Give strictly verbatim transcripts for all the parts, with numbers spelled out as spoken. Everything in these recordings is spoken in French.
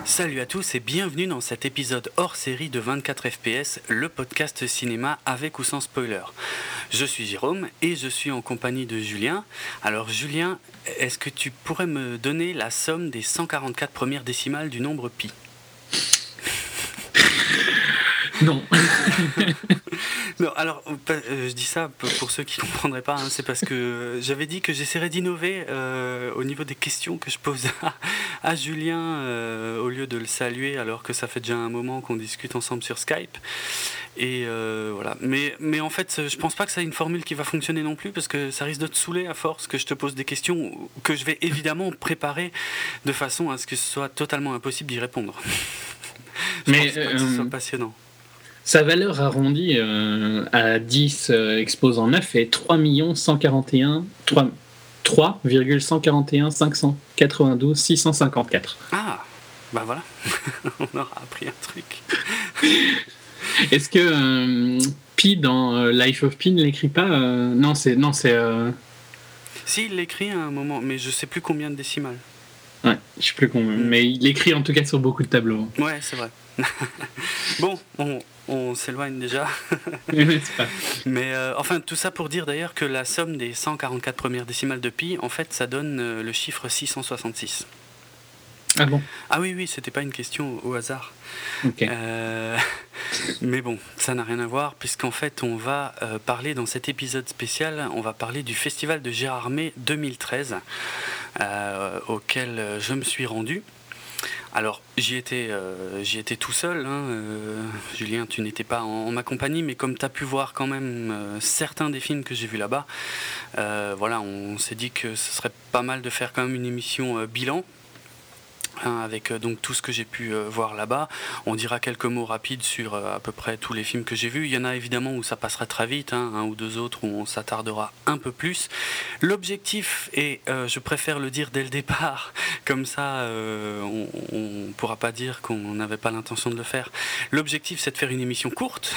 Salut à tous et bienvenue dans cet épisode hors série de vingt-quatre F P S, le podcast cinéma avec ou sans spoiler. Je suis Jérôme et je suis en compagnie de Julien. Alors Julien, est-ce que tu pourrais me donner la somme des cent quarante-quatre premières décimales du nombre pi ? Non. Non, alors euh, je dis ça pour ceux qui ne comprendraient pas, hein, c'est parce que j'avais dit que j'essaierais d'innover euh, au niveau des questions que je pose à, à Julien euh, au lieu de le saluer alors que ça fait déjà un moment qu'on discute ensemble sur Skype. Et euh, voilà. Mais, mais en fait, je pense pas que c'est une formule qui va fonctionner non plus parce que ça risque de te saouler à force que je te pose des questions que je vais évidemment préparer de façon à ce que ce soit totalement impossible d'y répondre. Je mais pense pas que ce soit passionnant. Sa valeur arrondie euh, à dix euh, exposant neuf est trois millions cent quarante et un virgule cent quarante et un cinq cent quatre-vingt-douze six cent cinquante-quatre. Ah, bah voilà, on aura appris un truc. Est-ce que euh, Pi dans euh, Life of Pi ne l'écrit pas euh, Non, c'est non, c'est. Euh... Si, il l'écrit à un moment, mais je sais plus combien de décimales. Ouais, je sais plus combien, mm. mais il l'écrit en tout cas sur beaucoup de tableaux. Ouais, c'est vrai. Bon, on, on s'éloigne déjà. Mais euh, enfin, tout ça pour dire d'ailleurs que la somme des cent quarante-quatre premières décimales de pi, en fait, ça donne euh, le chiffre six cent soixante-six. Ah bon ? Ah oui, oui, c'était pas une question au hasard. Ok. Euh, mais bon, ça n'a rien à voir, puisqu'en fait, on va euh, parler dans cet épisode spécial, on va parler du Festival de Gérardmer deux mille treize, euh, auquel je me suis rendu. Alors, j'y étais, euh, j'y étais tout seul, hein, euh, Julien, tu n'étais pas en, en ma compagnie, mais comme tu as pu voir quand même euh, certains des films que j'ai vus là-bas, euh, voilà, on s'est dit que ce serait pas mal de faire quand même une émission euh, bilan, hein, avec euh, donc tout ce que j'ai pu euh, voir là-bas. On dira quelques mots rapides sur euh, à peu près tous les films que j'ai vus. Il y en a évidemment où ça passera très vite, hein, un ou deux autres où on s'attardera un peu plus. L'objectif, et euh, je préfère le dire dès le départ, comme ça euh, on ne pourra pas dire qu'on n'avait pas l'intention de le faire. L'objectif, c'est de faire une émission courte.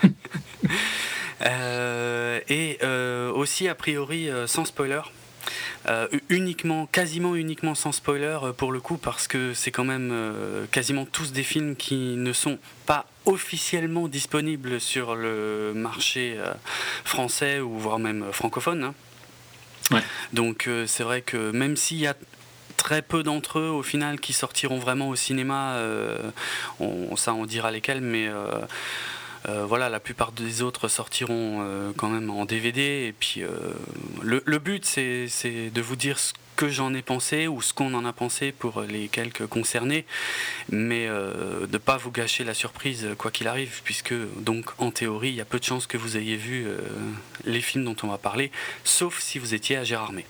euh, et euh, aussi a priori euh, sans spoiler. Euh, uniquement, quasiment uniquement sans spoiler euh, pour le coup, parce que c'est quand même euh, quasiment tous des films qui ne sont pas officiellement disponibles sur le marché euh, français ou voire même francophone, hein. Ouais. Donc euh, c'est vrai que même s'il y a très peu d'entre eux au final qui sortiront vraiment au cinéma, euh, on, ça on dira lesquels, mais euh, Euh, voilà, la plupart des autres sortiront euh, quand même en D V D. Et puis, euh, le, le but, c'est, c'est de vous dire ce que j'en ai pensé ou ce qu'on en a pensé pour les quelques concernés, mais euh, de ne pas vous gâcher la surprise quoi qu'il arrive, puisque donc en théorie, il y a peu de chances que vous ayez vu euh, les films dont on va parler, sauf si vous étiez à Gérardmer.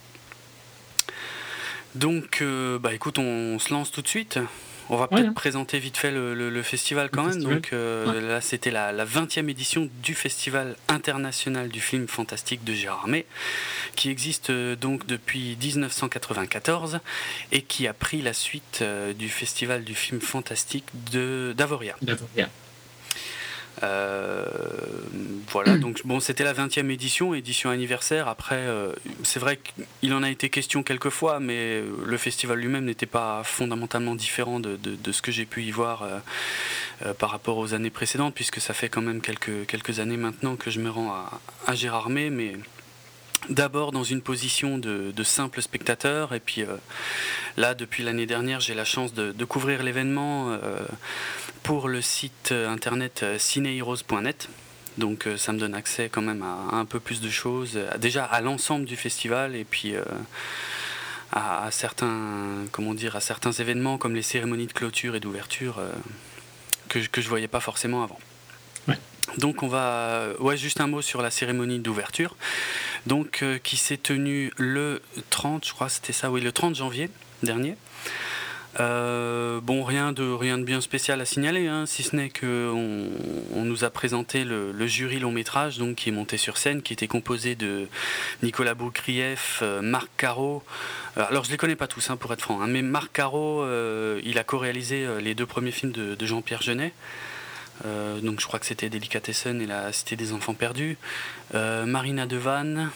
Donc, euh, bah écoute, on, on se lance tout de suite. On va peut-être ouais, présenter vite fait le, le, le festival quand le même. Festival. Donc euh, ouais. Là, c'était la, la vingtième édition du Festival international du film fantastique de Gérardmer, qui existe euh, donc depuis dix-neuf cent quatre-vingt-quatorze et qui a pris la suite euh, du Festival du film fantastique de, d'Avoria. D'Avoria. Euh, voilà, donc bon, c'était la vingtième édition, édition anniversaire. Après, euh, c'est vrai qu'il en a été question quelques fois, mais le festival lui-même n'était pas fondamentalement différent de, de, de ce que j'ai pu y voir euh, euh, par rapport aux années précédentes, puisque ça fait quand même quelques, quelques années maintenant que je me rends à, à Gérardmer, mais d'abord dans une position de, de simple spectateur, et puis euh, là, depuis l'année dernière, j'ai la chance de, de couvrir l'événement euh, pour le site internet cineheroes point net. Donc euh, ça me donne accès quand même à, à un peu plus de choses, à, déjà à l'ensemble du festival, et puis euh, à, à certains, comment dire, à certains événements comme les cérémonies de clôture et d'ouverture euh, que, que je voyais pas forcément avant. Ouais. Donc on va, ouais, juste un mot sur la cérémonie d'ouverture, donc euh, qui s'est tenue le trente, je crois, c'était ça, oui, le trente janvier dernier. Euh, bon, rien de, rien de bien spécial à signaler, hein, si ce n'est qu'on on nous a présenté le, le jury long métrage, donc, qui est monté sur scène, qui était composé de Nicolas Boukrieff, euh, Marc Caro. Euh, alors je ne les connais pas tous, hein, pour être franc, hein, mais Marc Caro, euh, il a co-réalisé euh, les deux premiers films de, de Jean-Pierre Jeunet. Euh, donc je crois que c'était Delicatessen et la Cité des Enfants Perdus. Euh, Marina Devanne,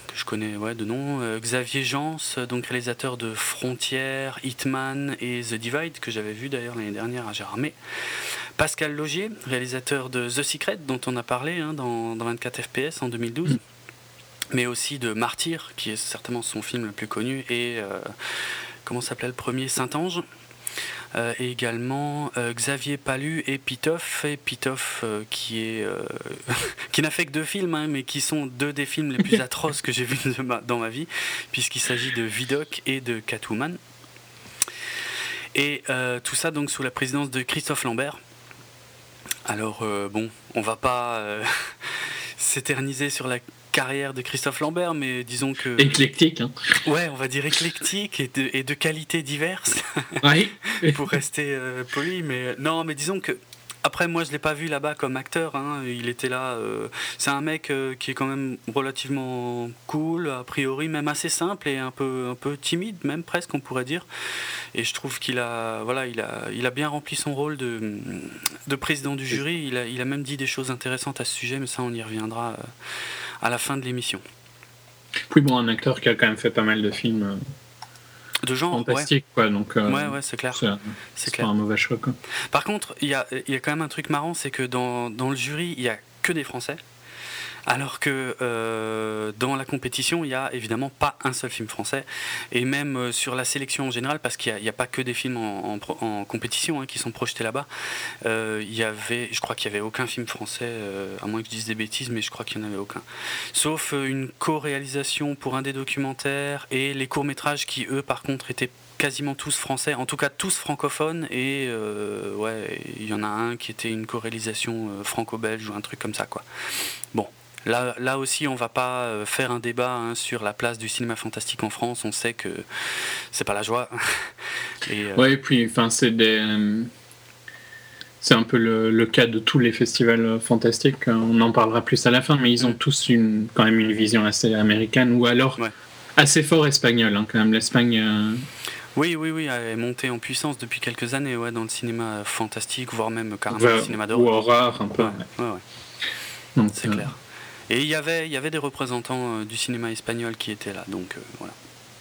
que je connais ouais, de nom. Euh, Xavier Jans, donc réalisateur de Frontières, Hitman et The Divide, que j'avais vu d'ailleurs l'année dernière à Gérardmer. Pascal Laugier, réalisateur de The Secret, dont on a parlé hein, dans, dans vingt-quatre F P S en deux mille douze. Mmh. Mais aussi de Martyr, qui est certainement son film le plus connu, et euh, comment s'appelait le premier, Saint-Ange. Euh, et également euh, Xavier Palu et Pitoff, et Pitoff euh, qui est euh, qui n'a fait que deux films, hein, mais qui sont deux des films les plus atroces que j'ai vus de ma, dans ma vie, puisqu'il s'agit de Vidocq et de Catwoman. Et euh, tout ça donc sous la présidence de Christophe Lambert. Alors euh, bon, on va pas euh, s'éterniser sur la carrière de Christophe Lambert, mais disons que... Éclectique, hein. Ouais, on va dire éclectique et de, et de qualités diverses, oui. pour rester euh, poli, mais non, mais disons que... Après, moi, je l'ai pas vu là-bas comme acteur, hein. Il était là... Euh, c'est un mec euh, qui est quand même relativement cool, a priori, même assez simple et un peu, un peu timide, même presque, on pourrait dire. Et je trouve qu'il a, voilà, il a, il a bien rempli son rôle de, de président du jury. Il a, il a même dit des choses intéressantes à ce sujet, mais ça, on y reviendra... Euh, à la fin de l'émission. Puis bon, un acteur qui a quand même fait pas mal de films euh, de genre fantastiques, ouais. quoi. Donc, euh, ouais, ouais, c'est clair. C'est, c'est, c'est clair. Pas un mauvais choix, quoi. Par contre, il y a, y a quand même un truc marrant, c'est que dans, dans le jury, il y a que des Français. Alors que euh, dans la compétition, il n'y a évidemment pas un seul film français. Et même euh, sur la sélection en général, parce qu'il n'y a, a pas que des films en, en, en compétition hein, qui sont projetés là-bas, euh, il y avait, je crois qu'il n'y avait aucun film français, euh, à moins que je dise des bêtises, mais je crois qu'il n'y en avait aucun. Sauf euh, une co-réalisation pour un des documentaires et les courts-métrages qui, eux, par contre, étaient quasiment tous français, en tout cas tous francophones, et euh, ouais, il y en a un qui était une co-réalisation euh, franco-belge ou un truc comme ça, quoi. Bon. Là, là aussi, on ne va pas faire un débat hein, sur la place du cinéma fantastique en France. On sait que c'est pas la joie. Et, euh... ouais, et puis, enfin, c'est des, c'est un peu le, le cas de tous les festivals fantastiques. On en parlera plus à la fin, mais ils ont mmh. tous une, quand même une vision assez américaine ou alors ouais. assez fort espagnole. Hein, quand même, l'Espagne. Euh... Oui, oui, oui, elle est montée en puissance depuis quelques années, ouais, dans le cinéma fantastique, voire même carrément ouais, le cinéma d'horreur. Ou horreur, un peu. Ouais, ouais, ouais. Donc, c'est euh... clair. Et il y avait, il y avait des représentants euh, du cinéma espagnol qui étaient là, donc euh, voilà.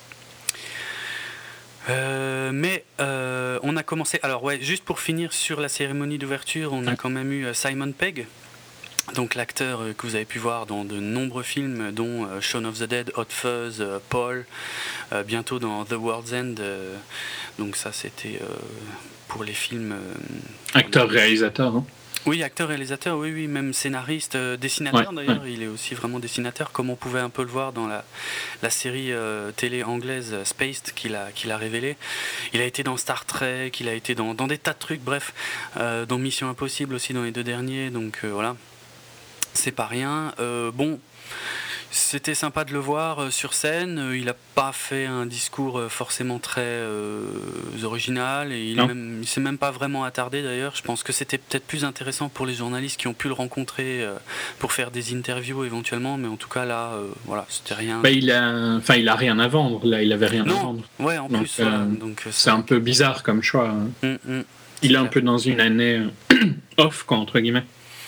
Euh, mais euh, on a commencé. Alors ouais, juste pour finir sur la cérémonie d'ouverture, on a quand même eu Simon Pegg, donc l'acteur que vous avez pu voir dans de nombreux films, dont euh, Shaun of the Dead, Hot Fuzz, euh, Paul, euh, bientôt dans The World's End. Euh, donc ça, c'était euh, pour les films. Euh, Acteur-réalisateur, hein. Oui, acteur-réalisateur, oui, oui, même scénariste, euh, dessinateur ouais, d'ailleurs, ouais. Il est aussi vraiment dessinateur, comme on pouvait un peu le voir dans la, la série euh, télé anglaise Spaced qu'il a, qu'il a révélé. Il a été dans Star Trek, il a été dans, dans des tas de trucs, bref, euh, dans Mission Impossible aussi dans les deux derniers, donc euh, voilà, c'est pas rien. Euh, bon, c'était sympa de le voir euh, sur scène, il n'a pas fait un discours euh, forcément très euh, original, et il ne s'est même pas vraiment attardé d'ailleurs. Je pense que c'était peut-être plus intéressant pour les journalistes qui ont pu le rencontrer euh, pour faire des interviews éventuellement, mais en tout cas là, euh, voilà, c'était rien. Bah, il a, enfin, il a rien à vendre, là, il avait rien non. à vendre. Ouais, en donc, plus, euh, voilà. Donc, c'est, c'est un peu bizarre comme choix. Hein. Mm, mm, il est un peu dans une année off, quoi, entre guillemets.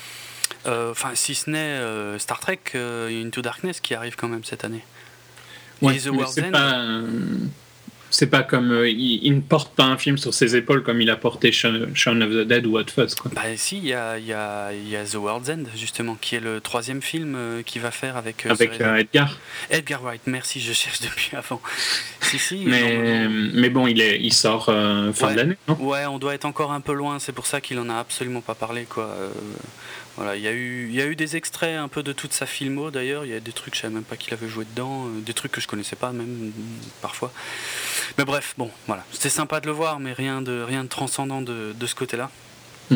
Enfin, euh, si ce n'est euh, Star Trek euh, Into Darkness qui arrive quand même cette année. Ouais, The World's End. Pas, euh, c'est pas comme euh, il, il ne porte pas un film sur ses épaules comme il a porté Shaun of the Dead ou Hot Fuzz, quoi. Bah si, il y a, y, a, y a The World's End justement, qui est le troisième film euh, qu'il va faire avec. Euh, avec euh, Edgar. Edgar Wright, merci, je cherche depuis avant. si si. Mais, mais bon, il est, il sort euh, fin ouais. de l'année, non ? Ouais, on doit être encore un peu loin. C'est pour ça qu'il en a absolument pas parlé, quoi. Euh, Voilà, il y a eu, il y a eu des extraits un peu de toute sa filmo d'ailleurs. Il y a des trucs, je savais même pas qu'il avait joué dedans, euh, des trucs que je connaissais pas même parfois. Mais bref, bon, voilà, c'était sympa de le voir, mais rien de, rien de transcendant de, de ce côté-là. Mm.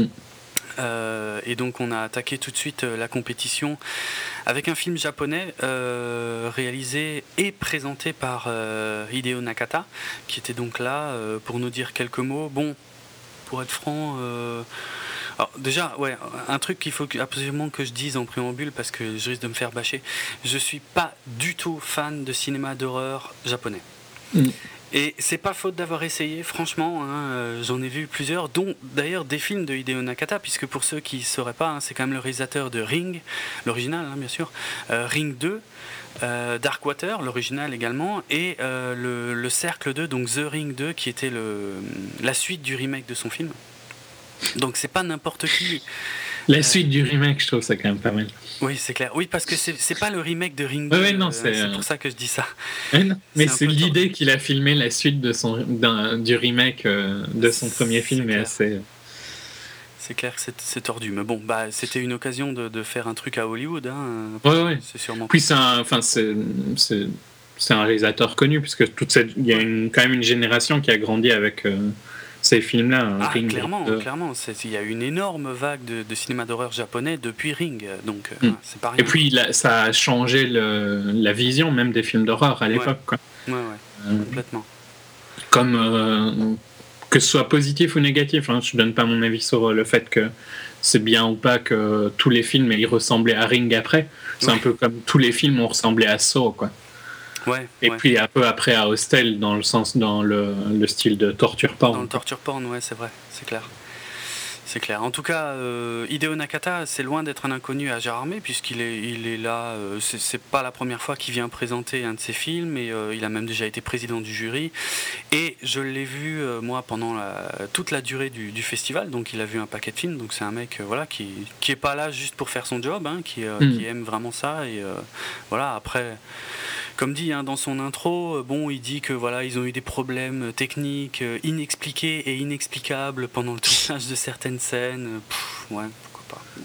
Euh, et donc on a attaqué tout de suite euh, la compétition avec un film japonais euh, réalisé et présenté par euh, Hideo Nakata, qui était donc là euh, pour nous dire quelques mots. Bon, pour être franc. Euh, Alors déjà, ouais, un truc qu'il faut absolument que je dise en préambule parce que je risque de me faire bâcher. Je suis pas du tout fan de cinéma d'horreur japonais. Mm. Et c'est pas faute d'avoir essayé, franchement, hein, euh, j'en ai vu plusieurs, dont d'ailleurs des films de Hideo Nakata, puisque pour ceux qui ne sauraient pas, hein, c'est quand même le réalisateur de Ring, l'original hein, bien sûr, euh, Ring deux, euh, Darkwater, l'original également, et euh, le, le Cercle deux, donc The Ring deux, qui était le, la suite du remake de son film. Donc c'est pas n'importe qui. La suite euh, du remake, je trouve ça quand même pas mal. Oui, c'est clair. Oui, parce que c'est, c'est pas le remake de Ring deux. Ouais, ouais, non, euh, c'est, c'est pour ça que je dis ça. Ouais, non. Mais c'est c'est l'idée qu'il a filmé la suite de son, d'un, du remake euh, de son premier film est assez. C'est clair que c'est, c'est tordu. Mais bon, bah, c'était une occasion de, de faire un truc à Hollywood. Hein. Ouais, ouais. C'est sûrement. Puis c'est un, enfin, c'est, c'est, c'est un réalisateur connu, puisque toute cette, il y a une, quand même une génération qui a grandi avec. Euh, ces films-là. Ah, Ring, clairement, euh... clairement. C'est, il y a une énorme vague de, de cinéma d'horreur japonais depuis Ring, donc mm. hein, c'est pas rien. Et puis là, ça a changé le, la vision même des films d'horreur à l'époque. Ouais, quoi. ouais, ouais. Euh, complètement. Comme euh, que ce soit positif ou négatif, hein, je donne pas mon avis sur le fait que c'est bien ou pas que tous les films ils ressemblaient à Ring après. C'est ouais. un peu comme tous les films ont ressemblé à Saw, quoi. Ouais, et ouais. puis un peu après à Hostel dans le sens dans le, le style de torture porn. Dans le torture porn, ouais, c'est vrai, c'est clair. C'est clair. En tout cas, euh, Hideo Nakata, c'est loin d'être un inconnu à Gérardmer, puisqu'il est, il est là. Euh, c'est, c'est pas la première fois qu'il vient présenter un de ses films, et euh, il a même déjà été président du jury. Et je l'ai vu euh, moi pendant la, toute la durée du, du festival. Donc il a vu un paquet de films. Donc c'est un mec, euh, voilà, qui qui est pas là juste pour faire son job, hein, qui, euh, mmh. qui aime vraiment ça. Et euh, voilà. Après. Comme dit hein, dans son intro, bon, il dit que voilà, ils ont eu des problèmes techniques euh, inexpliqués et inexplicables pendant le tournage de certaines scènes. Pff, ouais, pourquoi pas.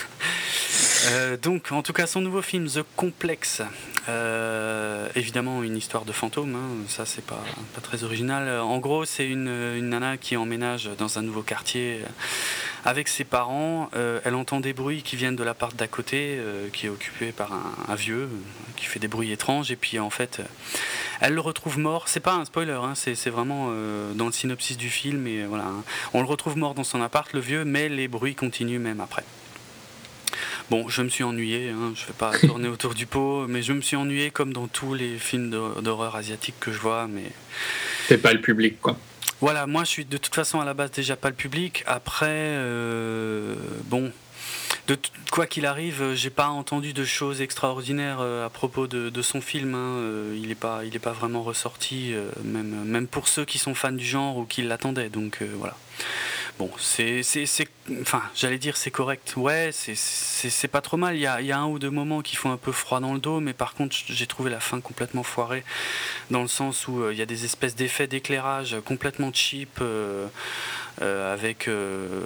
euh, donc, en tout cas, son nouveau film The Complex, euh, évidemment une histoire de fantôme. Hein, ça, c'est pas pas très original. En gros, c'est une, une nana qui emménage dans un nouveau quartier. Avec ses parents, euh, elle entend des bruits qui viennent de l'appart d'à côté, euh, qui est occupé par un, un vieux, euh, qui fait des bruits étranges, et puis en fait, euh, elle le retrouve mort. C'est pas un spoiler, hein, c'est, c'est vraiment euh, dans le synopsis du film, et voilà, hein. On le retrouve mort dans son appart, le vieux, mais les bruits continuent même après. Bon, je me suis ennuyé, hein, je vais pas tourner autour du pot, mais je me suis ennuyé comme dans tous les films d'horreur asiatiques que je vois, mais... C'est pas le public, quoi. Voilà, moi je suis de toute façon à la base déjà pas le public. Après, euh, bon, de t- quoi qu'il arrive, j'ai pas entendu de choses extraordinaires euh, à propos de, de son film. Hein. Euh, il est pas, il est pas vraiment ressorti, euh, même, même pour ceux qui sont fans du genre ou qui l'attendaient. Donc euh, voilà. Bon, c'est, c'est, c'est, enfin, j'allais dire c'est correct. Ouais, c'est, c'est, c'est pas trop mal. Il y a, il y a un ou deux moments qui font un peu froid dans le dos, mais par contre, j'ai trouvé la fin complètement foirée, dans le sens où euh, il y a des espèces d'effets d'éclairage complètement cheap, euh, euh, avec, euh,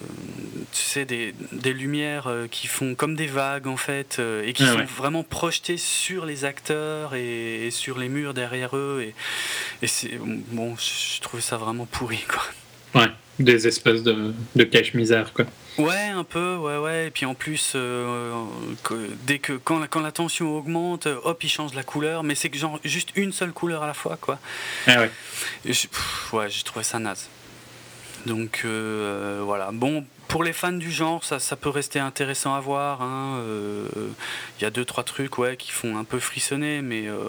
tu sais, des, des lumières euh, qui font comme des vagues en fait, euh, et qui ah, sont ouais. vraiment projetées sur les acteurs et, et sur les murs derrière eux. Et, et c'est bon, je trouvais ça vraiment pourri, quoi. Ouais. Des espèces de, de cache-misère, quoi. Ouais, un peu, ouais, ouais. Et puis en plus, euh, que, dès que quand la, quand la tension augmente, hop, il change la couleur, mais c'est que genre juste une seule couleur à la fois, quoi. Ah ouais. Et je, pff, ouais, j'ai trouvé ça naze. Donc euh, voilà. Bon, pour les fans du genre, ça, ça peut rester intéressant à voir. Il hein. euh, y a deux, trois trucs, ouais, qui font un peu frissonner, mais. Euh,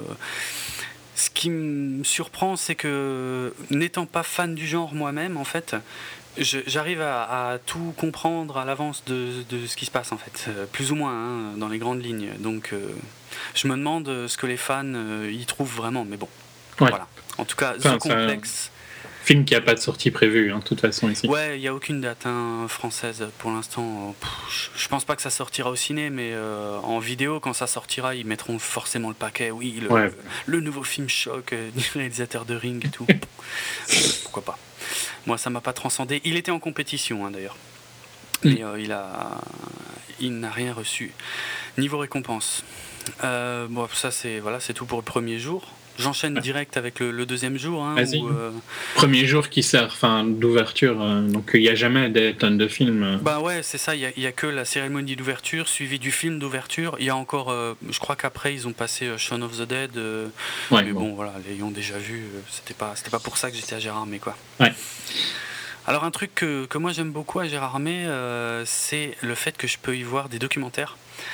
Ce qui me surprend, c'est que, n'étant pas fan du genre moi-même, en fait, je, j'arrive à, à tout comprendre à l'avance de, de ce qui se passe, en fait, euh, plus ou moins, hein, dans les grandes lignes. Donc, euh, je me demande ce que les fans euh, y trouvent vraiment, mais bon, ouais. Voilà. En tout cas, enfin, The Complex... Film qui n'a pas de sortie prévue, hein, de toute façon, ici. Ouais, il n'y a aucune date hein, française pour l'instant. Pff, je pense pas que ça sortira au ciné, mais euh, en vidéo, quand ça sortira, ils mettront forcément le paquet. Oui, le, ouais. le, le nouveau film choc euh, du réalisateur de Ring et tout. Pourquoi pas. Moi, ça m'a pas transcendé. Il était en compétition, hein, d'ailleurs. Mais euh, il, a, il n'a rien reçu. Niveau récompense. Euh, bon, ça, c'est, voilà, c'est tout pour le premier jour. J'enchaîne direct avec le, le deuxième jour. Hein, Vas-y. Où, euh... Premier jour qui sert, enfin, d'ouverture, euh, donc il n'y a jamais des tonnes de films. Euh. Bah ouais, c'est ça, il n'y a, a que la cérémonie d'ouverture suivie du film d'ouverture. Il y a encore, euh, je crois qu'après ils ont passé euh, Shaun of the Dead, euh, ouais, mais bon, bon voilà, l'ayant déjà vu, euh, c'était pas, c'était pas pour ça que j'étais à Gérardmer, quoi. Ouais. Alors un truc que, que moi j'aime beaucoup à Gérardmer, euh, c'est le fait que je peux y voir des documentaires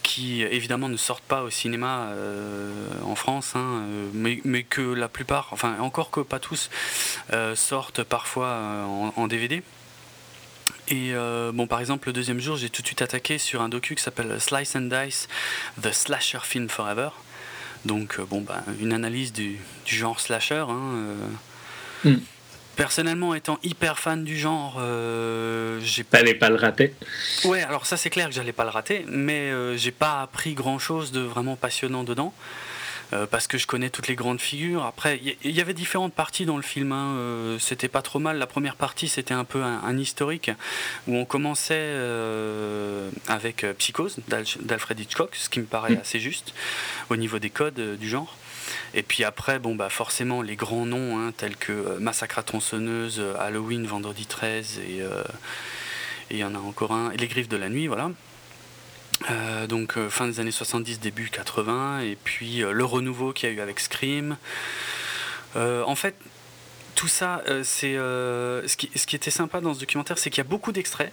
qui évidemment ne sortent pas au cinéma euh, en France, hein, mais, mais que la plupart, enfin encore que pas tous, euh, sortent parfois euh, en, en D V D. Et euh, bon, par exemple, le deuxième jour, j'ai tout de suite attaqué sur un docu qui s'appelle Slice and Dice, The Slasher Film Forever. Donc, euh, bon, bah, une analyse du, du genre slasher. Hein, euh. mm. Personnellement, étant hyper fan du genre, euh, j'ai pas. T'allais pas le rater. Ouais, alors ça c'est clair que j'allais pas le rater, mais euh, j'ai pas appris grand chose de vraiment passionnant dedans. Euh, parce que je connais toutes les grandes figures. Après, il y, y avait différentes parties dans le film. Hein. Euh, c'était pas trop mal. La première partie, c'était un peu un, un historique où on commençait euh, avec Psychose d'Al- d'Alfred Hitchcock, ce qui me paraît mmh. assez juste au niveau des codes euh, du genre. Et puis après, bon, bah forcément, les grands noms hein, tels que euh, Massacre à tronçonneuse, Halloween, Vendredi treize et euh, il y en a encore un, et Les Griffes de la nuit, voilà. Euh, donc euh, fin des années soixante-dix, début quatre-vingts, et puis euh, le renouveau qu'il y a eu avec Scream. Euh, en fait, tout ça, euh, c'est euh, ce, qui, ce qui était sympa dans ce documentaire, c'est qu'il y a beaucoup d'extraits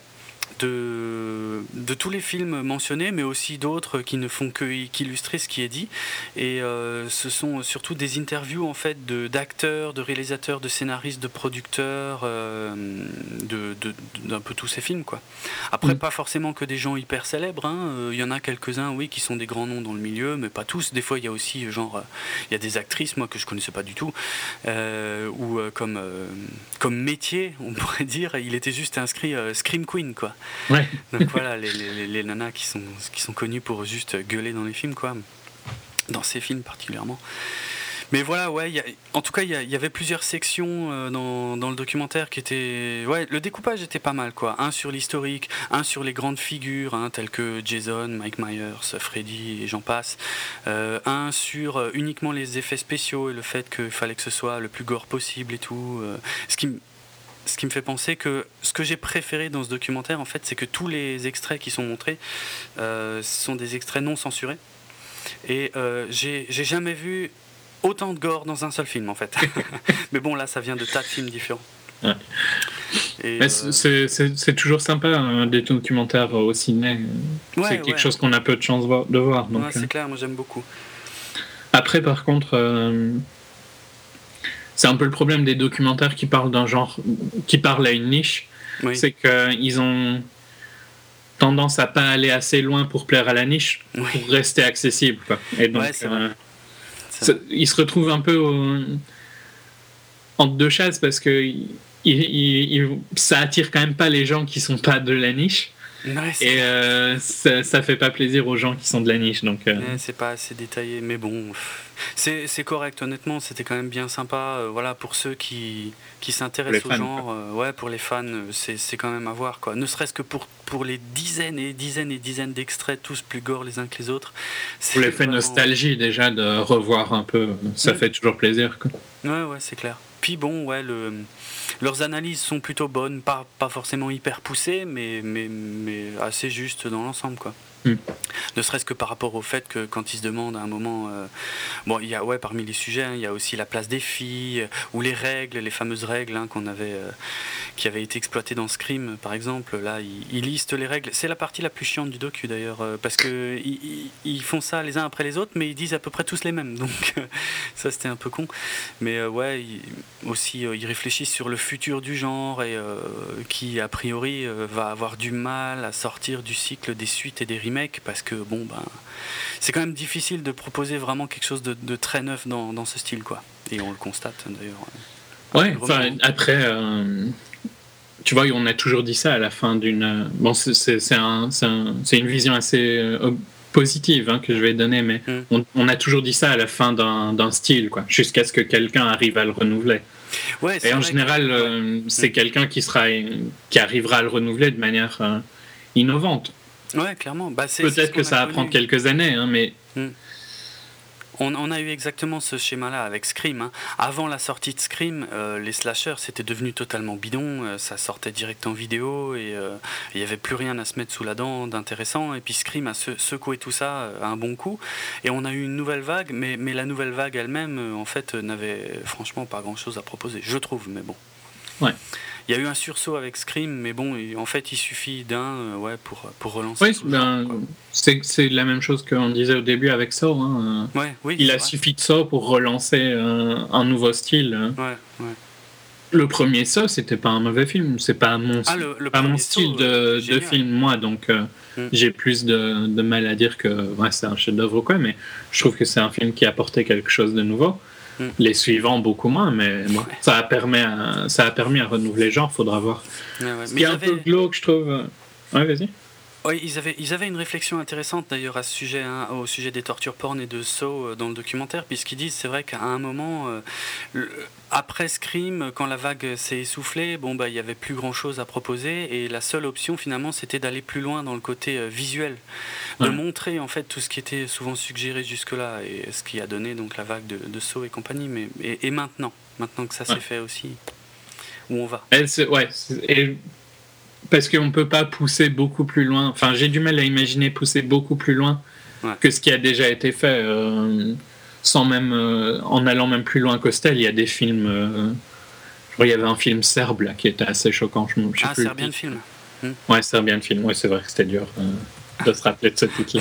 de, de tous les films mentionnés, mais aussi d'autres qui ne font que qu'illustrer ce qui est dit. Et euh, ce sont surtout des interviews en fait de, d'acteurs, de réalisateurs, de scénaristes, de producteurs, euh, de, de, d'un peu tous ces films, quoi. Après, mmh. pas forcément que des gens hyper célèbres. Hein. Euh, il y en a quelques-uns, oui, qui sont des grands noms dans le milieu, mais pas tous. Des fois, il y a aussi genre, il y a des actrices, moi, que je connaissais pas du tout, euh, ou euh, comme euh, comme métier, on pourrait dire, il était juste inscrit euh, Scream Queen, quoi. Ouais. Donc voilà, les, les, les nanas qui sont, qui sont connues pour juste gueuler dans les films, quoi. Dans ces films particulièrement. Mais voilà, ouais, y a, en tout cas, il y, y avait plusieurs sections euh, dans, dans le documentaire qui étaient... Ouais, le découpage était pas mal, quoi. Un sur l'historique, un sur les grandes figures, hein, telles que Jason, Mike Myers, Freddy et j'en passe. Euh, un sur euh, uniquement les effets spéciaux et le fait qu'il fallait que ce soit le plus gore possible et tout. Euh, ce qui me... Ce qui me fait penser que ce que j'ai préféré dans ce documentaire, en fait, c'est que tous les extraits qui sont montrés euh, sont des extraits non censurés. Et euh, j'ai, j'ai jamais vu autant de gore dans un seul film, en fait. Mais bon, là, ça vient de tas de films différents. Ouais. Et euh... c'est, c'est, c'est toujours sympa, hein, des documentaires au ciné. Ouais, c'est quelque ouais. chose qu'on a peu de chance de voir. Donc, ouais, c'est euh... clair, moi j'aime beaucoup. Après, par contre... Euh... C'est un peu le problème des documentaires qui parlent d'un genre, qui parlent à une niche, oui. C'est qu'ils ont tendance à pas aller assez loin pour plaire à la niche, oui. pour rester accessible, quoi. Et donc, ouais, c'est euh, c'est ils se retrouvent un peu au, entre deux chaises parce que il, il, il, ça attire quand même pas les gens qui sont pas de la niche. Ouais, et euh, ça, ça fait pas plaisir aux gens qui sont de la niche, donc. Euh... Ouais, c'est pas assez détaillé, mais bon, c'est c'est correct. Honnêtement, c'était quand même bien sympa. Euh, voilà, pour ceux qui qui s'intéressent au fans, genre, euh, ouais, pour les fans, c'est c'est quand même à voir, quoi. Ne serait-ce que pour pour les dizaines et dizaines et dizaines d'extraits, tous plus gore les uns que les autres. Pour l'effet vraiment... nostalgie déjà de revoir un peu, ça ouais. fait toujours plaisir, quoi. Ouais, ouais, c'est clair. Puis bon, ouais, le, leurs analyses sont plutôt bonnes, pas, pas forcément hyper poussées, mais, mais, mais assez justes dans l'ensemble, quoi. Mm. Ne serait-ce que par rapport au fait que quand ils se demandent à un moment, euh, bon, il y a ouais parmi les sujets, hein, il y a aussi la place des filles euh, ou les règles, les fameuses règles hein, qu'on avait, euh, qui avaient été exploitées dans Scream, par exemple. Là, ils, ils listent les règles. C'est la partie la plus chiante du docu d'ailleurs, euh, parce que ils, ils font ça les uns après les autres, mais ils disent à peu près tous les mêmes. Donc euh, ça, c'était un peu con. Mais euh, ouais, ils, aussi, euh, ils réfléchissent sur le futur du genre et euh, qui a priori euh, va avoir du mal à sortir du cycle des suites et des remakes. Parce que bon ben c'est quand même difficile de proposer vraiment quelque chose de, de très neuf dans, dans ce style, quoi, et on le constate d'ailleurs. Ouais, enfin après euh, tu vois, on a toujours dit ça à la fin d'une bon c'est, c'est, c'est, un, c'est, un, c'est une vision assez euh, positive hein, que je vais donner, mais mm. on, on a toujours dit ça à la fin d'un, d'un style, quoi, jusqu'à ce que quelqu'un arrive à le renouveler. Ouais, et en général que... euh, c'est mm. quelqu'un qui sera qui arrivera à le renouveler de manière euh, innovante. Ouais, clairement. Bah, c'est, Peut-être c'est que ça va prendre quelques années, hein, mais... Hmm. On, on a eu exactement ce schéma-là avec Scream. Hein. Avant la sortie de Scream, euh, les slashers, c'était devenu totalement bidon. Euh, ça sortait direct en vidéo et il euh, n'y avait plus rien à se mettre sous la dent d'intéressant. Et puis Scream a se, secoué tout ça à un bon coup. Et on a eu une nouvelle vague, mais, mais la nouvelle vague elle-même, euh, en fait, n'avait franchement pas grand-chose à proposer, je trouve, mais bon. Ouais. Il y a eu un sursaut avec Scream, mais bon, en fait, il suffit d'un euh, ouais, pour, pour relancer. Oui, ben, c'est, c'est la même chose qu'on disait au début avec Saw. Hein. Ouais, oui, il a vrai. suffi de Saw pour relancer euh, un nouveau style. Hein. Ouais, ouais. Le premier Saw, c'était pas un mauvais film. C'est pas mon, ah, le, le pas mon Saw, style de, de film, moi. Donc, euh, mm. j'ai plus de, de mal à dire que ouais, c'est un chef-d'œuvre ou quoi, mais je trouve que c'est un film qui a apporté quelque chose de nouveau. Mm. Les suivants, beaucoup moins, mais bon, ouais. ça, a permis à, ça a permis à renouveler le genre, faudra voir. Ouais, ouais. Ce qui est un avait... peu glauque, je trouve. Ouais, vas-y. Oui, ils avaient, ils avaient une réflexion intéressante d'ailleurs à ce sujet, hein, au sujet des tortures porn et de Saw euh, dans le documentaire, puisqu'ils disent, c'est vrai qu'à un moment, euh, le, après Scream, quand la vague s'est essoufflée, bon, bah, il n'y avait plus grand-chose à proposer, et la seule option finalement, c'était d'aller plus loin dans le côté euh, visuel, de ouais. montrer en fait tout ce qui était souvent suggéré jusque-là, et ce qui a donné donc la vague de, de Saw et compagnie. Mais, et, et maintenant, maintenant que ça ouais. s'est fait aussi, où on va Elle, c'est, ouais, c'est, et... Parce qu'on ne peut pas pousser beaucoup plus loin. Enfin, j'ai du mal à imaginer pousser beaucoup plus loin ouais. que ce qui a déjà été fait. Euh, sans même, euh, en allant même plus loin qu'Hostel, il y a des films... Euh, il y avait un film serbe là, qui était assez choquant. Je, je sais ah, plus Serbian Film. Hmm. Ouais, Serbian Film. Ouais, c'est vrai que c'était dur euh, de se rappeler de ce titre-là.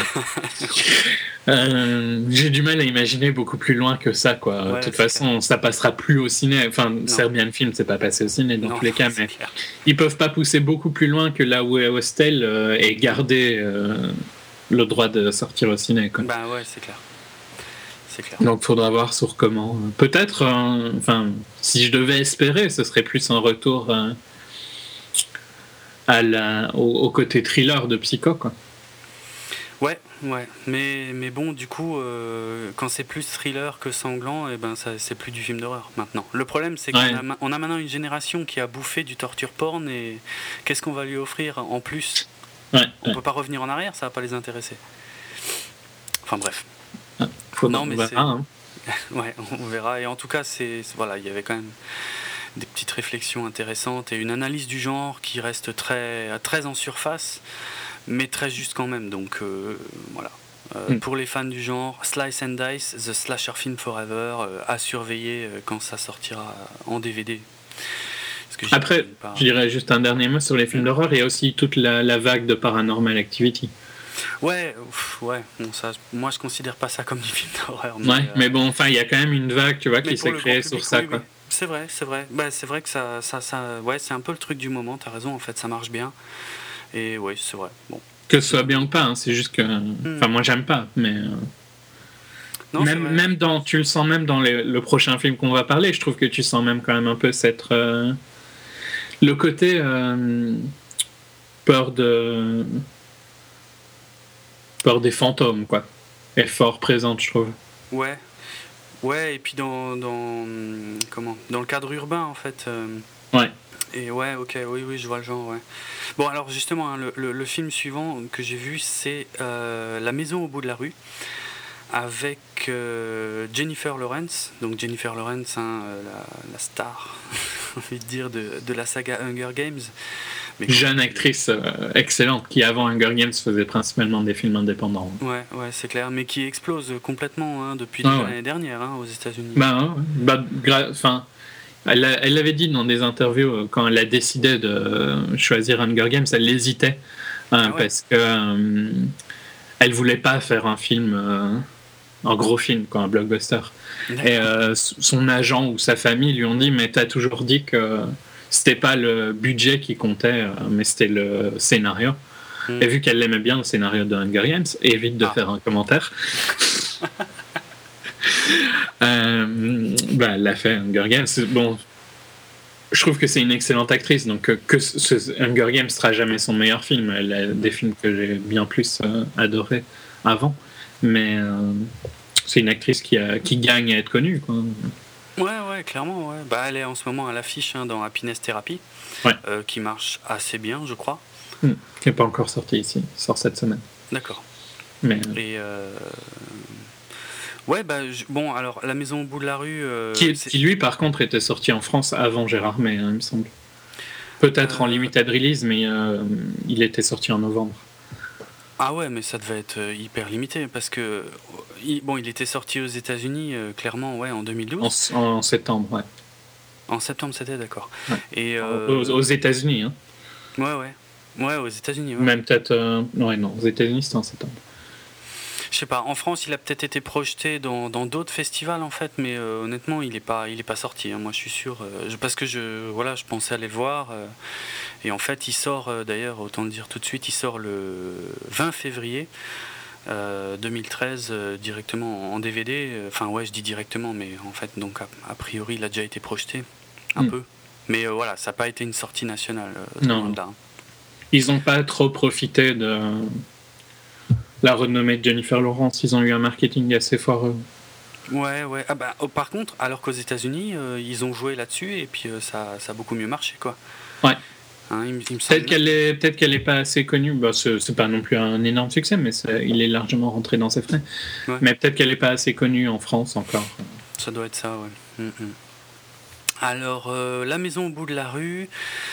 euh, j'ai du mal à imaginer beaucoup plus loin que ça, quoi. Ouais, de toute façon, clair. Ça passera plus au ciné. Enfin, non. Serbian Film, c'est pas passé au ciné dans non, tous les cas, mais clair. Ils peuvent pas pousser beaucoup plus loin que là où est Hostel euh, et garder euh, le droit de sortir au ciné, quoi. Bah ouais, c'est clair. C'est clair. Donc, faudra voir sur comment. Peut-être, euh, enfin, si je devais espérer, ce serait plus un retour euh, à la, au, au côté thriller de Psycho, quoi. Ouais, ouais, mais, mais bon, du coup, euh, quand c'est plus thriller que sanglant, eh ben ça, c'est plus du film d'horreur maintenant. Le problème, c'est ouais. qu'on a, on a maintenant une génération qui a bouffé du torture porn, et qu'est-ce qu'on va lui offrir en plus ? ouais, On ouais. peut pas revenir en arrière, ça va pas les intéresser. Enfin bref. Ah, faut non, mais on c'est... verra, hein. ouais, on verra. Et en tout cas, c'est, voilà, il y avait quand même des petites réflexions intéressantes et une analyse du genre qui reste très, très en surface, mais très juste quand même. Donc euh, voilà. Euh, mm. Pour les fans du genre, Slice and Dice, The Slasher Film Forever, euh, à surveiller euh, quand ça sortira en D V D. Parce que Après, pas... je dirais juste un dernier mot sur les films mm. d'horreur. Il y a aussi toute la, la vague de Paranormal Activity. Ouais, ouf, ouais. Bon, ça, moi, je considère pas ça comme du film d'horreur. Mais, ouais, euh... mais bon, enfin, il y a quand même une vague, tu vois, mais qui s'est créée sur ça, oui, quoi. Oui. C'est vrai, c'est vrai. Bah, c'est vrai que ça, ça, ça, ouais, c'est un peu le truc du moment. T'as raison, en fait, ça marche bien. Et ouais, c'est vrai. Bon. Que ce soit bien ou pas, hein, c'est juste que, enfin, mm. moi, j'aime pas, mais. Euh... Non, même, même dans, tu le sens même dans les, le prochain film qu'on va parler. Je trouve que tu sens même quand même un peu cette euh, le côté euh, peur de peur des fantômes, quoi, est fort présente, je trouve. Ouais, ouais, et puis dans, dans comment, dans le cadre urbain, en fait. Euh, ouais. Et ouais, ok, oui, oui, je vois le genre, ouais. Bon, alors justement, hein, le, le, le film suivant que j'ai vu, c'est euh, La Maison au bout de la rue, avec euh, Jennifer Lawrence, donc Jennifer Lawrence, hein, la, la star, j'ai envie de dire, de, de la saga Hunger Games. Mais jeune actrice euh, excellente, qui avant Hunger Games faisait principalement des films indépendants. Ouais, ouais, c'est clair, mais qui explose complètement hein, depuis ah, l'année ouais. dernière hein, aux États-Unis. Bah, ouais, bah gra- enfin, elle, a, elle l'avait dit dans des interviews euh, quand elle a décidé de euh, choisir Hunger Games, elle hésitait hein, ah, ouais. parce que euh, elle voulait pas faire un film. Euh, un gros film, quoi, un blockbuster. D'accord. Et euh, son agent ou sa famille lui ont dit mais t'as toujours dit que c'était pas le budget qui comptait, mais c'était le scénario. Mm. Et vu qu'elle aimait bien le scénario de Hunger Games, évite de ah. faire un commentaire. euh, bah, elle l'a fait Hunger Games. Bon, je trouve que c'est une excellente actrice, donc que ce Hunger Games sera jamais son meilleur film. Elle a des films que j'ai bien plus euh, adorés avant. Mais euh, c'est une actrice qui, a, qui gagne à être connue, quoi. Ouais, ouais, clairement. Ouais. Bah, elle est en ce moment à l'affiche hein, dans Happiness Therapy, ouais. euh, qui marche assez bien, je crois. Mmh, qui n'est pas encore sorti ici, il sort cette semaine. D'accord. Mais, Et euh... ouais, bah, je... bon, alors, La Maison au bout de la rue. Euh, qui, est, qui, lui, par contre, était sorti en France avant Gérard May, hein, il me semble. Peut-être euh... en limited release, mais euh, il était sorti en novembre. Ah ouais, mais ça devait être hyper limité parce que il, bon, il était sorti aux États-Unis euh, clairement, ouais, en deux mille douze. En, en septembre, ouais. En septembre, c'était d'accord. Ouais. Et euh... aux, aux États-Unis. Hein. Ouais, ouais. Ouais, aux États-Unis. Ouais. Même peut-être. Euh... Ouais, non, aux États-Unis, c'était en septembre. Je sais pas, en France, il a peut-être été projeté dans, dans d'autres festivals en fait, mais euh, honnêtement, il est pas, il est pas sorti. Hein. Moi, je suis sûr, euh, je, parce que je, voilà, je pensais aller le voir, euh, et en fait, il sort euh, d'ailleurs, autant le dire tout de suite, il sort le vingt février euh, deux mille treize euh, directement en D V D. Enfin, ouais, je dis directement, mais en fait, donc a, a priori, il a déjà été projeté un mm. peu, mais euh, voilà, ça n'a pas été une sortie nationale. Euh, non. Là. Ils n'ont pas trop profité de la renommée de Jennifer Lawrence, ils ont eu un marketing assez foireux. Ouais, ouais. Ah bah, oh, par contre, alors qu'aux États-Unis, euh, ils ont joué là-dessus et puis euh, ça, ça a beaucoup mieux marché, quoi. Ouais. Hein, il, il me peut-être qu'elle est, peut-être qu'elle est pas assez connue. Bah, c'est, c'est pas non plus un énorme succès, mais c'est, il est largement rentré dans ses frais. Ouais. Mais peut-être qu'elle est pas assez connue en France encore. Ça doit être ça, ouais. Mm-hmm. Alors, euh, La maison au bout de la rue,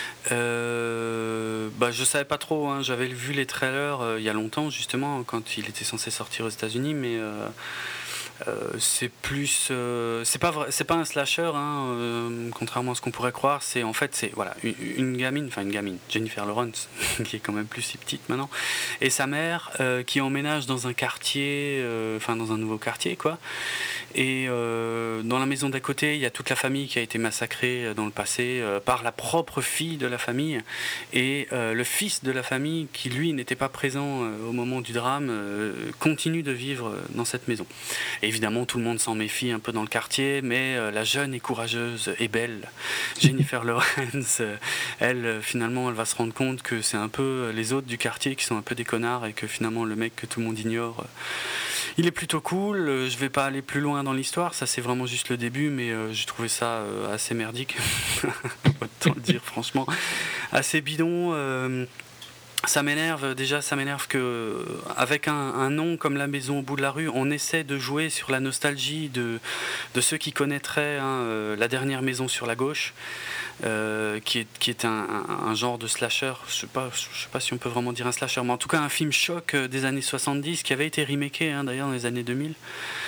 euh, bah, je savais pas trop, hein, j'avais vu les trailers euh, il y a longtemps, justement, quand il était censé sortir aux États-Unis, mais euh, euh, c'est plus. Euh, c'est, pas vrai, c'est pas un slasher, hein, euh, contrairement à ce qu'on pourrait croire, c'est en fait, c'est voilà, une, une gamine, enfin une gamine, Jennifer Lawrence, qui est quand même plus si petite maintenant, et sa mère euh, qui emménage dans un quartier, enfin euh, dans un nouveau quartier, quoi. Et euh, dans la maison d'à côté, il y a toute la famille qui a été massacrée dans le passé euh, par la propre fille de la famille. Et euh, le fils de la famille, qui lui n'était pas présent euh, au moment du drame, euh, continue de vivre dans cette maison. Et évidemment, tout le monde s'en méfie un peu dans le quartier, mais euh, la jeune et courageuse et belle Jennifer Lawrence, euh, elle, finalement, elle va se rendre compte que c'est un peu les autres du quartier qui sont un peu des connards et que finalement, le mec que tout le monde ignore... Euh, il est plutôt cool, je vais pas aller plus loin dans l'histoire, ça c'est vraiment juste le début, mais euh, j'ai trouvé ça euh, assez merdique, autant le dire franchement, assez bidon. Euh, ça m'énerve, déjà ça m'énerve que avec un, un nom comme La maison au bout de la rue, on essaie de jouer sur la nostalgie de, de ceux qui connaîtraient hein, euh, La dernière maison sur la gauche. Euh, qui est, qui est un, un, un genre de slasher, je sais pas, je sais pas si on peut vraiment dire un slasher, mais en tout cas un film choc des années soixante-dix qui avait été remaké hein, d'ailleurs dans les années deux mille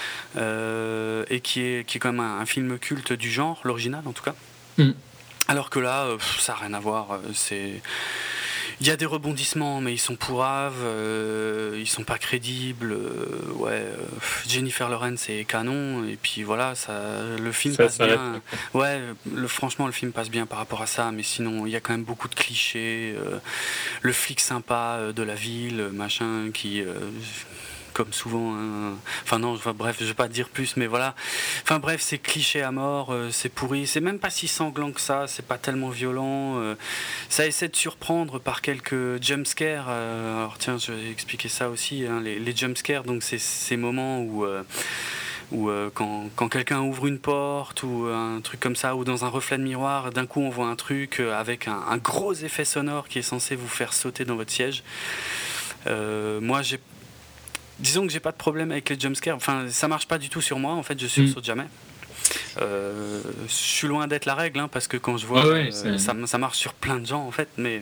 euh, et qui est, qui est quand même un, un film culte du genre, l'original en tout cas. Mm. Alors que là, pff, ça n'a rien à voir, c'est... Il y a des rebondissements, mais ils sont pourraves, euh, ils sont pas crédibles. Euh, ouais, euh, Jennifer Lawrence est canon, et puis voilà, ça, le film ça, passe ça bien. Reste. Ouais, le, franchement, le film passe bien par rapport à ça, mais sinon, il y a quand même beaucoup de clichés. Euh, le flic sympa euh, de la ville, machin, qui. Euh, comme souvent, hein. Enfin non, enfin, bref, je vais pas dire plus, mais voilà. Enfin bref, c'est cliché à mort, euh, c'est pourri, c'est même pas si sanglant que ça, c'est pas tellement violent. Euh, ça essaie de surprendre par quelques jumpscares. Euh, alors tiens, je vais expliquer ça aussi. Hein, les, les jumpscares, donc c'est ces moments où euh, où euh, quand, quand quelqu'un ouvre une porte ou un truc comme ça, ou dans un reflet de miroir, d'un coup on voit un truc avec un, un gros effet sonore qui est censé vous faire sauter dans votre siège. Euh, moi j'ai Disons que j'ai pas de problème avec les jumpscares. Enfin, ça marche pas du tout sur moi. En fait, je sursaute mmh. jamais. Euh, je suis loin d'être la règle, hein, parce que quand je vois, ah ouais, euh, ça, ça marche sur plein de gens, en fait. Mais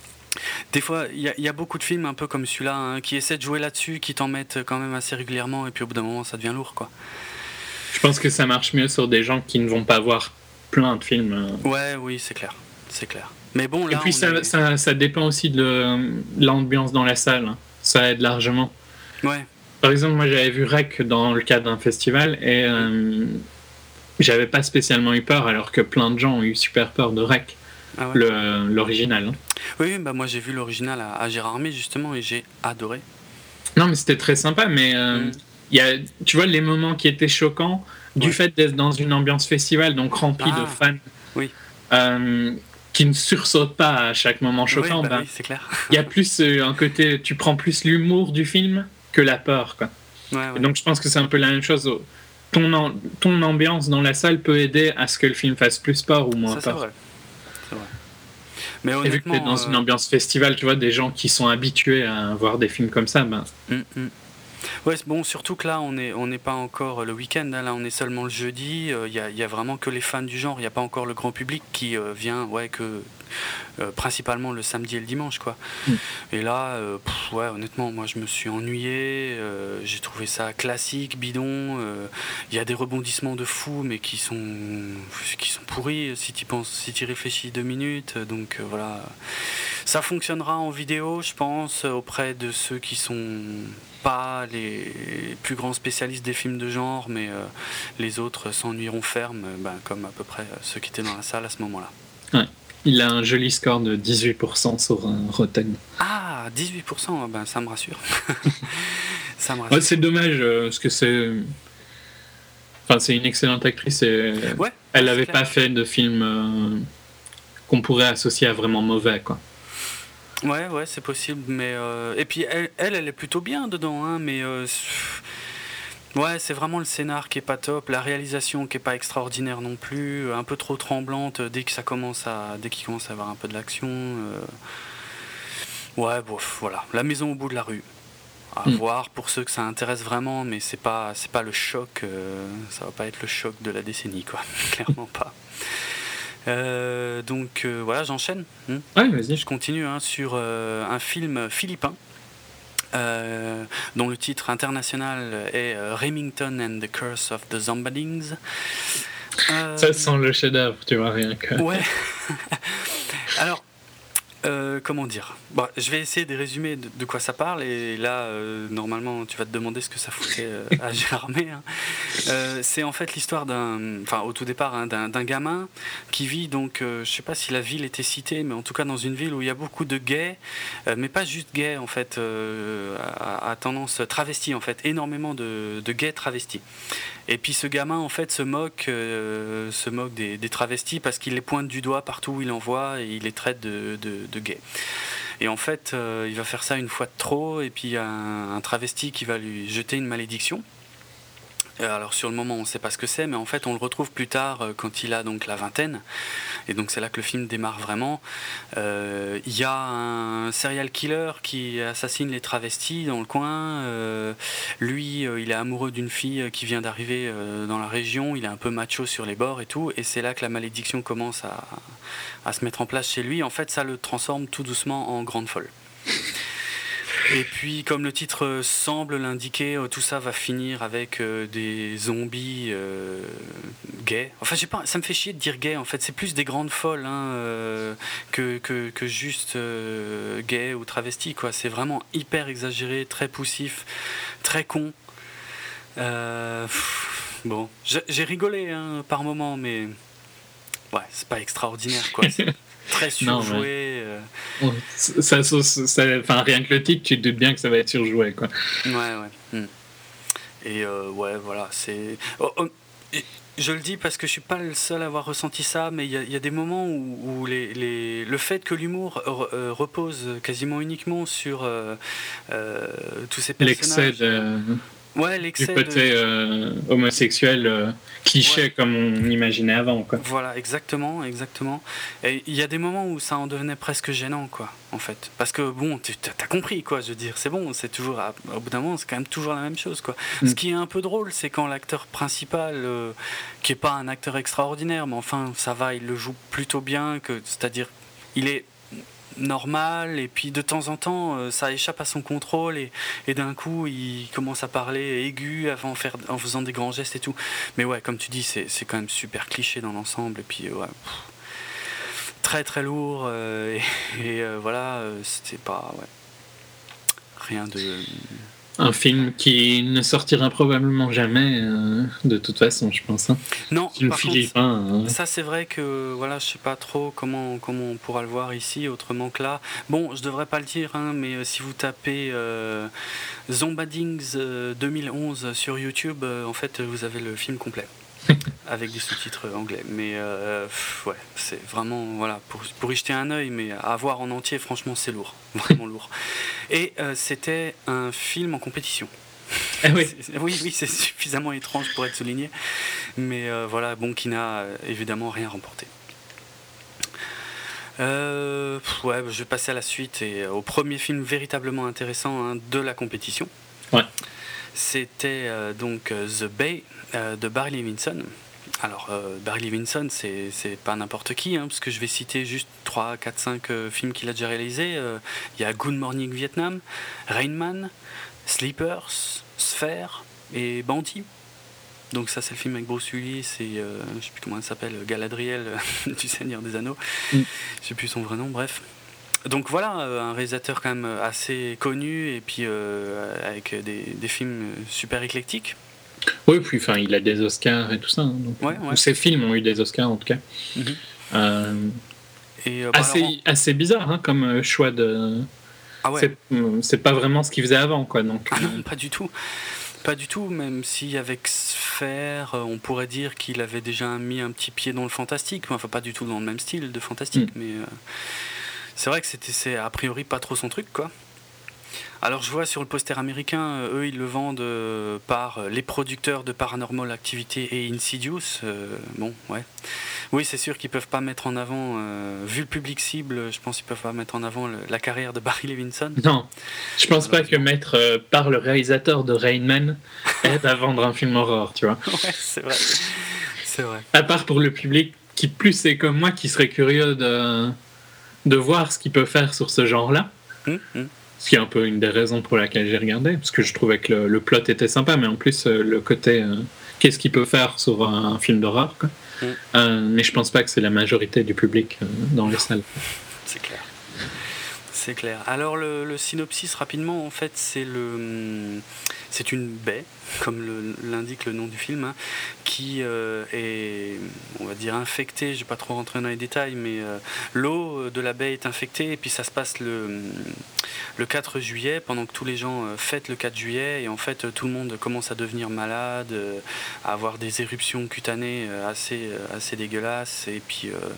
des fois, il y, y a beaucoup de films un peu comme celui-là hein, qui essaient de jouer là-dessus, qui t'en mettent quand même assez régulièrement, et puis au bout d'un moment, ça devient lourd, quoi. Je pense que ça marche mieux sur des gens qui ne vont pas voir plein de films. Ouais, oui, c'est clair, c'est clair. Mais bon, là, et puis ça, est... ça, ça dépend aussi de l'ambiance dans la salle. Ça aide largement. Ouais. Par exemple, moi j'avais vu Rec dans le cadre d'un festival et euh, j'avais pas spécialement eu peur alors que plein de gens ont eu super peur de Rec, ah ouais. le, l'original. Hein. Oui, bah moi j'ai vu l'original à, à Gérardmer justement et j'ai adoré. Non mais c'était très sympa, mais euh, mm. y a, tu vois les moments qui étaient choquants du ouais. fait d'être dans une ambiance festival donc remplie ah. de fans. Oui. Euh, qui ne sursaute pas à chaque moment choquant. Oui, bah bah, oui, c'est clair. Il y a plus euh, un côté, tu prends plus l'humour du film que la peur, quoi. Ouais, ouais. Donc je pense que c'est un peu la même chose. Ton, en, ton ambiance dans la salle peut aider à ce que le film fasse plus peur ou moins ça, peur. C'est vrai. C'est vrai. Mais et vu que t'es dans euh... une ambiance festival, tu vois, des gens qui sont habitués à voir des films comme ça, ben. Mm-hmm. Ouais, bon, surtout que là, on n'est on n'est pas encore le week-end, hein, là, on est seulement le jeudi. Il euh, y, a, y a vraiment que les fans du genre, il n'y a pas encore le grand public qui euh, vient, ouais, que euh, principalement le samedi et le dimanche, quoi. Mm. Et là, euh, pff, ouais, honnêtement, moi, je me suis ennuyé. Euh, j'ai trouvé ça classique, bidon. Il euh, y a des rebondissements de fou, mais qui sont qui sont pourris si tu penses, si tu réfléchis deux minutes. Donc euh, voilà, ça fonctionnera en vidéo, je pense, auprès de ceux qui sont pas les plus grands spécialistes des films de genre, mais euh, les autres s'ennuieront ferme, ben, comme à peu près ceux qui étaient dans la salle à ce moment-là. Ouais. Il a un joli score de dix-huit pour cent sur euh, Rotten. Ah, dix-huit pour cent, ben, ça me rassure. ça me rassure. Ouais, c'est dommage, euh, parce que c'est... Enfin, c'est une excellente actrice et ouais, elle n'avait pas fait de film euh, qu'on pourrait associer à vraiment mauvais, quoi. Ouais, ouais, c'est possible, mais euh... et puis elle, elle, elle est plutôt bien dedans, hein, mais euh... ouais, c'est vraiment le scénar qui est pas top, la réalisation qui est pas extraordinaire non plus, un peu trop tremblante dès que ça commence à, dès qu'il commence à avoir un peu de l'action. Euh... Ouais, bof, voilà, La maison au bout de la rue. À mmh. voir pour ceux que ça intéresse vraiment, mais c'est pas, c'est pas le choc, euh... ça va pas être le choc de la décennie, quoi, clairement pas. Euh, donc euh, voilà, j'enchaîne. Hein ouais, vas-y. Je continue hein, sur euh, un film philippin euh, dont le titre international est euh, Remington and the Curse of the Zombadings. Euh... Ça sent le chef-d'œuvre, tu vois, rien que. Ouais. Alors. Euh, comment dire bon, je vais essayer de résumer de, de quoi ça parle et là euh, normalement tu vas te demander ce que ça foutait euh, à Gérardmer hein. euh, c'est en fait l'histoire d'un enfin au tout départ hein, d'un, d'un gamin qui vit donc euh, je sais pas si la ville était citée mais en tout cas dans une ville où il y a beaucoup de gays euh, mais pas juste gays en fait euh, à, à tendance travestie en fait énormément de, de gays travestis. Et puis ce gamin en fait se moque, euh, se moque des, des travestis parce qu'il les pointe du doigt partout où il en voit et il les traite de, de, de gays. Et en fait, euh, il va faire ça une fois de trop et puis il y a un, un travesti qui va lui jeter une malédiction. Alors sur le moment on ne sait pas ce que c'est, mais en fait on le retrouve plus tard euh, quand il a donc la vingtaine. Et donc c'est là que le film démarre vraiment. Il euh, y a un serial killer qui assassine les travestis dans le coin. Euh, lui, euh, il est amoureux d'une fille qui vient d'arriver euh, dans la région. Il est un peu macho sur les bords et tout. Et c'est là que la malédiction commence à, à se mettre en place chez lui. En fait ça le transforme tout doucement en grande folle. Et puis, comme le titre semble l'indiquer, tout ça va finir avec euh, des zombies euh, gays. Enfin, j'ai pas, ça me fait chier de dire gays, en fait. C'est plus des grandes folles hein, euh, que, que, que juste euh, gays ou travestis, quoi. C'est vraiment hyper exagéré, très poussif, très con. Euh, pff, bon, j'ai rigolé hein, par moments, mais ouais, c'est pas extraordinaire, quoi. C'est très surjoué. Non, ouais. euh... ça, ça, ça, enfin, rien que le titre, tu te doutes bien que ça va être surjoué, quoi. Ouais, ouais. Et euh, ouais, voilà, c'est. Oh, oh, je le dis parce que je suis pas le seul à avoir ressenti ça, mais il y, y a des moments où, où les, les, le fait que l'humour re, euh, repose quasiment uniquement sur euh, euh, tous ces personnages. L'excès de. Ouais, l'excès du côté de... euh, homosexuel euh, cliché ouais. Comme on imaginait avant, quoi. Voilà, exactement, exactement. Et il y a des moments où ça en devenait presque gênant, quoi, en fait. Parce que bon, t'as compris, quoi, je veux dire, c'est bon, c'est toujours, au bout d'un moment, c'est quand même toujours la même chose, quoi. Mm. Ce qui est un peu drôle, c'est quand l'acteur principal, euh, qui est pas un acteur extraordinaire, mais enfin, ça va, il le joue plutôt bien, que, c'est-à-dire, il est normal et puis de temps en temps euh, ça échappe à son contrôle et, et d'un coup il commence à parler aigu avant faire, en faisant des grands gestes et tout, mais ouais comme tu dis c'est, c'est quand même super cliché dans l'ensemble et puis ouais pff, très très lourd euh, et, et euh, voilà euh, c'était pas ouais rien de un film qui ne sortira probablement jamais euh, de toute façon je pense hein. Non film par philippin contre, hein. Ça c'est vrai que voilà je sais pas trop comment, comment on pourra le voir ici autrement que là bon je devrais pas le dire hein, mais euh, si vous tapez euh, Zombadings euh, deux mille onze sur YouTube euh, en fait vous avez le film complet avec des sous-titres anglais mais euh, pff, ouais c'est vraiment voilà pour, pour y jeter un œil mais à voir en entier franchement c'est lourd vraiment lourd et euh, c'était un film en compétition. Ah oui. oui oui c'est suffisamment étrange pour être souligné mais euh, voilà bon qui n'a euh, évidemment rien remporté. Euh, ouais je vais passer à la suite et au premier film véritablement intéressant hein, de la compétition. Ouais. c'était euh, donc The Bay euh, de Barry Levinson. Alors, euh, Barry Levinson, c'est, c'est pas n'importe qui, hein, parce que je vais citer juste trois, quatre, cinq euh, films qu'il a déjà réalisés. Il euh, y a Good Morning Vietnam, Rain Man, Sleepers, Sphere et Bandit. Donc ça, c'est le film avec Bruce Willis et euh, je sais plus comment elle s'appelle, Galadriel du Seigneur des Anneaux. Mm. Je sais plus son vrai nom, bref. Donc voilà, un réalisateur quand même assez connu et puis euh, avec des, des films super éclectiques. Oui, puis enfin, il a des Oscars et tout ça. Hein, donc, ouais, ouais. Ses films ont eu des Oscars en tout cas. Mm-hmm. Euh, et, euh, bah, assez, alors, on... assez bizarre hein, comme choix de. Ah ouais. C'est, c'est pas vraiment ce qu'il faisait avant, quoi. Donc. Ah non, pas du tout. Pas du tout, même si avec Sphère, on pourrait dire qu'il avait déjà mis un petit pied dans le fantastique. Enfin, pas du tout dans le même style de fantastique, mm. mais euh, c'est vrai que c'était, c'est a priori pas trop son truc, quoi. Alors je vois sur le poster américain, euh, eux ils le vendent euh, par les producteurs de Paranormal Activity et Insidious. Euh, bon, ouais. Oui, c'est sûr qu'ils peuvent pas mettre en avant, euh, vu le public cible, je pense qu'ils peuvent pas mettre en avant le, la carrière de Barry Levinson. Non, je pense pas que mettre euh, par le réalisateur de Rain Man aide à vendre un film horreur, tu vois. Ouais, c'est vrai. C'est vrai. À part pour le public qui plus c'est comme moi qui serait curieux de, de voir ce qu'il peut faire sur ce genre-là. Mmh, mmh. Ce qui est un peu une des raisons pour laquelle j'ai regardé, parce que je trouvais que le, le plot était sympa, mais en plus euh, le côté euh, qu'est-ce qu'il peut faire sur un, un film d'horreur, quoi. Mm. Euh, mais je pense pas que c'est la majorité du public euh, dans les salles. C'est clair. C'est clair. Alors le, le synopsis rapidement, en fait, c'est le, c'est une baie, comme le, l'indique le nom du film, hein, qui euh, est, on va dire, infectée. Je vais pas trop rentrer dans les détails, mais euh, l'eau de la baie est infectée et puis ça se passe le, le quatre juillet, pendant que tous les gens euh, fêtent le quatre juillet et en fait tout le monde commence à devenir malade, euh, à avoir des éruptions cutanées euh, assez, euh, assez dégueulasses et puis. Euh,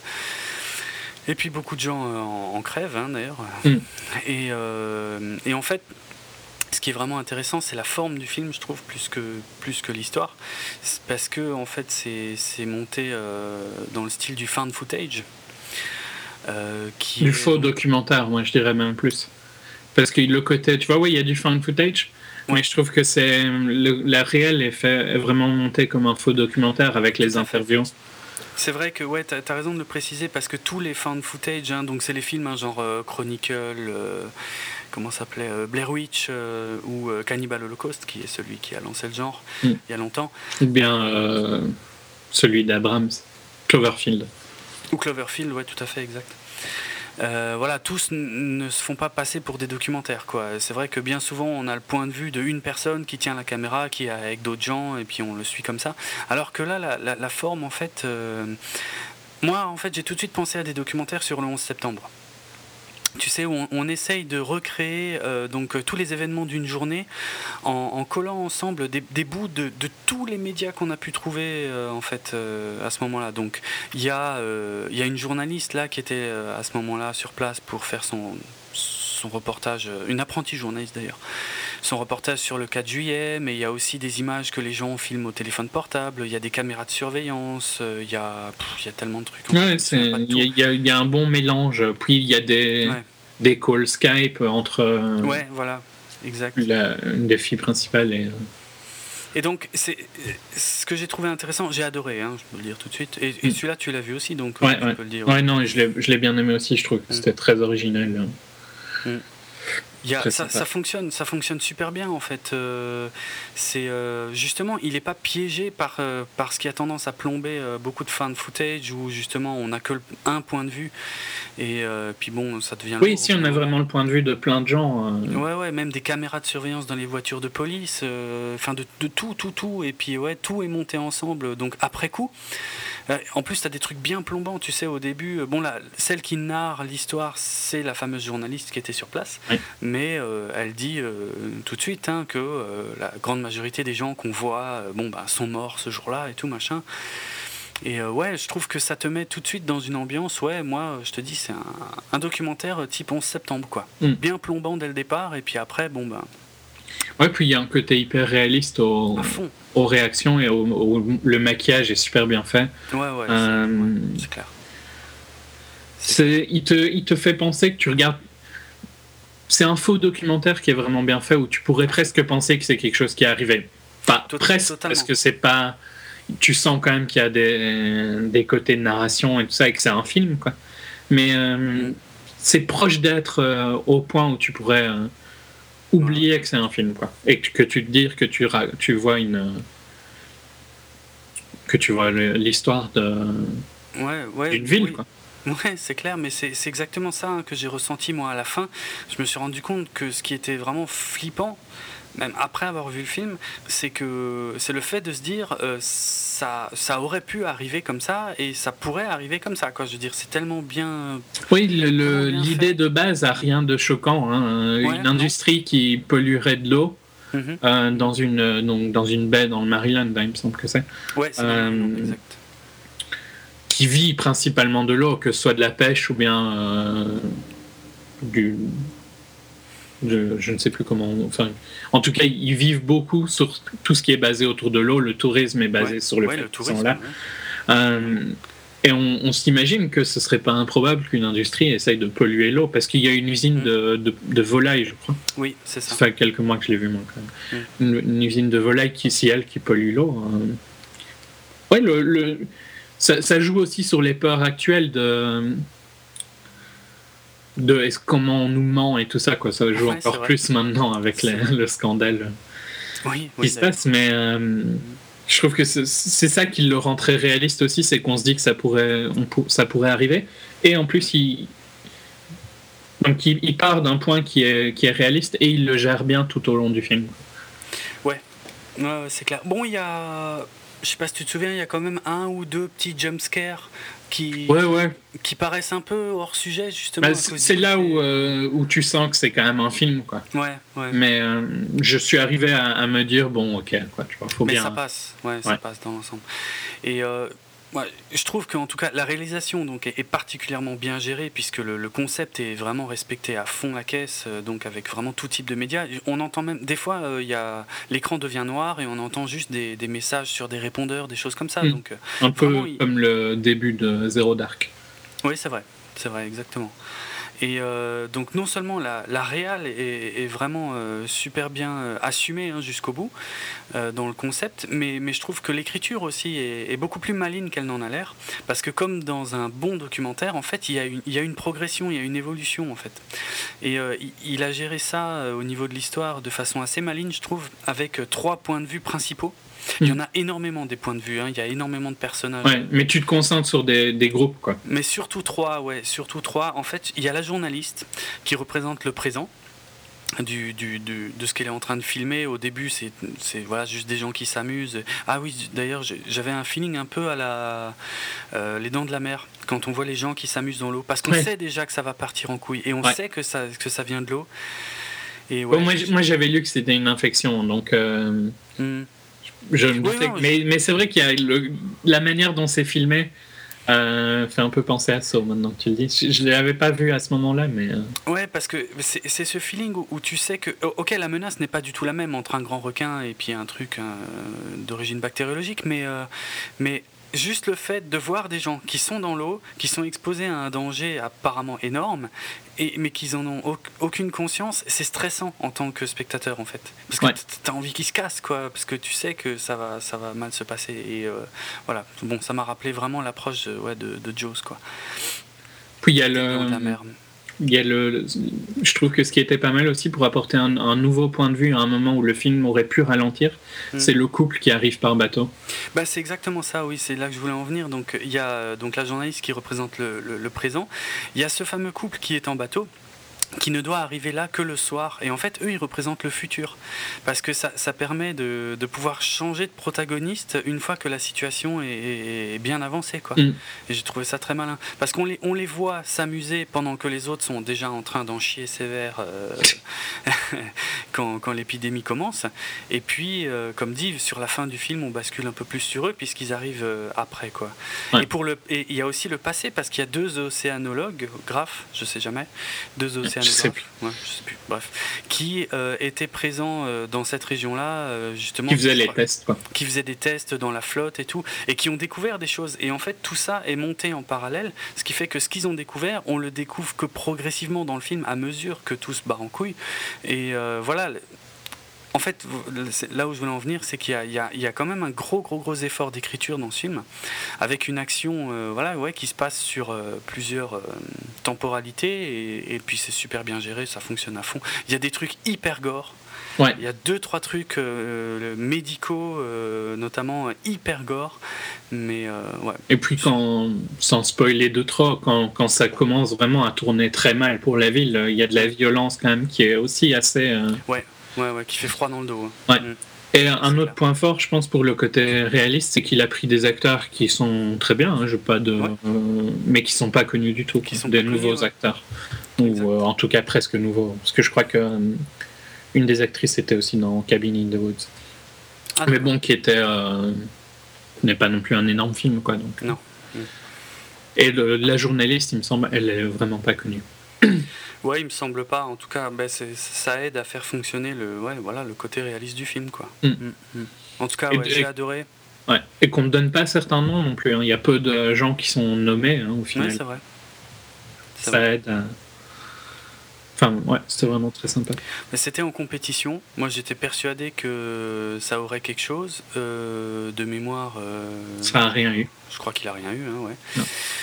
Et puis beaucoup de gens euh, en, en crèvent, hein, d'ailleurs. Mm. Et, euh, et en fait, ce qui est vraiment intéressant, c'est la forme du film, je trouve, plus que, plus que l'histoire. C'est parce que, en fait, c'est, c'est monté euh, dans le style du found footage. Euh, qui du est... faux documentaire, moi, je dirais même plus. Parce que le côté, tu vois, oui, il y a du found footage, ouais. Mais je trouve que c'est le, la réelle est, fait, est vraiment montée comme un faux documentaire avec les interviews. C'est vrai que ouais, t'as, t'as raison de le préciser parce que tous les found footage, hein, donc c'est les films hein, genre euh, Chronicle, euh, comment ça s'appelait, euh, Blair Witch euh, ou euh, Cannibal Holocaust, qui est celui qui a lancé le genre mm. il y a longtemps. Ou bien euh, celui d'Abrams, Cloverfield. Ou Cloverfield, ouais, tout à fait, exact. Euh, voilà, tous n- ne se font pas passer pour des documentaires, quoi. C'est vrai que bien souvent on a le point de vue d'une personne qui tient la caméra, qui est avec d'autres gens et puis on le suit comme ça. Alors que là, la, la, la forme, en fait, euh... moi, en fait, j'ai tout de suite pensé à des documentaires sur le onze septembre. Tu sais, on, on essaye de recréer euh, donc euh, tous les événements d'une journée en, en collant ensemble des, des bouts de, de tous les médias qu'on a pu trouver euh, en fait euh, à ce moment-là. Donc il y a euh, il y a une journaliste là qui était euh, à ce moment-là sur place pour faire son son reportage, une apprentie journaliste d'ailleurs, son reportage sur le quatre juillet, mais il y a aussi des images que les gens filment au téléphone portable, il y a des caméras de surveillance, il y a, pff, il y a tellement de trucs. Ouais, c'est, il, y a, il y a un bon mélange, puis il y a des, ouais. des calls Skype entre ouais, voilà, exact. La, une des filles principales et... Et donc, c'est ce que j'ai trouvé intéressant, j'ai adoré, hein, je peux le dire tout de suite. Et, et celui-là, tu l'as vu aussi, donc ouais, je ouais. peux le dire. Ouais, non, je l'ai, je l'ai bien aimé aussi, je trouve que c'était mm. très original. Mm. Il y a, ça, ça fonctionne, ça fonctionne super bien en fait. Euh, c'est euh, justement, il n'est pas piégé par euh, par ce qui a tendance à plomber euh, beaucoup de found footage où justement on n'a que le, un point de vue et euh, puis bon, ça devient. Oui, ici on a vraiment le point de vue de plein de gens. Euh... Ouais, ouais, même des caméras de surveillance dans les voitures de police, enfin euh, de, de tout, tout, tout, et puis ouais, tout est monté ensemble. Donc après coup. En plus, tu as des trucs bien plombants, tu sais, au début. Bon, là, celle qui narre l'histoire, c'est la fameuse journaliste qui était sur place. Oui. Mais euh, elle dit euh, tout de suite hein, que euh, la grande majorité des gens qu'on voit euh, bon, bah, sont morts ce jour-là et tout, machin. Et euh, ouais, je trouve que ça te met tout de suite dans une ambiance. Ouais, moi, je te dis, c'est un, un documentaire type onze septembre, quoi. Mm. Bien plombant dès le départ, et puis après, bon, ben... Ouais, puis il y a un côté hyper réaliste au, aux réactions et au, au, le maquillage est super bien fait. Ouais, ouais, euh, c'est, ouais, c'est clair. C'est, il, te, il te fait penser que tu regardes c'est un faux documentaire qui est vraiment bien fait, où tu pourrais presque penser que c'est quelque chose qui est arrivé. Pas Tot- presque, totalement. Parce que c'est pas... Tu sens quand même qu'il y a des, des côtés de narration et tout ça, et que c'est un film, quoi. Mais euh, mm. c'est proche d'être euh, au point où tu pourrais euh, oublier ouais. que c'est un film, quoi. Et que, que tu te dis que tu, tu vois une... que tu vois l'histoire de, ouais, ouais, d'une ville, oui. quoi. Ouais, c'est clair, mais c'est, c'est exactement ça hein, que j'ai ressenti moi à la fin. Je me suis rendu compte que ce qui était vraiment flippant, même après avoir vu le film, c'est que c'est le fait de se dire euh, ça, ça aurait pu arriver comme ça et ça pourrait arriver comme ça, quoi. Je veux dire, c'est tellement bien. Oui, le, le, bien l'idée fait. De base a rien de choquant. Hein. Ouais, une industrie non. Qui polluerait de l'eau. Mm-hmm. Euh, dans une donc dans une baie dans le Maryland, il me semble que c'est. Ouais, c'est euh, Maryland, exact. Qui vit principalement de l'eau, que ce soit de la pêche ou bien euh, du, je, je ne sais plus comment. Enfin, en tout cas, ils vivent beaucoup sur tout ce qui est basé autour de l'eau. Le tourisme est basé ouais, sur le ouais, fait le qu'ils sont ouais. là. Euh, et on, on s'imagine que ce serait pas improbable qu'une industrie essaye de polluer l'eau, parce qu'il y a une usine mmh. de, de, de volailles, je crois. Oui, c'est ça. Ça fait quelques mois que je l'ai vu, moi, quand même. Mmh. Une, une usine de volailles qui, si elle, qui pollue l'eau. Hein. Ouais, le, le, ça, ça joue aussi sur les peurs actuelles de... de est-ce, comment on nous ment et tout ça, quoi. Ça joue ouais, encore plus maintenant avec les, le scandale oui, qui oui, se passe, mais... Euh, je trouve que c'est, c'est ça qui le rend très réaliste aussi, c'est qu'on se dit que ça pourrait, on, ça pourrait arriver. Et en plus, il, donc il, il part d'un point qui est, qui est réaliste et il le gère bien tout au long du film. Ouais, ouais c'est clair. Bon, il y a... Je sais pas si tu te souviens, il y a quand même un ou deux petits jumpscares qui, ouais, ouais. qui paraissent un peu hors sujet, justement. Bah, c'est c'est là où, euh, où tu sens que c'est quand même un film, quoi. Ouais, ouais. Mais euh, je suis arrivé à, à me dire, bon, ok, quoi, tu vois, faut Mais bien... ça passe, ouais, ouais. ça passe dans l'ensemble. Et... Euh, Ouais, je trouve qu'en tout cas la réalisation donc, est, est particulièrement bien gérée, puisque le, le concept est vraiment respecté à fond la caisse, euh, donc avec vraiment tout type de médias. On entend même des fois euh, y a, l'écran devient noir et on entend juste des, des messages sur des répondeurs, des choses comme ça. Mmh. Donc, euh, un peu comme il... le début de Zero Dark. Oui, c'est vrai, c'est vrai, exactement. Et euh, donc non seulement la, la réal est, est vraiment euh, super bien euh, assumée hein, jusqu'au bout euh, dans le concept, mais, mais je trouve que l'écriture aussi est, est beaucoup plus maligne qu'elle n'en a l'air, parce que comme dans un bon documentaire, en fait, il y a une, il y a une progression, il y a une évolution en fait. Et euh, il, il a géré ça euh, au niveau de l'histoire de façon assez maligne, je trouve, avec euh, trois points de vue principaux. Il y en a énormément des points de vue, hein. Il y a énormément de personnages. Ouais, mais tu te concentres sur des, des groupes, quoi. Mais surtout trois, ouais, surtout trois. En fait, il y a la journaliste qui représente le présent du, du, du, de ce qu'elle est en train de filmer. Au début, c'est, c'est voilà, juste des gens qui s'amusent. Ah oui, d'ailleurs, j'avais un feeling un peu à la euh, Les Dents de la Mer, quand on voit les gens qui s'amusent dans l'eau. Parce qu'on ouais. sait déjà que ça va partir en couille. Et on ouais. sait que ça, que ça vient de l'eau. Et ouais, bon, moi, je... moi, j'avais lu que c'était une infection, donc... Euh... Mm. Je me oui, non, mais, je... mais c'est vrai qu'il y a le, la manière dont c'est filmé euh, fait un peu penser à ça maintenant que tu le dis. Je ne l'avais pas vu à ce moment-là, mais... Euh... Ouais, parce que c'est, c'est ce feeling où, où tu sais que... Ok, la menace n'est pas du tout la même entre un grand requin et puis un truc euh, d'origine bactériologique, mais... Euh, mais juste le fait de voir des gens qui sont dans l'eau, qui sont exposés à un danger apparemment énorme, et, mais qu'ils en ont au, aucune conscience, c'est stressant en tant que spectateur en fait. Parce que ouais. t'as envie qu'ils se cassent, quoi, parce que tu sais que ça va, ça va mal se passer. Et euh, voilà, bon, ça m'a rappelé vraiment l'approche de, ouais, de, de Jaws, quoi. Puis il y a le... De la mer. Il y a le, je trouve que ce qui était pas mal aussi pour apporter un, un nouveau point de vue à un moment où le film aurait pu ralentir, mmh. c'est le couple qui arrive par bateau. Bah, c'est exactement ça, oui, c'est là que je voulais en venir. Donc il y a donc la journaliste qui représente le, le, le présent, il y a ce fameux couple qui est en bateau, qui ne doit arriver là que le soir. Et en fait, eux, ils représentent le futur. Parce que ça, ça permet de, de pouvoir changer de protagoniste une fois que la situation est, est bien avancée, quoi. Mm. Et j'ai trouvé ça très malin. Parce qu'on les, on les voit s'amuser pendant que les autres sont déjà en train d'en chier sévère euh, quand, quand l'épidémie commence. Et puis, euh, comme dit, sur la fin du film, on bascule un peu plus sur eux puisqu'ils arrivent euh, après, quoi. Ouais. Et pour le, et il y a aussi le passé, parce qu'il y a deux océanologues, Graf, je sais jamais, deux océanologues océanographe, ouais, je sais plus, bref, qui euh, était présent euh, dans cette région-là, euh, justement. Qui faisait les tests, quoi. Qui faisait des tests dans la flotte et tout, et qui ont découvert des choses. Et en fait, tout ça est monté en parallèle, ce qui fait que ce qu'ils ont découvert, on le découvre que progressivement dans le film, à mesure que tout se barre en couille. Et euh, voilà. En fait, là où je voulais en venir, c'est qu'il y a, il y a, il y a quand même un gros, gros, gros effort d'écriture dans ce film, avec une action euh, voilà, ouais, qui se passe sur euh, plusieurs euh, temporalités, et, et puis c'est super bien géré, ça fonctionne à fond. Il y a des trucs hyper gore. Ouais. Il y a deux, trois trucs euh, médicaux, euh, notamment hyper gore. Mais, euh, ouais. Et puis, quand, sans spoiler de trop, quand, quand ça commence vraiment à tourner très mal pour la ville, il y a de la violence quand même qui est aussi assez... Euh... Ouais. Ouais, ouais, qui fait froid dans le dos. Hein. Ouais. Mmh. Et un c'est autre clair. Point fort, je pense, pour le côté réaliste, c'est qu'il a pris des acteurs qui sont très bien, hein, je pas de, ouais. euh, mais qui sont pas connus du tout, qui sont des nouveaux connus, ouais. acteurs, ou euh, en tout cas presque nouveaux, parce que je crois que euh, une des actrices était aussi dans Cabin in the Woods, ah, mais bon, qui était euh, n'est pas non plus un énorme film, quoi. Donc. Non. Mmh. Et le, la journaliste, il me semble, elle est vraiment pas connue. Ouais, il me semble pas. En tout cas, ben c'est, ça aide à faire fonctionner le, ouais, voilà, le côté réaliste du film, quoi. Mm. Mm, mm. En tout cas, ouais, et, j'ai adoré. Ouais. Et qu'on ne donne pas certains noms non plus. Hein. Il y a peu de gens qui sont nommés hein, au final. Ouais, c'est vrai. C'est ça vrai. Aide. À... Enfin, ouais, c'était vraiment très sympa. Mais c'était en compétition. Moi, j'étais persuadé que ça aurait quelque chose. Euh, de mémoire. Euh... Ça a rien eu. Je crois qu'il a rien eu, hein, ouais. Non.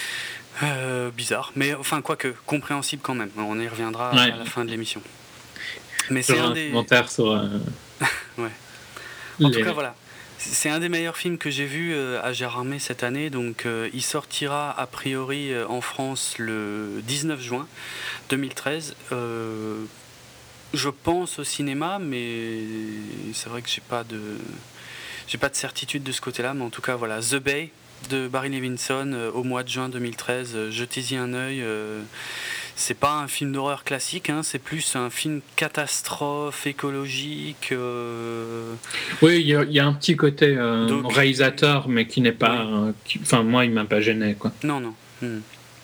Euh, bizarre, mais enfin quoique compréhensible quand même. On y reviendra ouais. à la fin de l'émission. Mais sur c'est un, un des commentaire sur. Euh... ouais. En Les... tout cas, voilà. C'est un des meilleurs films que j'ai vu euh, à Gérardmer cette année. Donc, euh, il sortira a priori euh, en France le dix-neuf juin deux mille treize. Euh, je pense au cinéma, mais c'est vrai que j'ai pas de, j'ai pas de certitude de ce côté-là. Mais en tout cas, voilà, The Bay de Barry Levinson euh, au mois de juin deux mille treize. Euh, jetez-y un œil. Euh, c'est pas un film d'horreur classique, hein, c'est plus un film catastrophe écologique. Euh... Oui, il y, y a un petit côté euh, Donc, réalisateur, mais qui n'est pas. Oui. Enfin, euh, moi, il m'a pas gêné, quoi. Non, non. Hmm.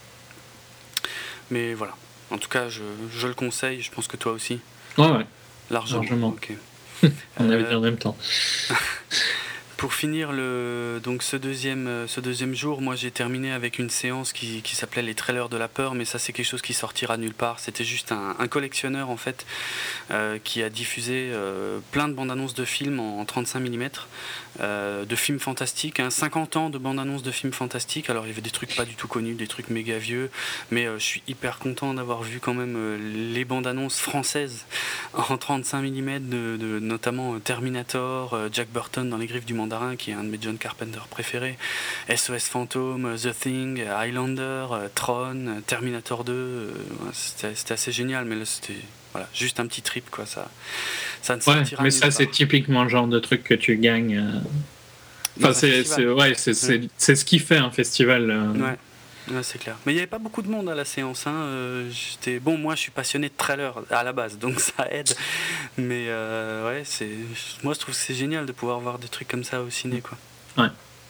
Mais voilà. En tout cas, je, je le conseille. Je pense que toi aussi. Ouais, ouais. Largement. Largement. Okay. On avait dit en même temps. Pour finir le, donc ce, deuxième, ce deuxième jour, moi j'ai terminé avec une séance qui, qui s'appelait les trailers de la peur, mais ça c'est quelque chose qui sortira nulle part. C'était juste un, un collectionneur en fait euh, qui a diffusé euh, plein de bandes annonces de films en, en trente-cinq millimètres, euh, de films fantastiques, hein, cinquante ans de bandes annonces de films fantastiques. Alors il y avait des trucs pas du tout connus, des trucs méga vieux, mais euh, je suis hyper content d'avoir vu quand même euh, les bandes annonces françaises en trente-cinq millimètres, de, de, notamment Terminator, euh, Jack Burton dans Les Griffes du Mandarin, qui est un de mes John Carpenter préférés, S O S Fantôme, The Thing, Highlander, Tron, Terminator deux, euh, c'était, c'était assez génial, mais là c'était voilà, juste un petit trip, quoi. Ça, ça ne sortira ouais, mais ça part. C'est typiquement le genre de truc que tu gagnes. Euh... Enfin, c'est, c'est, ouais, c'est, c'est, ouais. c'est ce qui fait un festival. Euh... Ouais. Ouais, c'est clair. Mais il n'y avait pas beaucoup de monde à la séance. Hein. Euh, j'étais... Bon, moi, je suis passionné de trailer à la base, donc ça aide. Mais euh, ouais, c'est... moi, je trouve que c'est génial de pouvoir voir des trucs comme ça au ciné, quoi. Ouais.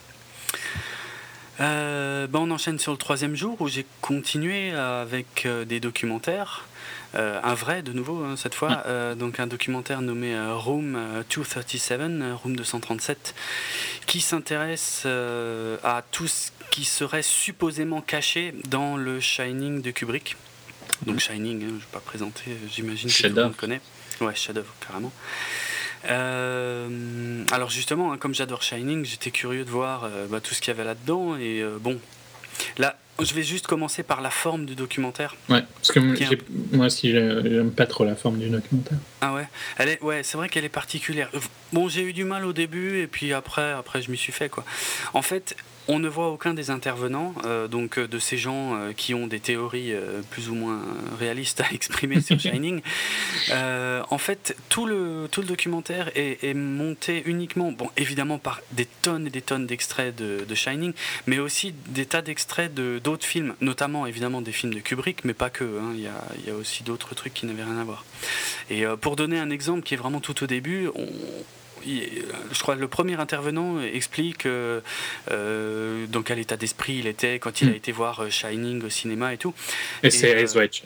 Euh, ben on enchaîne sur le troisième jour où j'ai continué avec euh, des documentaires. Euh, un vrai de nouveau hein, cette fois, ouais. euh, donc un documentaire nommé euh, Room deux cent trente-sept, euh, Room deux cent trente-sept, qui s'intéresse euh, à tout ce qui serait supposément caché dans le Shining de Kubrick. Donc Shining, hein, je ne vais pas présenter, j'imagine que tout le monde connaît. Ouais, chef-d'œuvre carrément. Euh, alors justement, hein, comme j'adore Shining, j'étais curieux de voir euh, bah, tout ce qu'il y avait là-dedans. Et euh, bon, là, je vais juste commencer par la forme du documentaire. Ouais, parce que j'ai, un... moi aussi, j'aime pas trop la forme du documentaire. Ah ouais, elle est, ouais, c'est vrai qu'elle est particulière. Bon, j'ai eu du mal au début, et puis après, après je m'y suis fait, quoi. En fait, on ne voit aucun des intervenants, euh, donc de ces gens euh, qui ont des théories euh, plus ou moins réalistes à exprimer sur Shining. Euh, en fait, tout le, tout le documentaire est, est monté uniquement, bon, évidemment par des tonnes et des tonnes d'extraits de, de Shining, mais aussi des tas d'extraits de, d'autres films, notamment évidemment des films de Kubrick, mais pas que. Hein, y a, y a aussi d'autres trucs qui n'avaient rien à voir. Et euh, pour donner un exemple qui est vraiment tout au début, on... je crois que le premier intervenant explique euh, euh, dans quel état d'esprit il était quand il a été voir Shining au cinéma et tout. Et, et c'est Eyes Wide Shut.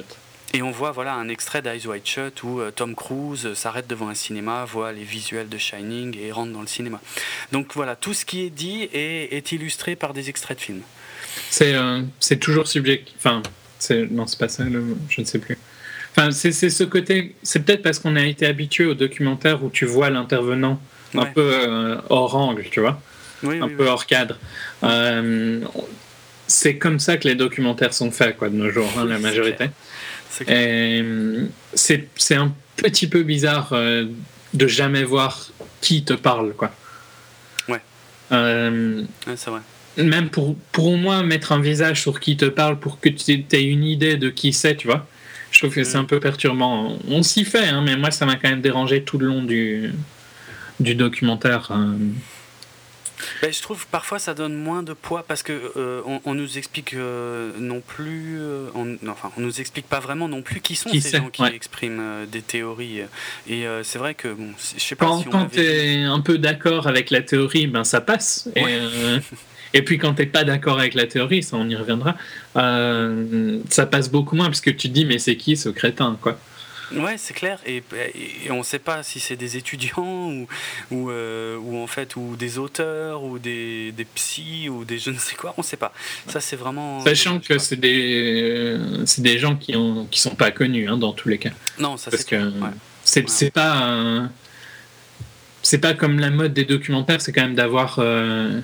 Et on voit voilà, un extrait d'Eyes Wide Shut où euh, Tom Cruise s'arrête devant un cinéma, voit les visuels de Shining et rentre dans le cinéma. Donc voilà, tout ce qui est dit est, est illustré par des extraits de films. C'est, euh, c'est toujours subjectif. Enfin, c'est, non, c'est pas ça, le, je ne sais plus. Enfin, c'est, c'est ce côté. C'est peut-être parce qu'on a été habitué au documentaire où tu vois l'intervenant un ouais. peu euh, hors angle, tu vois, oui, un oui, peu oui. hors cadre. Euh, c'est comme ça que les documentaires sont faits, quoi, de nos jours, hein, la majorité. C'est C'est, Et c'est, c'est un petit peu bizarre euh, de jamais voir qui te parle, quoi. Ouais. Euh, ouais, c'est vrai. Même pour, pour au moins mettre un visage sur qui te parle, pour que tu aies une idée de qui c'est, tu vois. Je trouve que mmh. c'est un peu perturbant. On s'y fait, hein, mais moi, ça m'a quand même dérangé tout le long du, du documentaire. Hein. Ben, je trouve parfois ça donne moins de poids parce que euh, on, on nous explique euh, non plus, euh, on, enfin on nous explique pas vraiment non plus qui sont qui ces c'est, gens qui ouais. expriment euh, des théories. Et euh, c'est vrai que bon, je sais pas quand, si on quand t'es dit... un peu d'accord avec la théorie, ben ça passe. Ouais. Et, euh, et puis quand t'es pas d'accord avec la théorie, ça on y reviendra, euh, ça passe beaucoup moins parce que tu te dis mais c'est qui ce crétin, quoi. Ouais, c'est clair, et, et on ne sait pas si c'est des étudiants ou, ou, euh, ou en fait ou des auteurs ou des, des psys ou des je ne sais quoi, on ne sait pas. Ça c'est vraiment. Sachant que c'est des c'est des gens qui ont qui sont pas connus hein, dans tous les cas. Non, ça parce c'est que ouais. c'est ouais. c'est pas euh, c'est pas comme la mode des documentaires, c'est quand même d'avoir. Euh,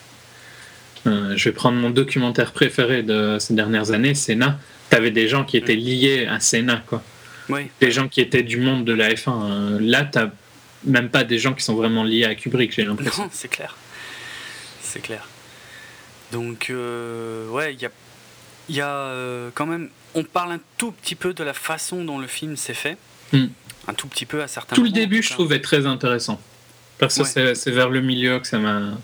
euh, je vais prendre mon documentaire préféré de ces dernières années, Senna. T'avais des gens qui étaient liés à Senna, quoi. Oui. Des gens qui étaient du monde de la F un. Là, t'as même pas des gens qui sont vraiment liés à Kubrick, j'ai l'impression. Non, c'est clair. C'est clair. Donc, euh, ouais, il y a, y a euh, quand même... On parle un tout petit peu de la façon dont le film s'est fait. Mm. Un tout petit peu à certains tout moments. Tout le début, je trouvais très intéressant. Parce que ouais. c'est, c'est vers le milieu que ça m'a...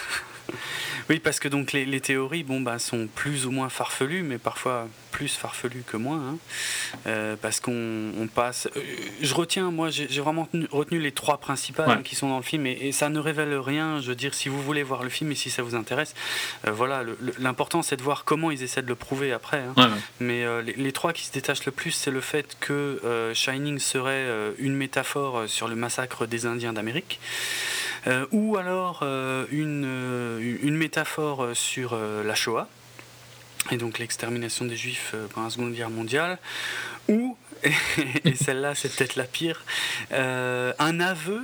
Oui, parce que donc les, les théories bon, bah, sont plus ou moins farfelues, mais parfois plus farfelues que moins. Hein, euh, parce qu'on on passe... Euh, je retiens, moi, j'ai, j'ai vraiment tenu, retenu les trois principales ouais. hein, qui sont dans le film, et, et ça ne révèle rien. Je veux dire, si vous voulez voir le film et si ça vous intéresse, euh, voilà, le, le, l'important, c'est de voir comment ils essaient de le prouver après. Hein. Ouais, ouais. Mais euh, les, les trois qui se détachent le plus, c'est le fait que euh, Shining serait euh, une métaphore sur le massacre des Indiens d'Amérique. Euh, ou alors euh, une, euh, une métaphore sur euh, la Shoah, et donc l'extermination des Juifs euh, pendant la Seconde Guerre mondiale, ou, et, et celle-là c'est peut-être la pire, euh, un aveu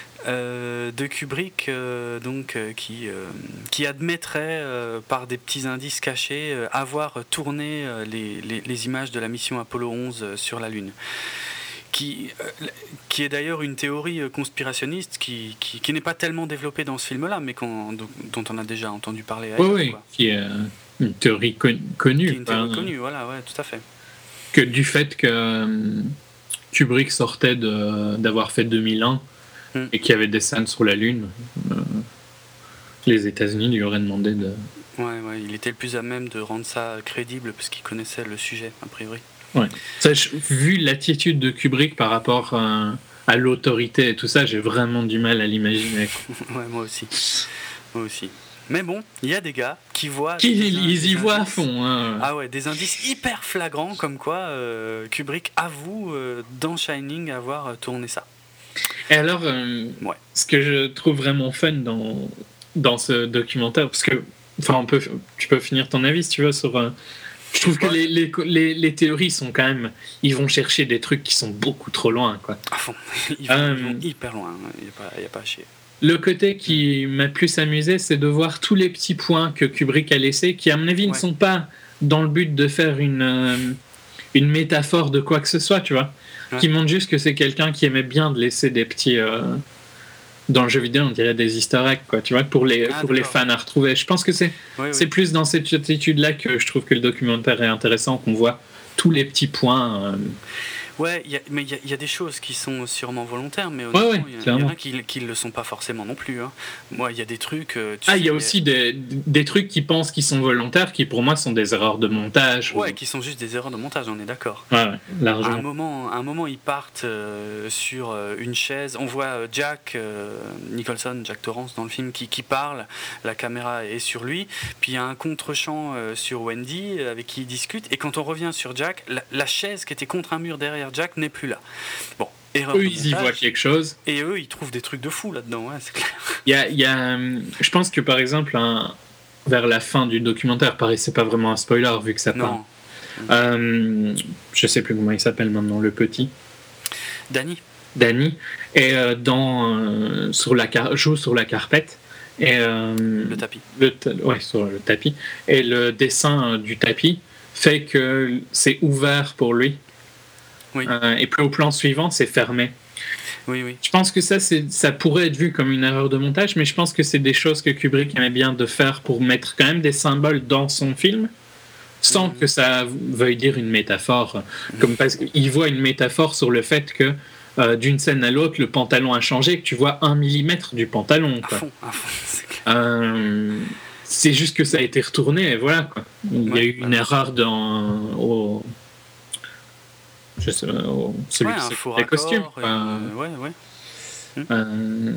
euh, de Kubrick euh, donc, euh, qui, euh, qui admettrait euh, par des petits indices cachés euh, avoir tourné euh, les, les, les images de la mission Apollo onze euh, sur la Lune. Qui, euh, qui est d'ailleurs une théorie conspirationniste qui, qui, qui n'est pas tellement développée dans ce film-là, mais dont on a déjà entendu parler ailleurs. Oui, oui, qui est une théorie con- connue. Qui est une théorie hein, connue, voilà, ouais, tout à fait. Que du fait que euh, Kubrick sortait de, d'avoir fait deux mille un hmm. et qu'il y avait des scènes sur la Lune, euh, les États-Unis lui auraient demandé de... Ouais, ouais, il était le plus à même de rendre ça crédible parce qu'il connaissait le sujet, a priori. Ouais. Ça, vu l'attitude de Kubrick par rapport à, à l'autorité et tout ça, j'ai vraiment du mal à l'imaginer. Ouais, moi aussi. Moi aussi. Mais bon, il y a des gars qui voient... Qui, des, ils des y voient indices, à fond. Hein. Ah ouais, des indices hyper flagrants comme quoi euh, Kubrick avoue euh, dans Shining avoir tourné ça. Et alors, euh, ouais. ce que je trouve vraiment fun dans, dans ce documentaire, parce que, enfin, on peut, tu peux finir ton avis si tu veux sur... Euh, Je trouve que les, les, les, les théories sont quand même... Ils vont chercher des trucs qui sont beaucoup trop loin, quoi. À fond. Ils vont, euh, ils vont hyper loin. Il n'y a, a pas à chier. Le côté qui m'a plus amusé, c'est de voir tous les petits points que Kubrick a laissés, qui, à mon avis, ouais. ne sont pas dans le but de faire une, euh, une métaphore de quoi que ce soit, tu vois. Ouais. Qui montrent juste que c'est quelqu'un qui aimait bien de laisser des petits... Euh, dans le jeu vidéo, on dirait des easter eggs, quoi, tu vois, pour les, ah, pour les fans à retrouver. Je pense que c'est, oui, c'est oui. plus dans cette attitude-là que je trouve que le documentaire est intéressant, qu'on voit tous les petits points. Euh... Ouais, y a, mais il y, y a des choses qui sont sûrement volontaires, mais honnêtement, ouais, ouais, il y, y en a qui ne le sont pas forcément non plus. Hein. Moi, il y a des trucs... Euh, tu ah, il y a y aussi des, des trucs qui pensent qu'ils sont volontaires, qui pour moi sont des erreurs de montage. Ouais, ou... qui sont juste des erreurs de montage, on est d'accord. Ouais, ouais, largement. À un moment, à un moment ils partent euh, sur euh, une chaise, on voit euh, Jack euh, Nicholson, Jack Torrance dans le film, qui, qui parle, la caméra est sur lui, puis il y a un contre-champ euh, sur Wendy avec qui il discute, et quand on revient sur Jack, la, la chaise qui était contre un mur derrière Jack n'est plus là. Bon, erreur eux, de ils montage, y voient quelque chose. Et eux, ils trouvent des trucs de fou là-dedans, ouais, c'est clair. Il y a, il y a, je pense que par exemple, un, vers la fin du documentaire, pareil, c'est pas vraiment un spoiler vu que ça parle. Euh, je sais plus comment il s'appelle maintenant, le petit. Danny. Danny et euh, dans euh, sur la car- joue sur la carpette et euh, le tapis. Le ta- ouais, sur le tapis et le dessin euh, du tapis fait que c'est ouvert pour lui. Oui. Euh, et puis au plan suivant, c'est fermé. Oui, oui. Je pense que ça, c'est, ça pourrait être vu comme une erreur de montage, mais je pense que c'est des choses que Kubrick aimait bien de faire pour mettre quand même des symboles dans son film, sans mmh. que ça veuille dire une métaphore. Mmh. Comme parce qu'il voit une métaphore sur le fait que euh, d'une scène à l'autre, le pantalon a changé, que tu vois un millimètre du pantalon. Quoi. À fond, à fond, c'est clair. Euh, c'est juste que ça a été retourné, et voilà. Quoi. Il ouais, y a eu bah, une erreur dans... Au, je sais, au, celui ouais, qui s'occupe des costumes. Euh, ouais, ouais. Mmh. Euh,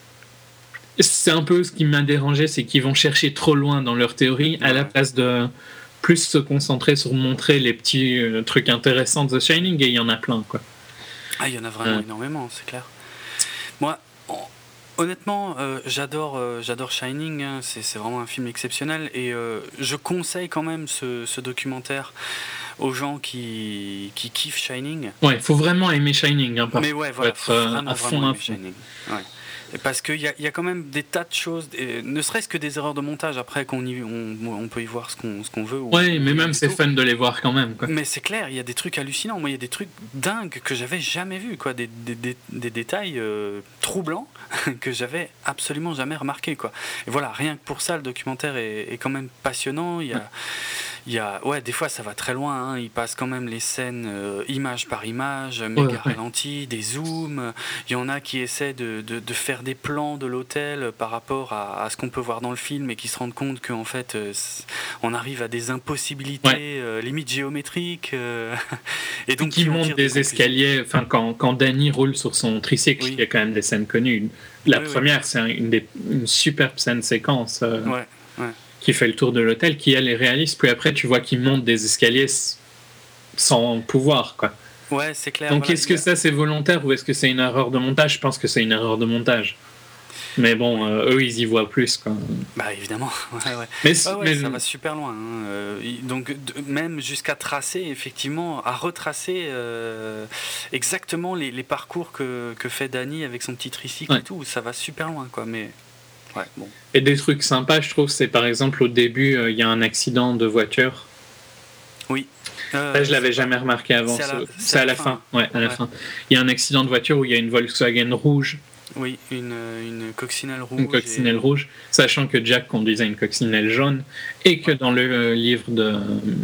c'est un peu ce qui m'a dérangé, c'est qu'ils vont chercher trop loin dans leur théorie ouais. à la place de plus se concentrer sur montrer les petits euh, trucs intéressants de The Shining, et il y en a plein, quoi. Ah, il y en a vraiment euh. énormément, c'est clair. Moi, honnêtement, euh, j'adore, euh, j'adore Shining, hein, c'est, c'est vraiment un film exceptionnel, et euh, je conseille quand même ce, ce documentaire aux gens qui, qui kiffent Shining. Ouais, il faut vraiment aimer Shining. Hein, Mais ouais, voilà, être faut vraiment, à fond, vraiment aimer Shining. Ouais. Parce qu'il y a, y a quand même des tas de choses, et ne serait-ce que des erreurs de montage, après qu'on y, on, on peut y voir ce qu'on, ce qu'on veut. Ouais, mais même c'est tout. Fun de les voir quand même. Quoi. Mais c'est clair, il y a des trucs hallucinants. Moi, il y a des trucs dingues que j'avais jamais vus, quoi. Des, des, des, des détails euh, troublants que j'avais absolument jamais remarqués, quoi. Et voilà, rien que pour ça, le documentaire est, est quand même passionnant. Il y a... Ouais. Il y a, ouais, des fois ça va très loin, hein. Il passe quand même les scènes euh, image par image, méga ouais, ralenti, ouais. des zooms. Il y en a qui essaient de, de, de faire des plans de l'hôtel par rapport à, à ce qu'on peut voir dans le film et qui se rendent compte qu'en fait euh, on arrive à des impossibilités ouais. euh, limite géométriques. Euh, et donc qui montent des, des escaliers. Enfin, quand, quand Danny roule sur son tricycle, oui. il y a quand même des scènes connues. La oui, première, oui. c'est une, des, une superbe scène séquence. Euh, ouais, ouais. qui fait le tour de l'hôtel, qui elle est réaliste, puis après tu vois qu'il monte des escaliers sans pouvoir, quoi. Ouais, c'est clair. Donc voilà, est-ce que a... ça c'est volontaire ou est-ce que c'est une erreur de montage ? Je pense que c'est une erreur de montage. Mais bon, euh, eux ils y voient plus, quoi. Bah évidemment, ouais, ouais. Mais, ah ouais, mais... ça va super loin. Hein. Euh, donc de, même jusqu'à tracer, effectivement, à retracer euh, exactement les, les parcours que, que fait Danny avec son petit tricycle ouais. et tout, ça va super loin, quoi. Mais ouais, bon. Et des trucs sympas, je trouve, c'est par exemple au début, il euh, y a un accident de voiture. Oui. Euh, ça, je l'avais jamais pas... remarqué avant. C'est à la, c'est c'est à la fin. fin. Ouais, à la ouais. fin. Il y a un accident de voiture où il y a une Volkswagen rouge. Oui, une, une coccinelle rouge. Une coccinelle et... rouge, sachant que Jack conduisait une coccinelle jaune et que ouais. dans le euh, livre de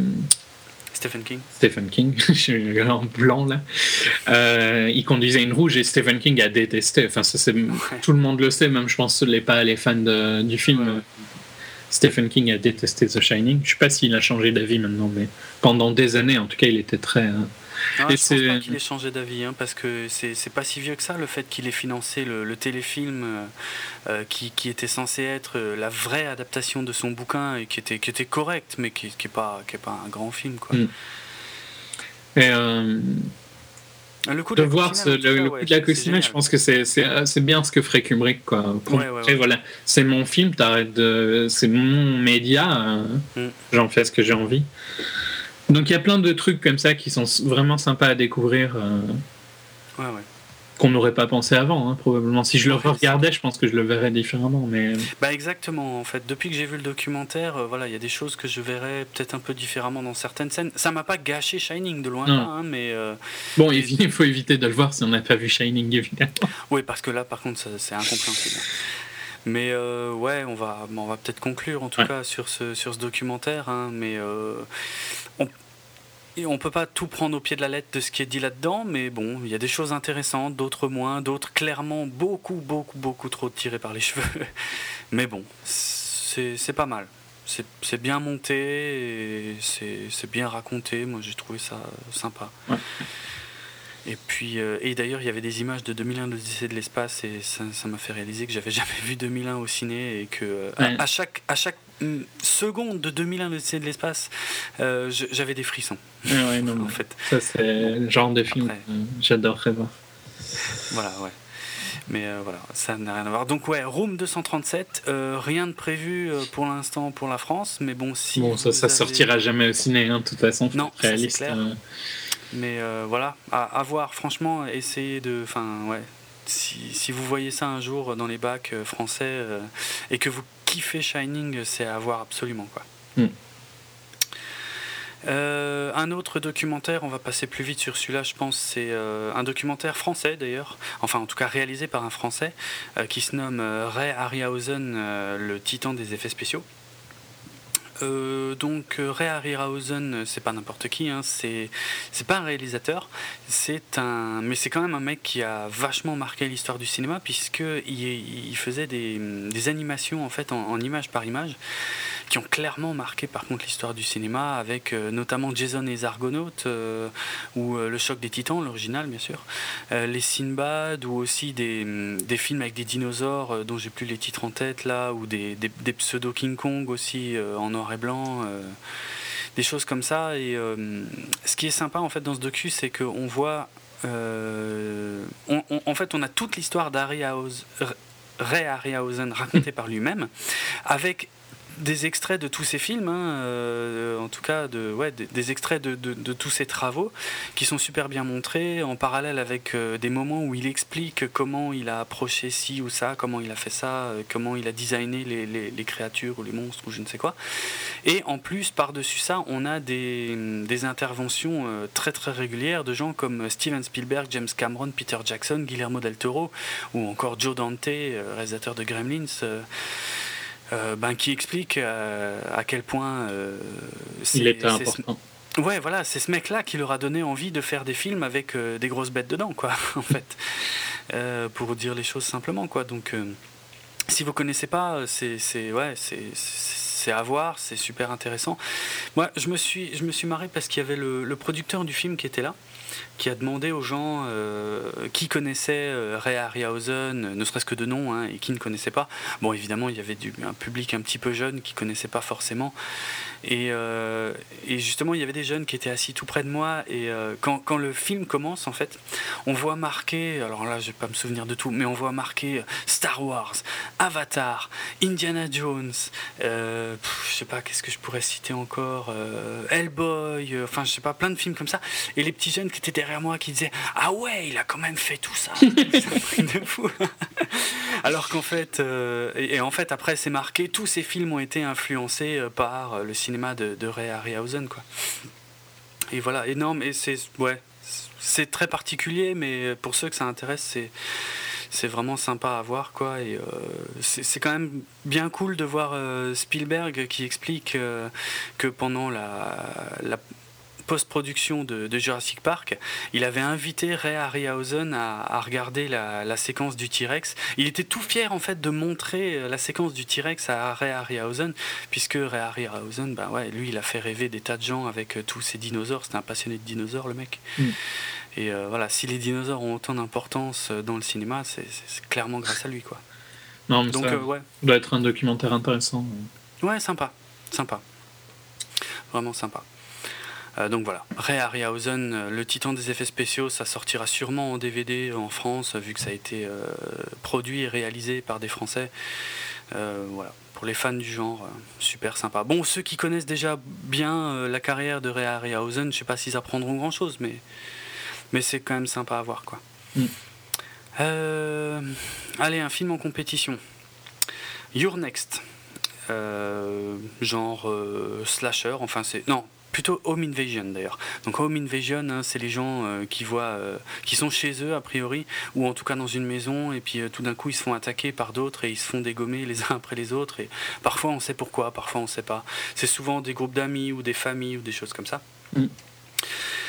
Stephen King. Stephen King, je suis en blanc là. Euh, il conduisait une rouge et Stephen King a détesté. Enfin, ça, c'est... Ouais. Tout le monde le sait, même je pense les pas les fans de, du film. Ouais. Stephen King a détesté The Shining. Je sais pas s'il a changé d'avis maintenant, mais pendant des années, en tout cas, il était très. Euh... Non, et je c'est... pense pas qu'il ait changé d'avis, hein, parce que c'est, c'est pas si vieux que ça, le fait qu'il ait financé le, le téléfilm euh, qui, qui était censé être la vraie adaptation de son bouquin et qui était, qui était correct, mais qui n'est pas, qui est pas un grand film, quoi. Mm. Et euh... Le coup de, de voir ce, le, cas, le coup ouais, de la coccinelle, je pense que c'est, c'est, c'est bien ce que ferait Kubrick, quoi. Ouais, ouais, Après, ouais. voilà, c'est mon film, t'arrêtes de... c'est mon média, euh, mm. j'en fais ce que j'ai envie. Donc il y a plein de trucs comme ça qui sont vraiment sympas à découvrir, euh, ouais, ouais. qu'on n'aurait pas pensé avant, hein, probablement. Si je le ouais, regardais, je pense que je le verrais différemment. Mais... Bah exactement, en fait. Depuis que j'ai vu le documentaire, euh, voilà, il y a des choses que je verrais peut-être un peu différemment dans certaines scènes. Ça m'a pas gâché Shining de loin là, hein, mais... Euh, bon, et... il faut éviter de le voir si on n'a pas vu Shining, évidemment. Oui, parce que là, par contre, ça, c'est incompréhensible. Mais euh, ouais, on va, on va peut-être conclure en tout ouais. cas sur ce, sur ce documentaire, hein, mais... Euh, on... et on peut pas tout prendre au pied de la lettre de ce qui est dit là-dedans, mais bon, il y a des choses intéressantes, d'autres moins, d'autres clairement beaucoup, beaucoup, beaucoup trop tirées par les cheveux. Mais bon, c'est, c'est pas mal. C'est, c'est bien monté, et c'est, c'est bien raconté. Moi, j'ai trouvé ça sympa. Ouais. Et puis, euh, et d'ailleurs, il y avait des images de deux mille un, l'Odyssée de l'espace, et ça, ça m'a fait réaliser que j'avais jamais vu deux mille un au ciné, et que euh, ouais. à, à chaque, à chaque seconde de deux mille un, l'Odyssée de l'espace, euh, je, j'avais des frissons. Ouais, ouais, non, en fait. Ça, c'est le genre de film Après, que j'adorerais voir. Voilà, ouais. Mais euh, voilà, ça n'a rien à voir. Donc ouais, Room deux cent trente-sept, euh, rien de prévu euh, pour l'instant pour la France, mais bon, si bon, ça, ça avez... sortira jamais au ciné, hein, de toute façon. Non, réaliste, ça, c'est clair. Euh... Mais euh, voilà, à, à voir. Franchement, essayez de, enfin ouais, si, si vous voyez ça un jour dans les bacs euh, français euh, et que vous kiffez Shining, c'est à voir absolument quoi. Mm. Euh, un autre documentaire, on va passer plus vite sur celui-là, je pense, c'est euh, un documentaire français d'ailleurs, enfin en tout cas réalisé par un Français, euh, qui se nomme euh, Ray Harryhausen, euh, le titan des effets spéciaux. Euh, donc Ray Harryhausen, c'est pas n'importe qui, hein, c'est c'est pas un réalisateur, c'est un, mais c'est quand même un mec qui a vachement marqué l'histoire du cinéma puisque il, il faisait des, des animations en fait en, en image par image qui ont clairement marqué par contre l'histoire du cinéma avec euh, notamment Jason et les Argonautes euh, ou euh, Le Choc des Titans, l'original bien sûr, euh, les Sinbad ou aussi des, des films avec des dinosaures euh, dont j'ai plus les titres en tête là, ou des, des, des pseudo King Kong aussi euh, en noir et blanc, euh, des choses comme ça. Et euh, ce qui est sympa en fait dans ce docu, c'est qu'on voit euh, on, on, en fait on a toute l'histoire d'Harryhausen, Ray Harryhausen racontée par lui-même avec des extraits de tous ces films, hein, euh, en tout cas de, ouais, des, des extraits de, de, de tous ces travaux qui sont super bien montrés, en parallèle avec euh, des moments où il explique comment il a approché ci ou ça, comment il a fait ça, euh, comment il a designé les, les, les créatures ou les monstres ou je ne sais quoi. Et en plus, par-dessus ça, on a des, des interventions euh, très très régulières de gens comme Steven Spielberg, James Cameron, Peter Jackson, Guillermo del Toro ou encore Joe Dante, euh, réalisateur de Gremlins, euh, Euh, ben, qui explique euh, à quel point euh, il était important. Ce... Ouais, voilà, c'est ce mec-là qui leur a donné envie de faire des films avec euh, des grosses bêtes dedans, quoi, en fait, euh, pour dire les choses simplement, quoi. Donc, euh, si vous connaissez pas, c'est, c'est, ouais, c'est, c'est à voir, c'est super intéressant. Moi, je me suis, je me suis marré parce qu'il y avait le, le producteur du film qui était là, qui a demandé aux gens euh, qui connaissaient euh, Ray Harryhausen, ne serait-ce que de nom, hein, et qui ne connaissaient pas. Bon, évidemment, il y avait du, un public un petit peu jeune qui ne connaissait pas forcément. Et, euh, et justement, il y avait des jeunes qui étaient assis tout près de moi. Et euh, quand, quand le film commence, en fait, on voit marquer, alors là, je ne vais pas me souvenir de tout, mais on voit marquer Star Wars, Avatar, Indiana Jones, euh, pff, je sais pas, qu'est-ce que je pourrais citer encore, euh, Hellboy, euh, enfin, je sais pas, plein de films comme ça. Et les petits jeunes qui étaient derrière moi qui disaient « Ah ouais, il a quand même fait tout ça !» C'est un truc de fou. Alors qu'en fait, euh, et, et en fait, après, c'est marqué, tous ces films ont été influencés euh, par le cinéma de, de Ray Harryhausen, quoi. Et voilà, énorme, et c'est, ouais, c'est très particulier, mais pour ceux que ça intéresse, c'est, c'est vraiment sympa à voir, quoi. Et euh, c'est, c'est quand même bien cool de voir euh, Spielberg qui explique euh, que pendant la, la post-production de, de Jurassic Park, il avait invité Ray Harryhausen à, à regarder la, la séquence du T-Rex. Il était tout fier en fait de montrer la séquence du T-Rex à Ray Harryhausen, puisque Ray Harryhausen, ben ouais, lui, il a fait rêver des tas de gens avec tous ces dinosaures. C'était un passionné de dinosaures, le mec. Mm. Et euh, voilà, si les dinosaures ont autant d'importance dans le cinéma, c'est, c'est, c'est clairement grâce à lui, quoi. Non, mais Donc, ça euh, ouais. doit être un documentaire intéressant. Ouais, sympa, sympa, vraiment sympa. Euh, donc voilà, Ray Harryhausen, euh, le titan des effets spéciaux, ça sortira sûrement en D V D en France, vu que ça a été euh, produit et réalisé par des Français. Euh, voilà, pour les fans du genre, euh, super sympa. Bon, ceux qui connaissent déjà bien euh, la carrière de Ray Harryhausen, je sais pas s'ils apprendront grand chose, mais, mais c'est quand même sympa à voir, quoi. Mm. Euh, allez, un film en compétition. You're Next. Euh, genre euh, slasher, enfin c'est. Non. Plutôt Home Invasion d'ailleurs. Donc Home Invasion, hein, c'est les gens euh, qui voient, euh, qui sont chez eux a priori, ou en tout cas dans une maison, et puis euh, tout d'un coup ils se font attaquer par d'autres et ils se font dégommer les uns après les autres. Et parfois on sait pourquoi, parfois on sait pas. C'est souvent des groupes d'amis ou des familles ou des choses comme ça. Mm.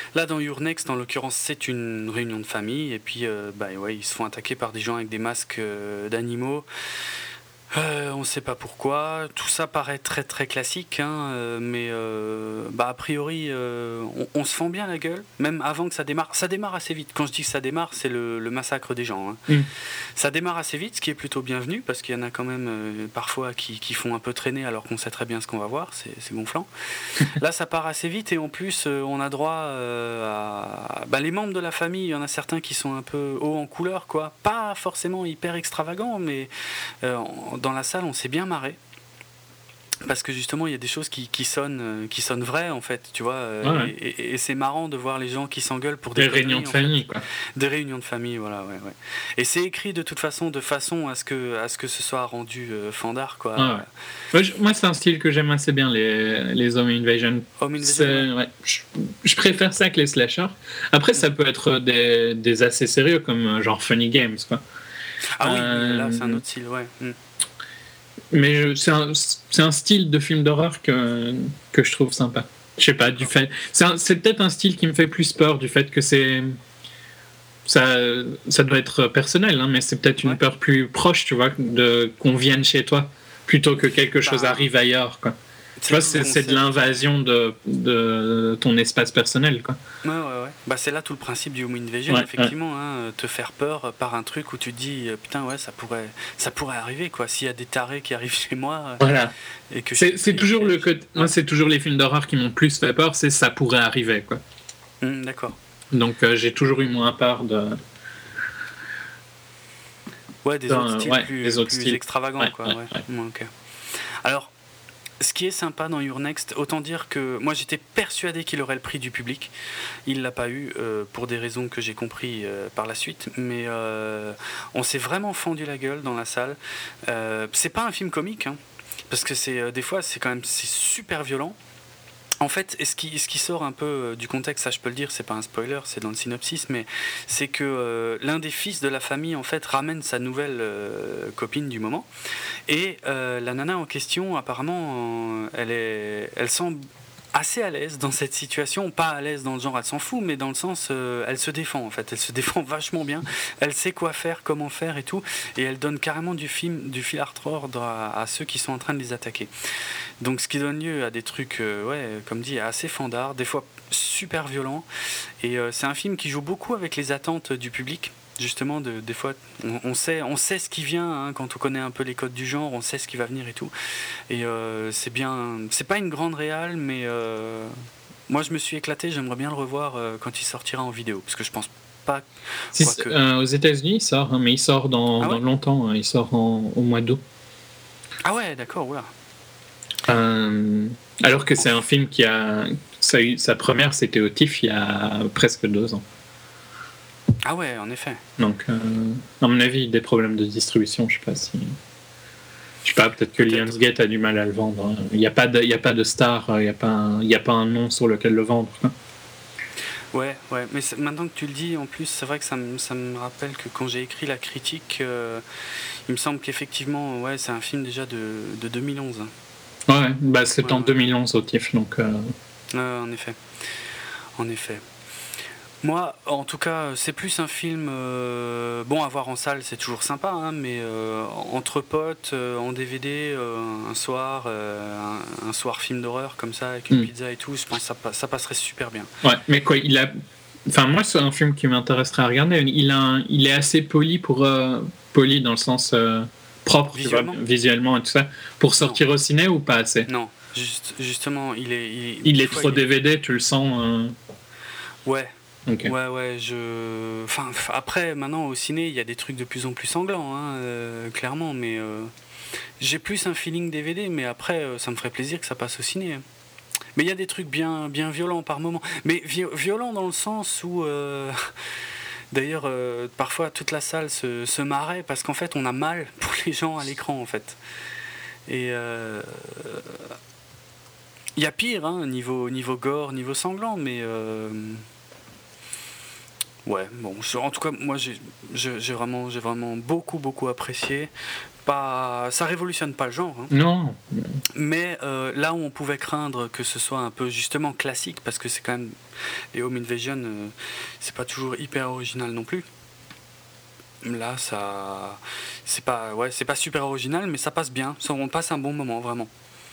Là, dans Your Next, en l'occurrence, c'est une réunion de famille, et puis euh, bah, ouais, ils se font attaquer par des gens avec des masques euh, d'animaux. Euh, on ne sait pas pourquoi. Tout ça paraît très très classique, hein, euh, mais euh, bah, a priori, euh, on, on se fend bien la gueule, même avant que ça démarre. Ça démarre assez vite. Quand je dis que ça démarre, c'est le, le massacre des gens. Hein. Mm. Ça démarre assez vite, ce qui est plutôt bienvenu, parce qu'il y en a quand même euh, parfois qui, qui font un peu traîner alors qu'on sait très bien ce qu'on va voir. C'est, c'est gonflant. Là, ça part assez vite, et en plus, euh, on a droit euh, à... Bah, les membres de la famille, il y en a certains qui sont un peu hauts en couleur, quoi. Pas forcément hyper extravagants, mais... Euh, dans la salle, on s'est bien marré. Parce que justement, il y a des choses qui, qui, sonnent, qui sonnent vraies, en fait, tu vois. Ouais. Et, et, et c'est marrant de voir les gens qui s'engueulent pour des, des réunions de famille, quoi. Des réunions de famille, voilà, ouais, ouais. Et c'est écrit de toute façon, de façon à ce que, à ce, que ce soit rendu euh, fandard, quoi. Ouais, ouais. Moi, je, moi, c'est un style que j'aime assez bien, les, les Home Invasion. Home Invasion, ouais. Ouais. Je, je préfère ça que les slashers. Après, ça peut être des, des assez sérieux, comme genre Funny Games, quoi. Ah euh, oui, là, c'est un autre style, ouais. Mm. Mais je, c'est, un, c'est un style de film d'horreur que, que je trouve sympa. Je sais pas, du fait. C'est, un, c'est peut-être un style qui me fait plus peur du fait que c'est. Ça, ça doit être personnel, hein, mais c'est peut-être une ouais. peur plus proche, tu vois, de, qu'on vienne chez toi, plutôt que quelque chose bah, arrive ailleurs, quoi. Tu vois, c'est, c'est de l'invasion de, de ton espace personnel, quoi. Ouais, ouais, ouais. Bah, c'est là tout le principe du Home Invasion, ouais, effectivement, ouais. Hein, te faire peur par un truc où tu te dis, putain, ouais, ça pourrait, ça pourrait arriver, quoi. S'il y a des tarés qui arrivent chez moi. Voilà. Et que c'est, c'est toujours le côté. Moi, c'est toujours les films d'horreur qui m'ont plus fait peur, c'est ça pourrait arriver, quoi. Mmh, d'accord. Donc, euh, j'ai toujours eu moins peur de. Ouais, des Dans, autres styles ouais, plus, autres plus styles. extravagants, ouais, quoi. Ouais, ouais. ouais. Ouais, okay. Alors. Ce qui est sympa dans Your Next, autant dire que moi j'étais persuadé qu'il aurait le prix du public. Il l'a pas eu euh, pour des raisons que j'ai compris euh, par la suite, mais euh, on s'est vraiment fendu la gueule dans la salle. Euh, c'est pas un film comique, hein, parce que c'est euh, des fois c'est quand même c'est super violent. En fait, ce qui, ce qui sort un peu du contexte, ça je peux le dire, c'est pas un spoiler, c'est dans le synopsis, mais c'est que euh, l'un des fils de la famille en fait ramène sa nouvelle euh, copine du moment, et euh, la nana en question, apparemment, euh, elle est, elle semble assez à l'aise dans cette situation, pas à l'aise dans le genre elle s'en fout, mais dans le sens euh, elle se défend en fait, elle se défend vachement bien, elle sait quoi faire, comment faire et tout, et elle donne carrément du film, du fil à retordre à, à ceux qui sont en train de les attaquer. Donc ce qui donne lieu à des trucs, euh, ouais, comme dit, assez fandards, des fois super violents, et euh, c'est un film qui joue beaucoup avec les attentes du public. Justement, de, des fois, on, on, sait, on sait ce qui vient, hein, quand on connaît un peu les codes du genre, on sait ce qui va venir et tout. Et euh, c'est bien, c'est pas une grande réal, mais euh, moi je me suis éclaté, j'aimerais bien le revoir euh, quand il sortira en vidéo, parce que je pense pas. Si, que... euh, aux États-Unis, il sort, hein, mais il sort dans, ah ouais dans longtemps, hein, il sort en, au mois d'août. Ah ouais, d'accord, ouais. Euh, alors que c'est un film qui a. Ça a eu, sa première, c'était au T I F F il y a presque deux ans. Ah ouais, en effet. Donc, euh, à mon avis, des problèmes de distribution, je sais pas si. Je sais pas, peut-être que peut-être. Lionsgate a du mal à le vendre. Il n'y a pas de, il y a pas de star, il n'y a pas un, il y a pas un nom sur lequel le vendre. Ouais, ouais, mais maintenant que tu le dis, en plus, c'est vrai que ça me, ça me rappelle que quand j'ai écrit la critique, euh, il me semble qu'effectivement, ouais, c'est un film déjà de, de deux mille onze. Ouais, bah c'est ouais, en ouais. deux mille onze au T I F F, donc. Euh... Euh, en effet, en effet. Moi, en tout cas, c'est plus un film euh, bon à voir en salle, c'est toujours sympa, hein, mais euh, entre potes, euh, en D V D, euh, un soir, euh, un, un soir film d'horreur comme ça avec une mm. pizza et tout, je pense que ça, ça passerait super bien. Ouais, mais quoi, il a, enfin moi c'est un film qui m'intéresserait à regarder. Il a, un... il est assez poli pour euh... poli dans le sens euh, propre, visuellement. Tu vois, visuellement et tout ça, pour sortir non. au ciné ou pas assez. Non, juste, justement, il est. Il, il est trop il D V D, est... tu le sens. Euh... Ouais. Okay. Ouais, ouais, je. Enfin, après, maintenant, au ciné, il y a des trucs de plus en plus sanglants, hein, euh, clairement, mais euh, j'ai plus un feeling D V D, mais après, euh, ça me ferait plaisir que ça passe au ciné. Mais il y a des trucs bien, bien violents par moment. Mais vi- violents dans le sens où. Euh, d'ailleurs, euh, parfois, toute la salle se, se marrait parce qu'en fait, on a mal pour les gens à l'écran, en fait. Et. Euh, il y a pire, hein, niveau, niveau gore, niveau sanglant, mais. Euh, Ouais, bon, en tout cas, moi j'ai, j'ai, vraiment, j'ai vraiment beaucoup, beaucoup apprécié. pas, ça révolutionne pas le genre. Hein. Non. Mais euh, là où on pouvait craindre que ce soit un peu justement classique, parce que c'est quand même les home invasion, euh, c'est pas toujours hyper original non plus. Là, ça, c'est pas, ouais, c'est pas super original, mais ça passe bien. Ça, on passe un bon moment vraiment.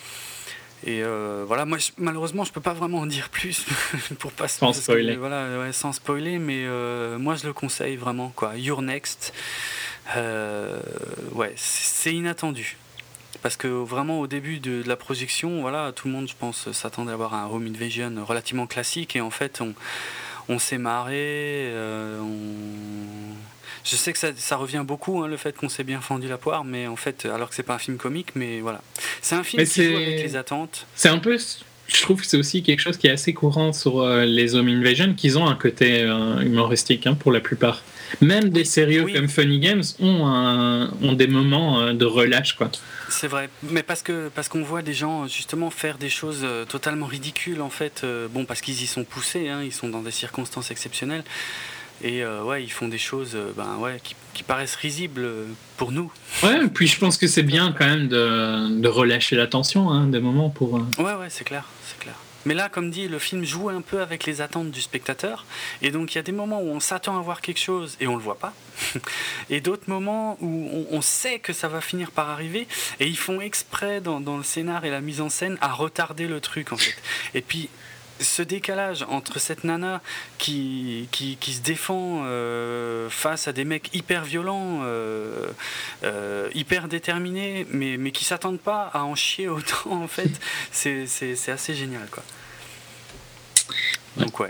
Et euh, voilà, moi je, malheureusement je peux pas vraiment en dire plus pour pas sans spoiler. Que, voilà, ouais, sans spoiler, mais euh, moi je le conseille vraiment quoi. You're Next, euh, ouais, c'est inattendu parce que vraiment au début de, de la projection, voilà, tout le monde je pense s'attendait à avoir un home invasion relativement classique et en fait on, on s'est marré, euh, on... Je sais que ça, ça revient beaucoup, hein, le fait qu'on s'est bien fendu la poire, mais en fait, alors que c'est pas un film comique, mais voilà. C'est un film mais qui joue avec les attentes. C'est un peu, je trouve que c'est aussi quelque chose qui est assez courant sur euh, les home invasion, qu'ils ont un côté euh, humoristique hein, pour la plupart. Même des sérieux oui. comme Funny Games ont, un, ont des moments euh, de relâche, quoi. C'est vrai, mais parce que parce qu'on voit des gens justement faire des choses euh, totalement ridicules en fait. Euh, bon, parce qu'ils y sont poussés, hein, ils sont dans des circonstances exceptionnelles. Et euh, ouais, ils font des choses euh, ben, ouais, qui, qui paraissent risibles pour nous. Ouais, puis je pense que c'est bien quand même de, de relâcher la tension, hein, des moments pour... Euh... Ouais, ouais, c'est clair, c'est clair. Mais là, comme dit, le film joue un peu avec les attentes du spectateur. Et donc, il y a des moments où on s'attend à voir quelque chose et on ne le voit pas. Et d'autres moments où on, on sait que ça va finir par arriver. Et ils font exprès, dans, dans le scénar et la mise en scène, à retarder le truc, en fait. Et puis... ce décalage entre cette nana qui, qui, qui se défend euh, face à des mecs hyper violents, euh, euh, hyper déterminés, mais, mais qui ne s'attendent pas à en chier autant, en fait, c'est, c'est, c'est assez génial, quoi. Donc, ouais.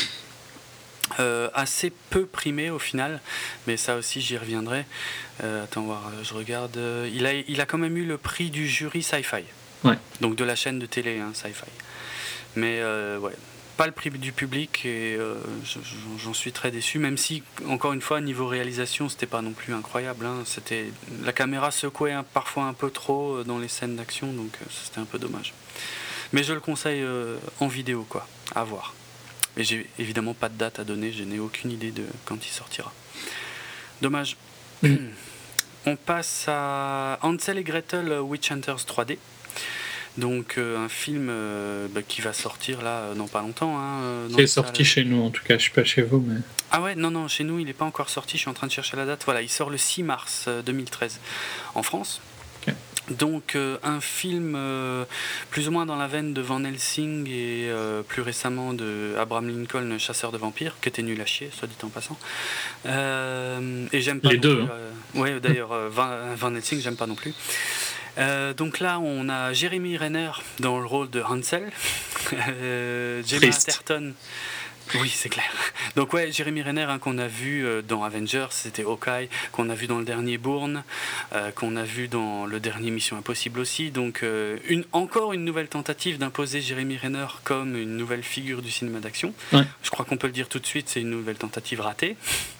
Euh, assez peu primé au final, mais ça aussi j'y reviendrai. Euh, attends, voir, je regarde. Il a, il a quand même eu le prix du jury Sci-Fi. Ouais. Donc de la chaîne de télé, hein, Sci-Fi. Mais euh, ouais, pas le prix du public et euh, j'en suis très déçu, même si, encore une fois, niveau réalisation, c'était pas non plus incroyable. Hein. C'était, la caméra secouait hein, parfois un peu trop dans les scènes d'action, donc euh, c'était un peu dommage. Mais je le conseille euh, en vidéo, quoi, à voir. Mais j'ai évidemment pas de date à donner, je n'ai aucune idée de quand il sortira. Dommage. Mm. On passe à Hansel et Gretel Witch Hunters trois D. Donc euh, un film euh, bah, qui va sortir là euh, dans pas longtemps. Hein, qui est sorti chez nous en tout cas, je suis pas chez vous mais... Ah ouais, non, non, chez nous il n'est pas encore sorti, je suis en train de chercher la date. Voilà, il sort le six mars deux mille treize en France. Okay. Donc euh, un film euh, plus ou moins dans la veine de Van Helsing et euh, plus récemment de Abraham Lincoln, Chasseur de vampires, qui était nul à chier, soit dit en passant. Euh, et j'aime pas les deux. Plus, hein. euh, ouais, d'ailleurs euh, Van, Van Helsing, j'aime pas non plus. Euh, donc là, on a Jeremy Renner dans le rôle de Hansel, euh, Gemma Arterton. Oui, c'est clair. Donc ouais, Jeremy Renner hein, qu'on a vu euh, dans Avengers, c'était Hawkeye, qu'on a vu dans le dernier Bourne, euh, qu'on a vu dans le dernier Mission Impossible aussi. Donc euh, une, encore une nouvelle tentative d'imposer Jeremy Renner comme une nouvelle figure du cinéma d'action. Ouais. Je crois qu'on peut le dire tout de suite, c'est une nouvelle tentative ratée.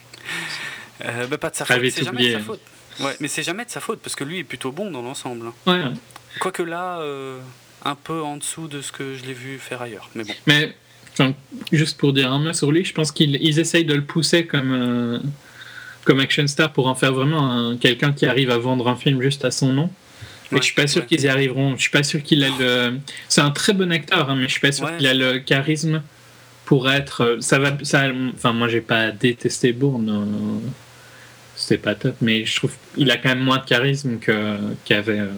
Euh, bah, pas de sa faute, c'est jamais de sa faute. Ouais, mais c'est jamais de sa faute parce que lui est plutôt bon dans l'ensemble. Ouais, ouais. Quoique là, euh, un peu en dessous de ce que je l'ai vu faire ailleurs. Mais bon. Mais enfin, juste pour dire un mot sur lui, je pense qu'ils ils essayent de le pousser comme, euh, comme action star pour en faire vraiment un, quelqu'un qui arrive à vendre un film juste à son nom. Et ouais, je suis pas sûr ouais. qu'ils y arriveront. Je suis pas sûr qu'il a le. C'est un très bon acteur, hein, mais je suis pas sûr ouais, qu'il a le charisme pour être. Ça va. Ça, enfin, moi, j'ai pas détesté Bourne. Euh... C'était pas top, mais je trouve qu'il a quand même moins de charisme que, qu'avait euh,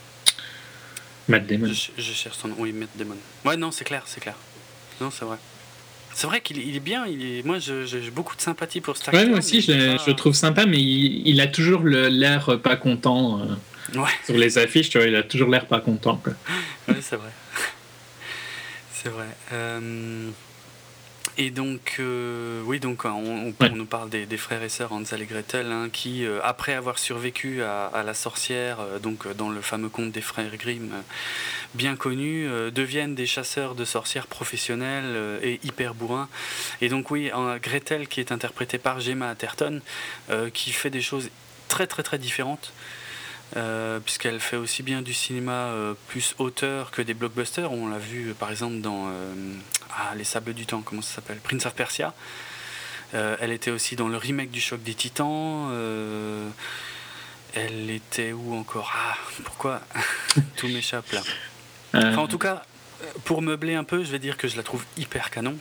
Matt Damon. Je, je cherche son nom. Oui, Matt Damon. Ouais, non, c'est clair, c'est clair. Non, c'est vrai. C'est vrai qu'il il est bien. Il est... Moi, je, j'ai beaucoup de sympathie pour cet acteur. Ouais, moi aussi, je, pas... je le trouve sympa, mais il, il a toujours le, l'air pas content. Euh, ouais. Sur les affiches, tu vois, il a toujours l'air pas content. Quoi. Ouais, c'est vrai. C'est vrai. Euh... Et donc, euh, oui, donc on, on, ouais. on nous parle des, des frères et sœurs Hansel et Gretel, hein, qui, euh, après avoir survécu à, à la sorcière, euh, donc dans le fameux conte des frères Grimm, euh, bien connu, euh, deviennent des chasseurs de sorcières professionnels euh, et hyper bourrins. Et donc, oui, hein, Gretel, qui est interprétée par Gemma Arterton, euh, qui fait des choses très, très, très différentes. Euh, puisqu'elle fait aussi bien du cinéma euh, plus auteur que des blockbusters. On l'a vu euh, par exemple dans euh, ah, Les Sables du Temps, comment ça s'appelle, Prince of Persia. Euh, elle était aussi dans le remake du Choc des Titans. Euh, elle était où encore? Ah, pourquoi tout m'échappe là. Enfin, en tout cas, pour meubler un peu, je vais dire que je la trouve hyper canon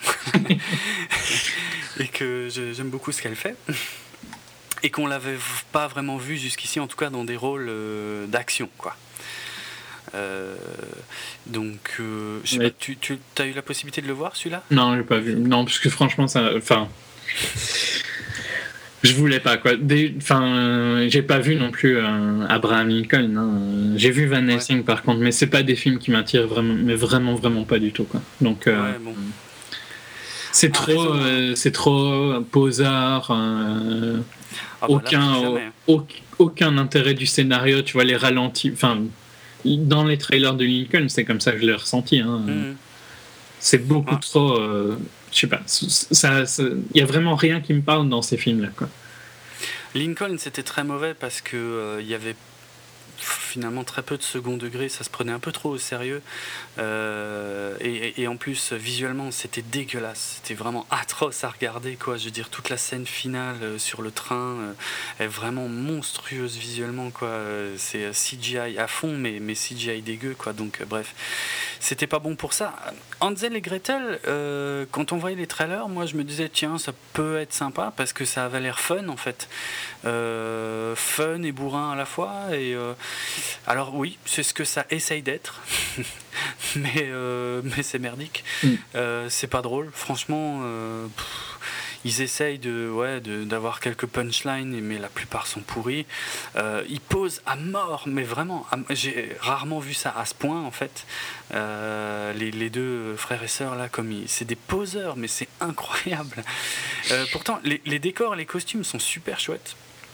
et que je, j'aime beaucoup ce qu'elle fait. Et qu'on l'avait pas vraiment vu jusqu'ici, en tout cas dans des rôles euh, d'action, quoi. Euh, donc, euh, je sais Mais... pas, tu, tu as eu la possibilité de le voir, celui-là? Non, j'ai pas vu. Non, parce que franchement, ça, enfin, je voulais pas, quoi. Des... Enfin, euh, j'ai pas vu non plus euh, Abraham Lincoln. Hein. J'ai vu Van Helsing, ouais. Par contre, mais c'est pas des films qui m'attirent vraiment, mais vraiment, vraiment pas du tout, quoi. Donc. Euh... Ouais, bon. C'est, ah, trop, euh, c'est trop posard, euh, ah bah aucun, là, au, aucun intérêt du scénario, tu vois, les ralentis. Enfin, dans les trailers de Lincoln, c'est comme ça que je l'ai ressenti. Hein. Mmh. C'est beaucoup ah. trop. Euh, je sais pas, il n'y a vraiment rien qui me parle dans ces films-là, quoi. Lincoln, c'était très mauvais parce qu'il euh, y avait finalement très peu de second degré, ça se prenait un peu trop au sérieux euh, et, et en plus visuellement c'était dégueulasse, c'était vraiment atroce à regarder, quoi. Je veux dire, toute la scène finale euh, sur le train euh, est vraiment monstrueuse visuellement, quoi. Euh, c'est C G I à fond, mais, mais C G I dégueu, quoi. Donc euh, bref, c'était pas bon pour ça. Hansel et Gretel, euh, quand on voyait les trailers, moi je me disais tiens, ça peut être sympa parce que ça avait l'air fun en fait, euh, fun et bourrin à la fois. Et euh, alors oui, c'est ce que ça essaye d'être, mais euh, mais c'est merdique. Mm. Euh, c'est pas drôle, franchement. Euh, pff, ils essayent de, ouais, de, d'avoir quelques punchlines, mais la plupart sont pourris. Euh, ils posent à mort, mais vraiment, à, j'ai rarement vu ça à ce point, en fait. Euh, les, les deux frères et sœurs, là, comme ils, c'est des poseurs, mais c'est incroyable. Euh, pourtant, les, les décors, les costumes sont super chouettes.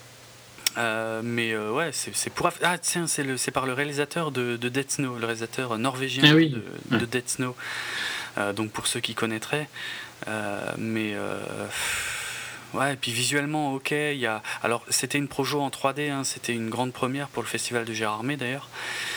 Euh, mais euh, ouais, c'est, c'est pour... Ah tiens, c'est, le, c'est par le réalisateur de, de Dead Snow, le réalisateur norvégien ah oui. de, de ouais. Dead Snow. Euh, donc pour ceux qui connaîtraient... Euh, mais euh, ouais, et puis visuellement, ok, il y a. Alors, c'était une projo en trois D, hein, c'était une grande première pour le festival de Gérardmer d'ailleurs,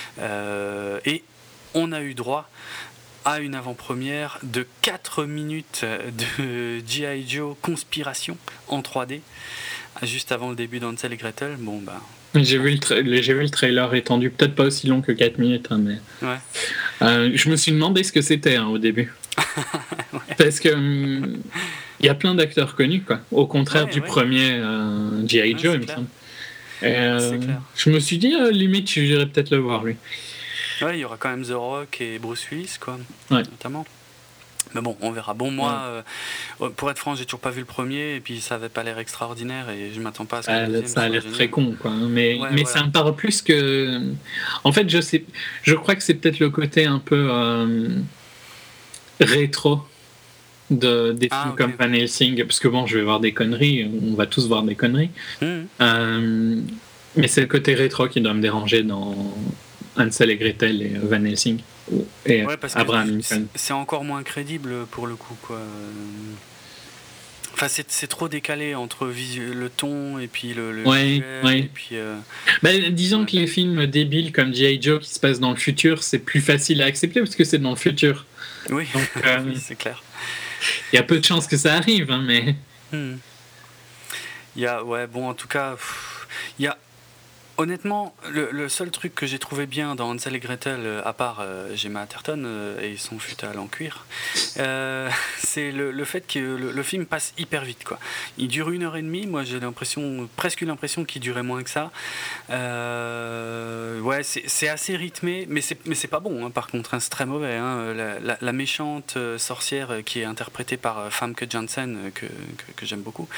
euh, et on a eu droit à une avant-première de quatre minutes de G I. Joe Conspiration en trois D, juste avant le début d'Hansel et Gretel. Bon, bah. J'ai vu, le tra- j'ai vu le trailer étendu, peut-être pas aussi long que quatre minutes, hein, mais. Ouais. Euh, je me suis demandé ce que c'était hein, au début. Ouais. Parce que il hum, y a plein d'acteurs connus, quoi. Au contraire ouais, du ouais. premier euh, G I. Joe, ouais, il me semble. Et, euh, je me suis dit, euh, limite, j'irais peut-être le voir, lui. Ouais, il y aura quand même The Rock et Bruce Willis, quoi, ouais. notamment. Mais bon, on verra. Bon, moi, ouais. euh, pour être franc, j'ai toujours pas vu le premier, et puis ça avait pas l'air extraordinaire, et je m'attends pas à ce que ah, le deuxième ça a l'air génial. très con, quoi. Mais, ouais, mais voilà. ça me parle plus que. En fait, je sais, je crois que c'est peut-être le côté un peu euh, rétro de des ah, films okay. comme Van Helsing, parce que bon, je vais voir des conneries, on va tous voir des conneries. Mmh. Euh, mais c'est le côté rétro qui doit me déranger dans Hansel et Gretel et Van Helsing. Et ouais, parce Abraham que Lincoln. C'est encore moins crédible pour le coup, quoi. Enfin, c'est, c'est trop décalé entre visu- le ton et puis le, le ouais, visuel, ouais. et puis. Euh... Ben, disons ouais. que les films débiles comme G I. Joe qui se passent dans le futur, c'est plus facile à accepter parce que c'est dans le futur. Oui, donc, euh, oui c'est clair. Il y a peu de chances que ça arrive, hein, mais. Hmm. Il y a, ouais, bon, en tout cas, il y a. Honnêtement, le, le seul truc que j'ai trouvé bien dans Hansel et Gretel, à part euh, Gemma Arterton euh, et son futal en cuir, euh, c'est le, le fait que le, le film passe hyper vite, quoi. Il dure une heure et demie, moi j'ai l'impression, presque l'impression qu'il durait moins que ça. Euh, ouais, c'est, c'est assez rythmé, mais c'est, mais c'est pas bon, hein, par contre, hein, c'est très mauvais. Hein. La, la, la méchante sorcière qui est interprétée par Famke Janssen, que, que, que j'aime beaucoup,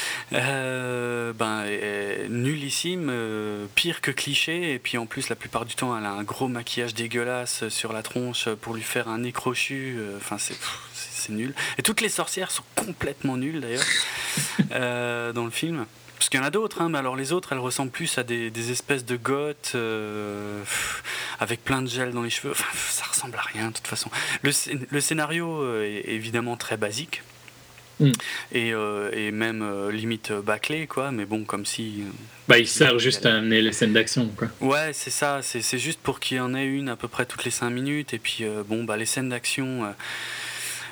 euh, ben, est nullissime. Euh, pire que cliché, et puis en plus la plupart du temps elle a un gros maquillage dégueulasse sur la tronche pour lui faire un nez crochu, enfin c'est, c'est, c'est nul, et toutes les sorcières sont complètement nulles d'ailleurs euh, dans le film, parce qu'il y en a d'autres, hein, mais alors les autres elles ressemblent plus à des, des espèces de goths euh, avec plein de gel dans les cheveux, enfin ça ressemble à rien de toute façon. Le, le scénario est évidemment très basique. Mm. Et, euh, et même euh, limite bâclé, quoi, mais bon, comme si. Euh, bah, il sert juste à amener les scènes d'action, quoi. Ouais, c'est ça, c'est, c'est juste pour qu'il y en ait une à peu près toutes les cinq minutes, et puis euh, bon, bah, les scènes d'action. Euh,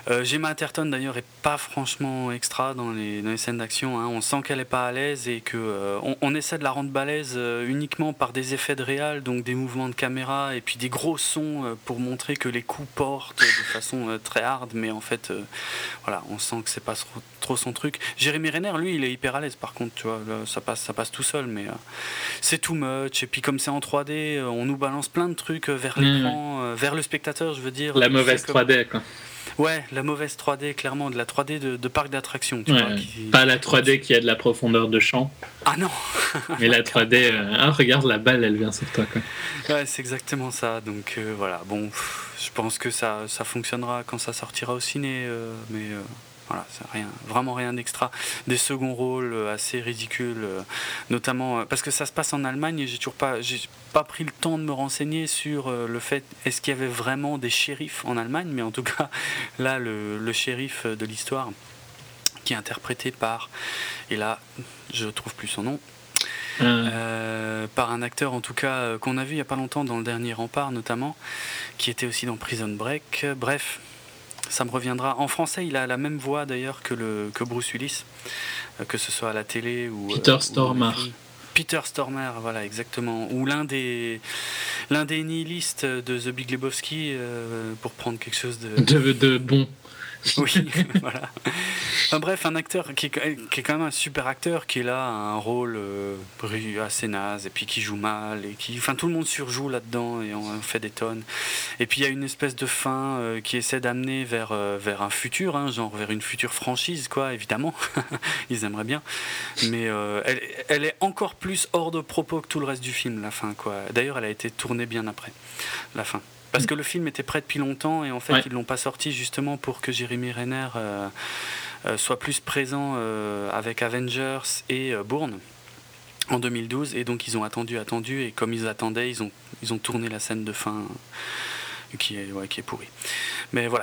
Euh, Gemma Atherton d'ailleurs est pas franchement extra dans les, dans les scènes d'action, hein. On sent qu'elle est pas à l'aise et que euh, on, on essaie de la rendre balèze euh, uniquement par des effets de réal, donc des mouvements de caméra et puis des gros sons euh, pour montrer que les coups portent de façon euh, très hard, mais en fait euh, voilà, on sent que c'est pas trop, trop son truc. Jérémy Renner, lui, il est hyper à l'aise par contre, tu vois, là, ça passe ça passe tout seul, mais euh, c'est too much. Et puis comme c'est en trois D, euh, on nous balance plein de trucs euh, vers l'écran, mmh. euh, vers le spectateur, je veux dire. La mauvaise trois D quoi. Ouais, la mauvaise trois D, clairement, de la trois D de, de parc d'attractions. Tu ouais, vois, qui... Pas la trois D qui a de la profondeur de champ. Ah non. Mais la trois D, euh, ah, regarde la balle, elle vient sur toi. Quoi. Ouais, c'est exactement ça. Donc euh, voilà, bon, pff, je pense que ça, ça fonctionnera quand ça sortira au ciné, euh, mais euh, voilà, c'est rien, vraiment rien d'extra. Des seconds rôles assez ridicules, euh, notamment euh, parce que ça se passe en Allemagne et j'ai toujours pas, j'ai pas pris le temps de me renseigner sur euh, le fait est-ce qu'il y avait vraiment des shérifs en Allemagne, mais en tout cas là le, le shérif de l'histoire qui est interprété par, et là je trouve plus son nom. Mmh. Euh, par un acteur en tout cas euh, qu'on a vu il n'y a pas longtemps dans Le Dernier Rempart notamment, qui était aussi dans Prison Break. Bref, ça me reviendra. En français, il a la même voix d'ailleurs que, le, que Bruce Willis, euh, que ce soit à la télé ou... Peter euh, Stormare. Ou Peter Stormare, voilà, exactement. Ou l'un des, l'un des nihilistes de The Big Lebowski, euh, pour prendre quelque chose de... De, de bon. Oui, voilà. Enfin, bref, un acteur qui est, qui est quand même un super acteur, qui est là, a un rôle euh, assez naze, et puis qui joue mal, et qui, enfin, tout le monde surjoue là-dedans, et on fait des tonnes. Et puis il y a une espèce de fin euh, qui essaie d'amener vers, euh, vers un futur, hein, genre vers une future franchise, quoi, évidemment. Ils aimeraient bien. Mais euh, elle, elle est encore plus hors de propos que tout le reste du film, la fin, quoi. D'ailleurs, elle a été tournée bien après, la fin. Parce que le film était prêt depuis longtemps et en fait ouais. ils l'ont pas sorti justement pour que Jérémy Renner euh, euh, soit plus présent euh, avec Avengers et euh, Bourne en deux mille douze, et donc ils ont attendu, attendu et comme ils attendaient, ils ont, ils ont tourné la scène de fin euh, qui est, ouais, qui est pourrie. Mais voilà.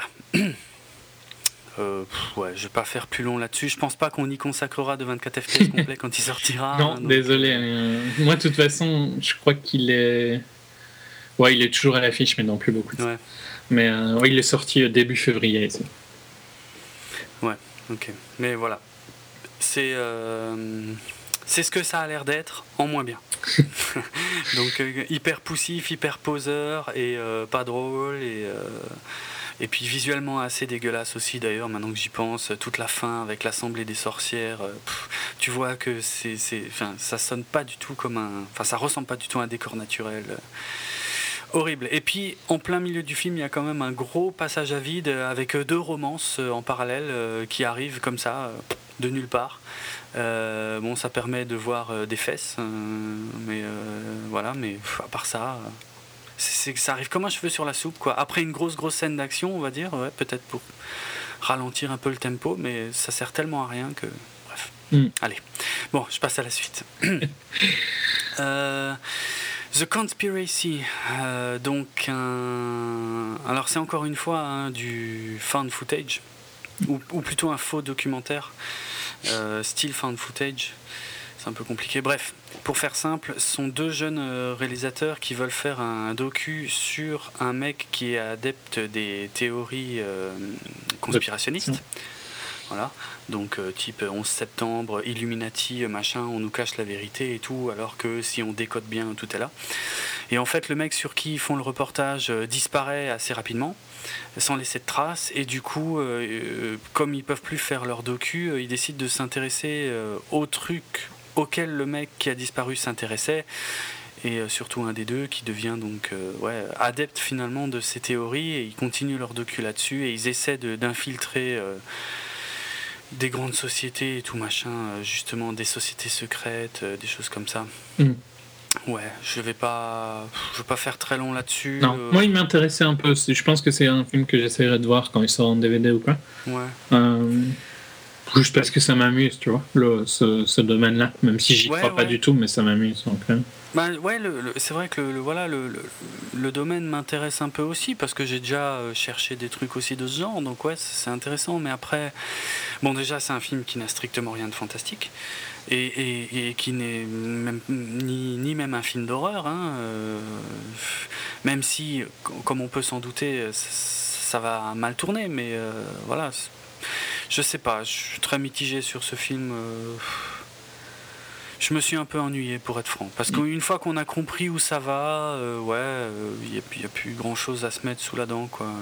Euh, pff, ouais, je vais pas faire plus long là-dessus. Je pense pas qu'on y consacrera de vingt-quatre F P S complet quand il sortira. Non, donc, désolé. Euh... Moi, de toute façon, je crois qu'il est... Ouais, il est toujours à l'affiche, mais non plus beaucoup. Ouais. Mais euh, ouais, il est sorti début février. Ici. Ouais, ok. Mais voilà. C'est, euh, c'est ce que ça a l'air d'être, en moins bien. Donc, euh, hyper poussif, hyper poseur, et euh, pas drôle, et, euh, et puis visuellement assez dégueulasse aussi, d'ailleurs, maintenant que j'y pense. Toute la fin avec l'Assemblée des sorcières, euh, pff, tu vois que c'est, c'est, ça sonne pas du tout comme un... Enfin, ça ressemble pas du tout à un décor naturel. Horrible. Et puis, en plein milieu du film, il y a quand même un gros passage à vide avec deux romances en parallèle euh, qui arrivent comme ça, euh, de nulle part. Euh, bon, ça permet de voir euh, des fesses, euh, mais euh, voilà, mais pff, à part ça, euh, c'est, c'est, ça arrive comme un cheveu sur la soupe, quoi. Après une grosse, grosse scène d'action, on va dire, ouais, peut-être pour ralentir un peu le tempo, mais ça sert tellement à rien que... Bref. Mm. Allez. Bon, je passe à la suite. euh... The Conspiracy, euh, donc un... alors c'est encore une fois hein, du found footage, ou, ou plutôt un faux documentaire, euh, style found footage, c'est un peu compliqué. Bref, pour faire simple, ce sont deux jeunes euh, réalisateurs qui veulent faire un, un docu sur un mec qui est adepte des théories euh, conspirationnistes. Voilà, donc euh, type onze septembre, Illuminati, machin, on nous cache la vérité et tout, alors que si on décode bien, tout est là. Et en fait, le mec sur qui ils font le reportage euh, disparaît assez rapidement, sans laisser de traces, et du coup, euh, euh, comme ils peuvent plus faire leur docu, euh, ils décident de s'intéresser euh, au truc auquel le mec qui a disparu s'intéressait, et euh, surtout un des deux qui devient donc euh, ouais, adepte finalement de ces théories, et ils continuent leur docu là-dessus, et ils essaient de, d'infiltrer... Euh, des grandes sociétés et tout machin, justement des sociétés secrètes, des choses comme ça. Mm. Ouais, je vais pas, je vais pas faire très long là-dessus. Non, euh... moi il m'intéressait un peu. Je pense que c'est un film que j'essaierai de voir quand il sort en D V D ou quoi. Ouais. Euh, juste parce que ça m'amuse, tu vois, le, ce, ce domaine-là, même si j'y ouais, crois ouais. pas du tout, mais ça m'amuse en fait. Bah ouais, le, le, c'est vrai que le, le voilà, le, le, le domaine m'intéresse un peu aussi parce que j'ai déjà cherché des trucs aussi de ce genre, donc ouais, c'est intéressant. Mais après, bon, déjà, c'est un film qui n'a strictement rien de fantastique et, et, et qui n'est même, ni, ni même un film d'horreur, hein, euh, même si, comme on peut s'en douter, ça va mal tourner, mais euh, voilà. Je sais pas, je suis très mitigé sur ce film. Euh, je me suis un peu ennuyé, pour être franc. Parce qu'une fois qu'on a compris où ça va, euh, ouais, il n'y a, a plus grand chose à se mettre sous la dent, quoi.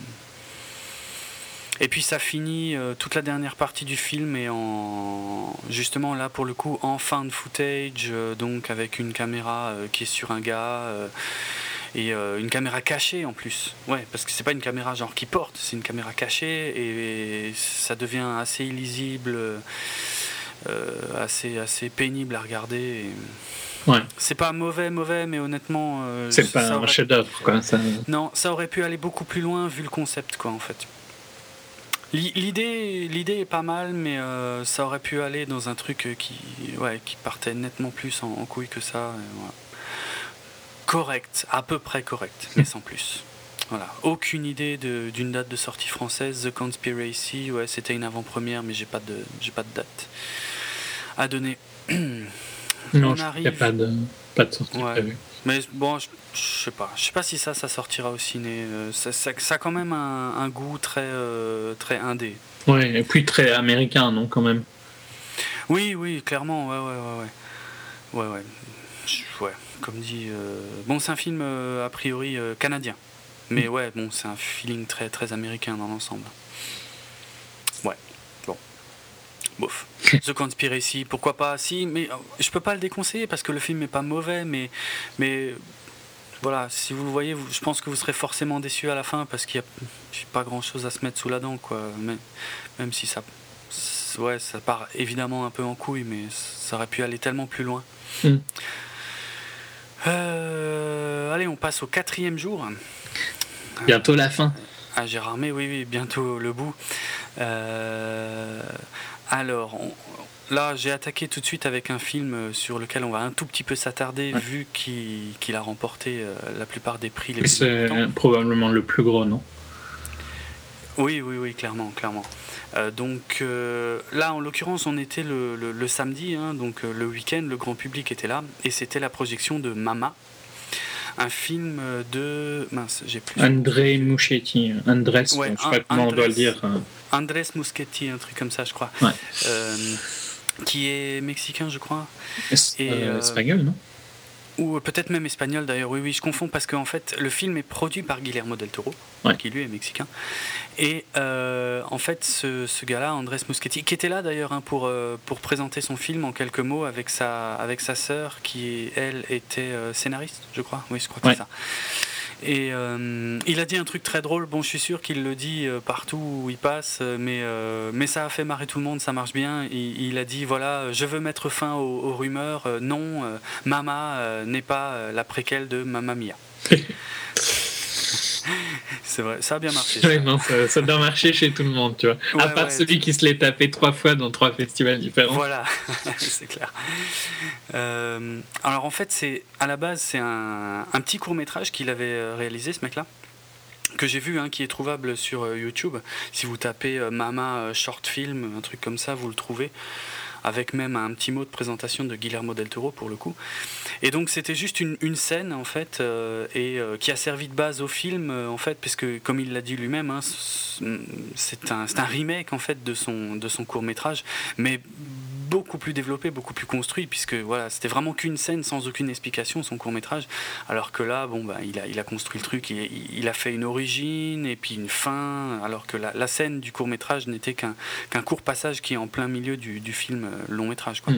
Et puis ça finit, euh, toute la dernière partie du film est en, justement là pour le coup, en found footage, euh, donc avec une caméra euh, qui est sur un gars, euh, et euh, une caméra cachée en plus. Ouais, parce que c'est pas une caméra genre qui porte, c'est une caméra cachée, et, et ça devient assez illisible, euh, assez, assez pénible à regarder. Et... Ouais. C'est pas mauvais, mauvais, mais honnêtement... Euh, c'est pas un aurait... chef-d'œuvre, quoi. Ça... Non, ça aurait pu aller beaucoup plus loin vu le concept, quoi, en fait. L'idée, l'idée est pas mal, mais euh, ça aurait pu aller dans un truc qui, ouais, qui partait nettement plus en, en couille que ça. Et voilà. Correct, à peu près correct, mais sans plus. Voilà. Aucune idée de, d'une date de sortie française. The Conspiracy, ouais, c'était une avant-première, mais j'ai pas de, j'ai pas de date à donner. Non, il n'y a pas de, pas de sortie ouais. prévue. Mais bon, je, je sais pas. Je sais pas si ça, ça sortira au ciné. Ça, ça, ça a quand même un, un goût très, euh, très indé. Ouais, et puis très américain, non, quand même. Oui, oui, clairement, ouais, ouais, ouais, ouais, ouais, ouais. Je, ouais comme dit, euh... bon, c'est un film euh, a priori euh, canadien, mais ouais, bon, c'est un feeling très, très américain dans l'ensemble. Ouais, bon, bof. The Conspiracy, pourquoi pas, si, mais euh, je peux pas le déconseiller parce que le film est pas mauvais, mais, mais voilà, si vous le voyez, vous, je pense que vous serez forcément déçu à la fin parce qu'il y a pas grand chose à se mettre sous la dent, quoi. Mais, même si ça, ouais, ça part évidemment un peu en couille, mais ça aurait pu aller tellement plus loin. Mm. Euh, allez, on passe au quatrième jour. Bientôt la fin. À Gérardmer, oui, oui, bientôt le bout. Euh, alors, on, là, j'ai attaqué tout de suite avec un film sur lequel on va un tout petit peu s'attarder, ouais. vu qu'il, qu'il a remporté euh, la plupart des prix les plus c'est importants. Probablement le plus gros, non ? Oui, oui, oui, clairement, clairement. Euh, donc euh, là, en l'occurrence, on était le, le, le samedi, hein, donc euh, le week-end, le grand public était là, et c'était la projection de Mama, un film de... Mince, j'ai plus... André Muschietti, Andrés, ouais, je sais pas comment Andrés, on doit le dire. Andrés Muschietti, un truc comme ça, je crois. Ouais. Euh, qui est mexicain, je crois. Es, et, euh, espagnol, non ? Ou peut-être même espagnol d'ailleurs, oui, oui, je confonds parce qu'en fait, le film est produit par Guillermo del Toro, ouais. qui lui est mexicain. Et euh, en fait, ce, ce gars-là, Andrés Muschietti, qui était là d'ailleurs hein, pour, euh, pour présenter son film en quelques mots avec sa, avec sa sœur, qui, elle, était euh, scénariste, je crois. Oui, je crois que ouais. c'est ça. Et euh, il a dit un truc très drôle, bon je suis sûr qu'il le dit euh, partout où il passe, mais, euh, mais ça a fait marrer tout le monde, ça marche bien. Il, il a dit voilà, je veux mettre fin aux, aux rumeurs, euh, non, euh, Mama euh, n'est pas euh, la préquelle de Mamma Mia. C'est vrai, ça a bien marché. Oui, non, ça, ça doit marcher chez tout le monde, tu vois. Ouais, à part ouais, celui qui se l'est tapé trois fois dans trois festivals différents. Voilà, c'est clair. Euh, alors en fait, c'est à la base, c'est un, un petit court-métrage qu'il avait réalisé, ce mec-là, que j'ai vu, hein, qui est trouvable sur YouTube. Si vous tapez euh, Mama Short Film, un truc comme ça, vous le trouvez. Avec même un petit mot de présentation de Guillermo del Toro pour le coup. Et donc c'était juste une, une scène en fait, euh, et euh, qui a servi de base au film euh, en fait, parce que comme il l'a dit lui-même, hein, c'est un, c'est un remake en fait de son de son court métrage, mais beaucoup plus développé, beaucoup plus construit, puisque voilà, c'était vraiment qu'une scène sans aucune explication, son court-métrage, alors que là, bon, bah, il a, il a construit le truc, il, il a fait une origine et puis une fin, alors que la, la scène du court-métrage n'était qu'un, qu'un court passage qui est en plein milieu du, du film long-métrage, quoi. Mmh.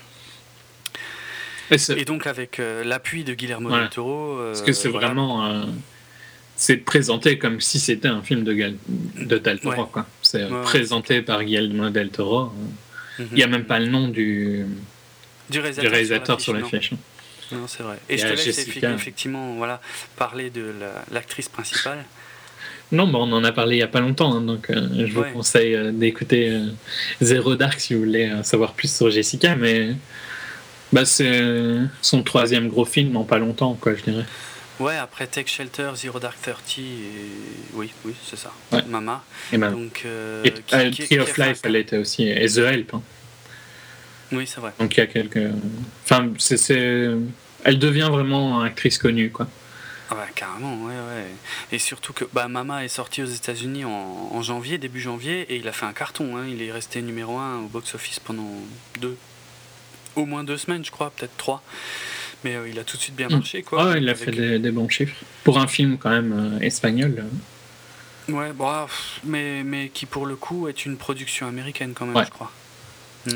Et, et donc avec euh, l'appui de Guillermo voilà. del Toro... Euh, Parce que c'est voilà. vraiment... Euh, c'est présenté comme si c'était un film de, Gal, de del Toro, ouais. quoi. C'est ouais, présenté ouais, par Guillermo del Toro. Il n'y a même pas le nom du, du réalisateur, du réalisateur sur l'affiche. Sur non. non, c'est vrai. Et, et je te laisse Jessica. effectivement voilà, parler de la, l'actrice principale. Non, bah on en a parlé il n'y a pas longtemps, hein, donc euh, je vous ouais. conseille euh, d'écouter euh, Zero Dark si vous voulez euh, savoir plus sur Jessica, mais bah, c'est son troisième gros film en pas longtemps, quoi, je dirais. Ouais, après Take Shelter, Zero Dark trente, et... oui, oui, c'est ça, ouais. Mama. Et, Mama. Donc, euh, et qui, qui, Tree qui of Life, elle était aussi, et The Help. Hein. Oui, c'est vrai. Donc il y a quelques... Enfin, c'est, c'est... elle devient vraiment actrice connue, quoi. Ouais, carrément, ouais, ouais. Et surtout que bah, Mama est sorti aux États-Unis en, en janvier, début janvier, et il a fait un carton. Hein. Il est resté numéro un au box-office pendant deux, au moins deux semaines, je crois, peut-être trois. Mais euh, il a tout de suite bien marché, quoi. Ouais, il a avec... fait des, des bons chiffres. Pour un film quand même euh, espagnol. Euh... Ouais, bon, ah, mais, mais qui pour le coup est une production américaine quand même, ouais. je crois. Hmm.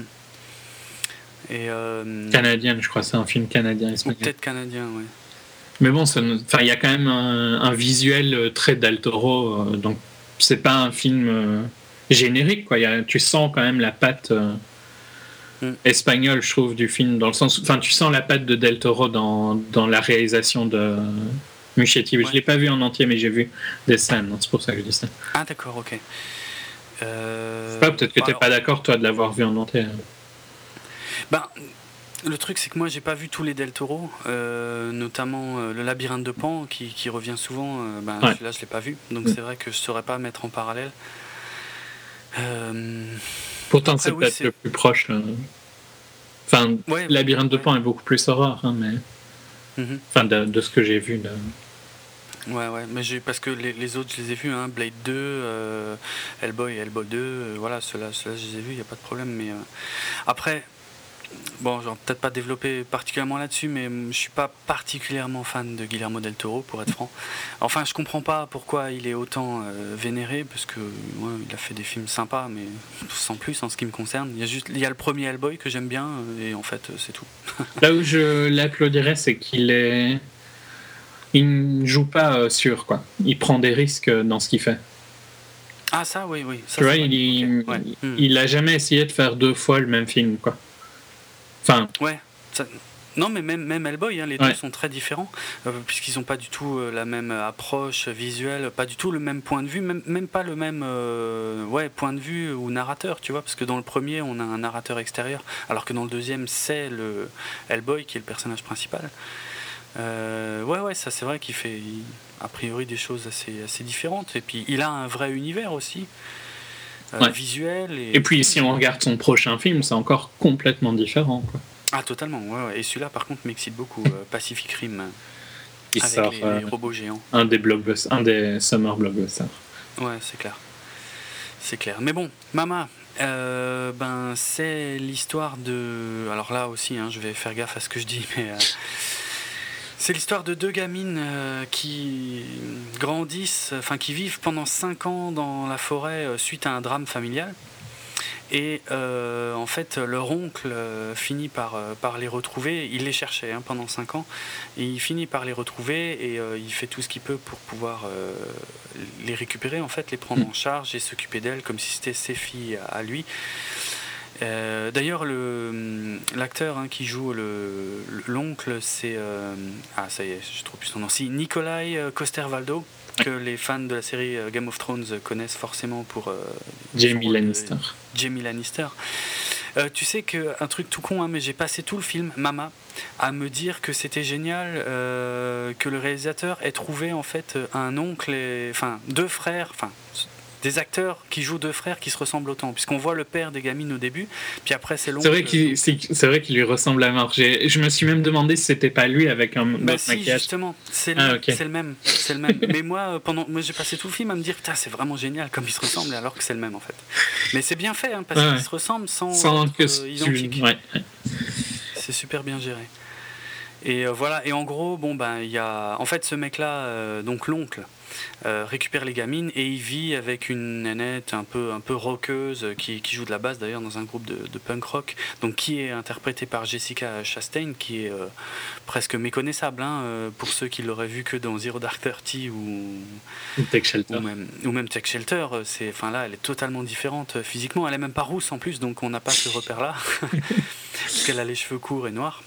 Et euh... Canadienne, je crois, c'est un film canadien-espagnol. Ou peut-être canadien, ouais. Mais bon, il y a quand même un, un visuel très Del Toro, euh, donc c'est pas un film euh, générique, quoi. Y a, tu sens quand même la patte euh, mm. espagnole, je trouve, du film, dans le sens, enfin, tu sens la patte de Del Toro dans, dans la réalisation de Muschietti. Ouais. Je l'ai pas vu en entier, mais j'ai vu des scènes, c'est pour ça que je dis ça. Ah d'accord, ok. Euh... Je sais pas, peut-être que bah, t'es alors... pas d'accord, toi, de l'avoir vu en entier. Ben. Le truc, c'est que moi, j'ai pas vu tous les Del Toro, euh, notamment euh, le Labyrinthe de Pan, qui, qui revient souvent. Euh, ben, ouais. Celui-là, je l'ai pas vu, donc c'est vrai que je saurais pas mettre en parallèle. Euh... Pourtant, après, c'est oui, peut-être c'est... le plus proche. Euh... Enfin, ouais, Labyrinthe de ouais. Pan est beaucoup plus horreur, hein, mais mm-hmm. enfin, de, de ce que j'ai vu. De... Ouais, ouais, mais j'ai parce que les, les autres, je les ai vus, hein, Blade deux, euh, Hellboy et Hellboy deux, euh, voilà, ceux-là, ceux-là, je les ai vus, il y a pas de problème, mais euh... après. Bon, je vais peut-être pas développer particulièrement là-dessus, mais je suis pas particulièrement fan de Guillermo del Toro, pour être franc. Enfin, je comprends pas pourquoi il est autant euh, vénéré, parce que ouais, il a fait des films sympas, mais sans plus en ce qui me concerne. Il y a juste, il y a le premier Hellboy que j'aime bien, et en fait, c'est tout. Là où je l'applaudirais, c'est qu'il est, il ne joue pas euh, sûr, quoi. Il prend des risques dans ce qu'il fait. Ah ça, oui, oui. Ça, tu vois, il, okay. ouais. il, il a jamais essayé de faire deux fois le même film, quoi. Enfin, ouais, ça... non mais même, même Hellboy, hein, les ouais. deux sont très différents, euh, puisqu'ils n'ont pas du tout euh, la même approche visuelle, pas du tout le même point de vue, même, même pas le même euh, ouais, point de vue ou narrateur, tu vois, parce que dans le premier on a un narrateur extérieur, alors que dans le deuxième c'est le Hellboy qui est le personnage principal. Euh, ouais, ouais, ça c'est vrai qu'il fait il, a priori des choses assez, assez différentes, et puis il a un vrai univers aussi. Euh, ouais. Visuel et... et puis si on regarde son prochain film, c'est encore complètement différent, quoi. Ah totalement, ouais, ouais. Et celui-là par contre m'excite beaucoup, euh, Pacific Rim, il avec sort, les, euh, les robots géants. Un des blockbusters, un des summer blockbusters. Ouais, c'est clair, c'est clair. Mais bon, Mama, euh, ben c'est l'histoire de, alors là aussi, hein, je vais faire gaffe à ce que je dis, mais euh... c'est l'histoire de deux gamines euh, qui grandissent, enfin qui vivent pendant cinq ans dans la forêt euh, suite à un drame familial. Et euh, en fait, leur oncle euh, finit par, euh, par les retrouver. Il les cherchait hein, pendant cinq ans. Et il finit par les retrouver et euh, il fait tout ce qu'il peut pour pouvoir euh, les récupérer, en fait, les prendre en charge et s'occuper d'elles comme si c'était ses filles à, à lui. Euh, d'ailleurs, le, l'acteur hein, qui joue le, l'oncle, c'est... Euh, ah, ça y est, je trouve plus son nom. Si, Nikolai Coster-Waldau, que les fans de la série Game of Thrones connaissent forcément pour... Euh, Jamie Lannister. De, Jamie Lannister. Euh, tu sais qu'un truc tout con, hein, mais j'ai passé tout le film, Mama, à me dire que c'était génial euh, que le réalisateur ait trouvé en fait un oncle, et, enfin deux frères, enfin... des acteurs qui jouent deux frères qui se ressemblent autant, puisqu'on voit le père des gamines au début, puis après c'est l'oncle. C'est vrai qu'il, c'est, c'est vrai qu'il lui ressemble à mort. J'ai, je me suis même demandé si c'était pas lui avec un bah autre si, maquillage. Justement, c'est le, ah, okay. c'est le même, c'est le même. Mais moi, pendant, moi j'ai passé tout le film à me dire putain c'est vraiment génial comme ils se ressemblent, alors que c'est le même en fait. Mais c'est bien fait, hein, parce ouais, qu'ils ouais. se ressemblent sans, sans être que euh, identiques. Ouais. C'est super bien géré. Et euh, voilà. Et en gros, bon ben il y a, en fait ce mec-là, euh, donc l'oncle. Euh, récupère les gamines et il vit avec une nénette un peu, un peu rockeuse qui, qui joue de la basse d'ailleurs dans un groupe de, de punk rock, donc qui est interprétée par Jessica Chastain, qui est euh, presque méconnaissable hein, euh, pour ceux qui l'auraient vu que dans Zero Dark Thirty ou, ou Tech Shelter ou même, ou même Tech Shelter. C'est, enfin là elle est totalement différente physiquement, elle est même pas rousse en plus, donc on n'a pas ce repère là parce qu'elle a les cheveux courts et noirs.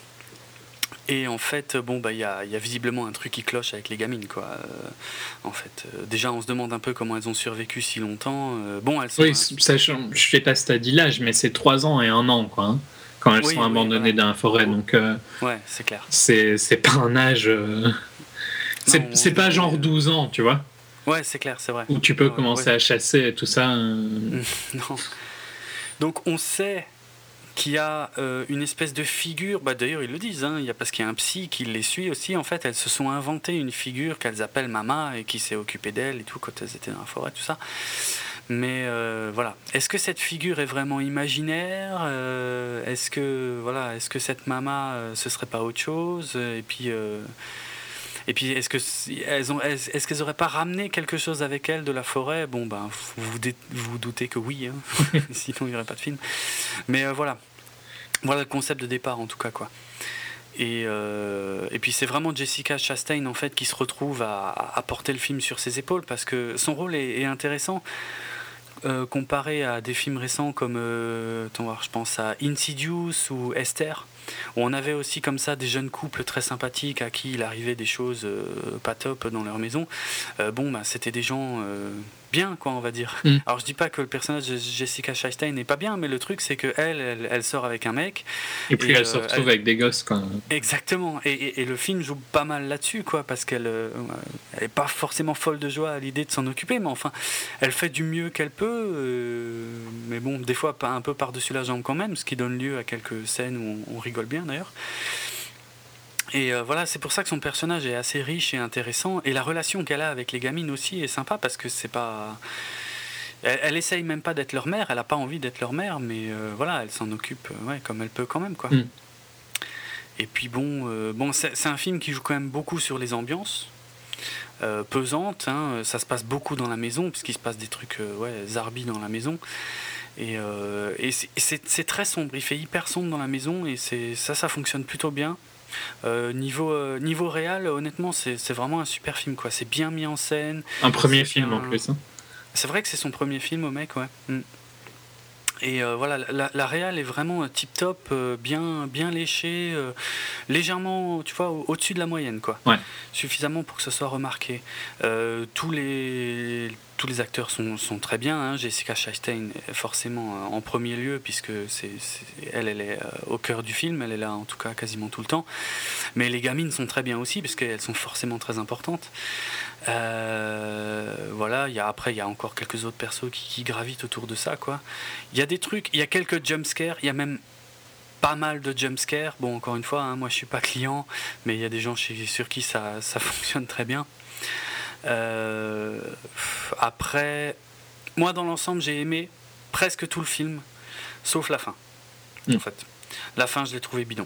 Et en fait, bon, bah, il y a, y a visiblement un truc qui cloche avec les gamines, quoi. Euh, en fait, euh, déjà, on se demande un peu comment elles ont survécu si longtemps. Euh, bon, elles sont. Oui, un... sachant, je sais pas si t'as dit l'âge, mais c'est trois ans et un an, quoi. Hein, quand elles oui, sont abandonnées oui, voilà. dans la forêt, donc. Euh, ouais, c'est clair. C'est, c'est pas un âge. Euh, c'est, non, c'est pas genre douze ans, tu vois. Ouais, c'est clair, c'est vrai. Où tu peux ouais, commencer ouais. à chasser et tout ça. Euh... non. Donc, on sait qui a euh, une espèce de figure, bah d'ailleurs ils le disent, hein, il y a, parce qu'il y a un psy qui les suit aussi, en fait elles se sont inventées une figure qu'elles appellent Mama et qui s'est occupée d'elles et tout quand elles étaient dans la forêt, tout ça. Mais euh, voilà, est-ce que cette figure est vraiment imaginaire euh, Est-ce que voilà, est-ce que cette Mama euh, ce serait pas autre chose Et puis euh, et puis est-ce que elles ont, est-ce qu'elles auraient pas ramené quelque chose avec elles de la forêt Bon ben vous vous, vous doutez que oui, hein. Sinon il n'y aurait pas de film. Mais euh, voilà, voilà le concept de départ en tout cas quoi. Et, euh, et puis c'est vraiment Jessica Chastain en fait qui se retrouve à, à porter le film sur ses épaules parce que son rôle est, est intéressant. Euh, comparé à des films récents comme euh, voir, je pense à Insidious ou Esther, où on avait aussi comme ça des jeunes couples très sympathiques à qui il arrivait des choses euh, pas top dans leur maison. Euh, bon, bah, c'était des gens euh, bien, quoi, on va dire. Mm. Alors je dis pas que le personnage de Jessica Chastain n'est pas bien, mais le truc c'est que elle, elle, elle sort avec un mec. Et puis et, elle euh, se retrouve elle... avec des gosses, quoi. Exactement. Et, et, et le film joue pas mal là-dessus, quoi, parce qu'elle euh, elle est pas forcément folle de joie à l'idée de s'en occuper, mais enfin, elle fait du mieux qu'elle peut. Euh, mais bon, des fois pas un peu par-dessus la jambe quand même, ce qui donne lieu à quelques scènes où on, on rigole bien d'ailleurs. Et euh, voilà, c'est pour ça que son personnage est assez riche et intéressant, et la relation qu'elle a avec les gamines aussi est sympa parce que c'est pas, elle, elle essaye même pas d'être leur mère, elle a pas envie d'être leur mère, mais euh, voilà, elle s'en occupe, ouais, comme elle peut quand même quoi. Mm. Et puis bon, euh, bon, c'est, c'est un film qui joue quand même beaucoup sur les ambiances. Euh, pesante, hein, ça se passe beaucoup dans la maison puisqu'il se passe des trucs euh, ouais, zarbi dans la maison et, euh, et, c'est, et c'est, c'est très sombre, il fait hyper sombre dans la maison et c'est, ça ça fonctionne plutôt bien. Euh, niveau, euh, niveau réal, honnêtement c'est, c'est vraiment un super film quoi. C'est bien mis en scène, un premier film bien... en plus hein. C'est vrai que c'est son premier film au mec, ouais. Mm. Et euh, voilà, la, la réal est vraiment tip top, euh, bien, bien léchée, euh, légèrement, tu vois, au, au-dessus de la moyenne, quoi. Ouais. Suffisamment pour que ce soit remarqué. Euh, tous les tous les acteurs sont, sont très bien. Hein. Jessica Chastain forcément en premier lieu puisque c'est, c'est elle, elle est au cœur du film. Elle est là en tout cas quasiment tout le temps. Mais les gamines sont très bien aussi parce qu'elles sont forcément très importantes. Euh, voilà, y a, après il y a encore quelques autres persos qui, qui gravitent autour de ça quoi. Il y a des trucs, il y a quelques jumpscares, il y a même pas mal de jumpscares. Bon encore une fois, hein, moi je suis pas client, mais il y a des gens chez, sur qui ça, ça fonctionne très bien. Euh, après, moi dans l'ensemble j'ai aimé presque tout le film, sauf la fin. Mmh. En fait, la fin je l'ai trouvé bidon.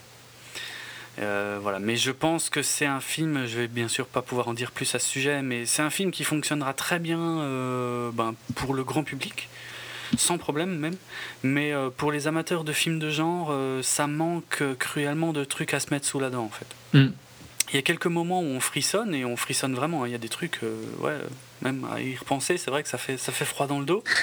Euh, voilà, mais je pense que c'est un film, je vais bien sûr pas pouvoir en dire plus à ce sujet, mais c'est un film qui fonctionnera très bien euh, ben, pour le grand public, sans problème même, mais euh, pour les amateurs de films de genre, euh, ça manque cruellement de trucs à se mettre sous la dent en fait. Mm. Il y a quelques moments où on frissonne, et on frissonne vraiment, il y a des trucs, euh, ouais, même à y repenser, c'est vrai que ça fait, ça fait froid dans le dos.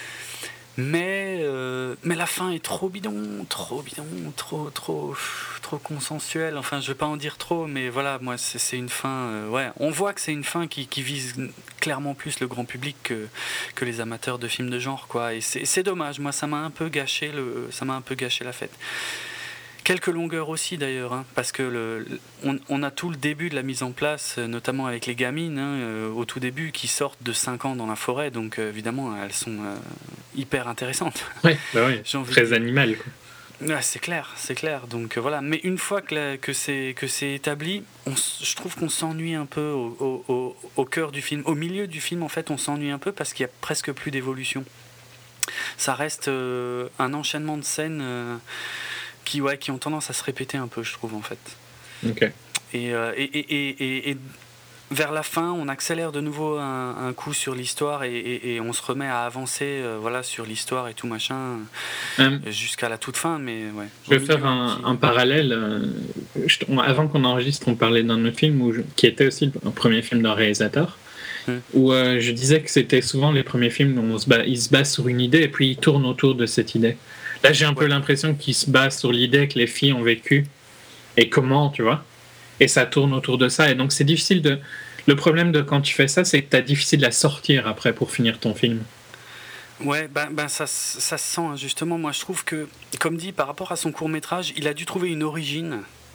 Mais, euh, mais la fin est trop bidon, trop bidon, trop, trop, trop consensuelle. Enfin, je vais pas en dire trop, mais voilà, moi, c'est, c'est une fin. Euh, ouais, on voit que c'est une fin qui, qui vise clairement plus le grand public que, que les amateurs de films de genre, quoi. Et c'est, c'est dommage. Moi, ça m'a un peu gâché le, ça m'a un peu gâché la fête. Quelques longueurs aussi d'ailleurs, hein, parce que le, on, on a tout le début de la mise en place, notamment avec les gamines, hein, euh, au tout début, qui sortent de cinq ans dans la forêt, donc euh, évidemment elles sont euh, hyper intéressantes. Oui, bah oui, très de... animales. Quoi. Ouais, c'est clair, c'est clair. Donc euh, voilà. Mais une fois que, la, que, c'est, que c'est établi, on, je trouve qu'on s'ennuie un peu au, au, au, au cœur du film. Au milieu du film, en fait, on s'ennuie un peu parce qu'il n'y a presque plus d'évolution. Ça reste euh, un enchaînement de scènes... Euh, Qui, ouais, qui ont tendance à se répéter un peu, je trouve, en fait. Okay. Et, euh, et, et, et, et vers la fin, on accélère de nouveau un, un coup sur l'histoire et, et, et on se remet à avancer euh, voilà, sur l'histoire et tout machin, euh, jusqu'à la toute fin. Mais, ouais, je vais faire un, petit... un parallèle. Euh, je, on, avant qu'on enregistre, on parlait d'un autre film où je, qui était aussi le premier film d'un réalisateur. Hum. Où euh, je disais que c'était souvent les premiers films où on se bat, ils se basent sur une idée et puis ils tournent autour de cette idée. Là, j'ai un peu ouais. l'impression qu'ils se basent sur l'idée que les filles ont vécu et comment, tu vois. Et ça tourne autour de ça. Et donc, c'est difficile de... Le problème de quand tu fais ça, c'est que t'as difficile à sortir après pour finir ton film. Ouais, ben, ben ça, ça se sent, justement. Moi, je trouve que, comme dit, par rapport à son court-métrage, il a dû trouver une origine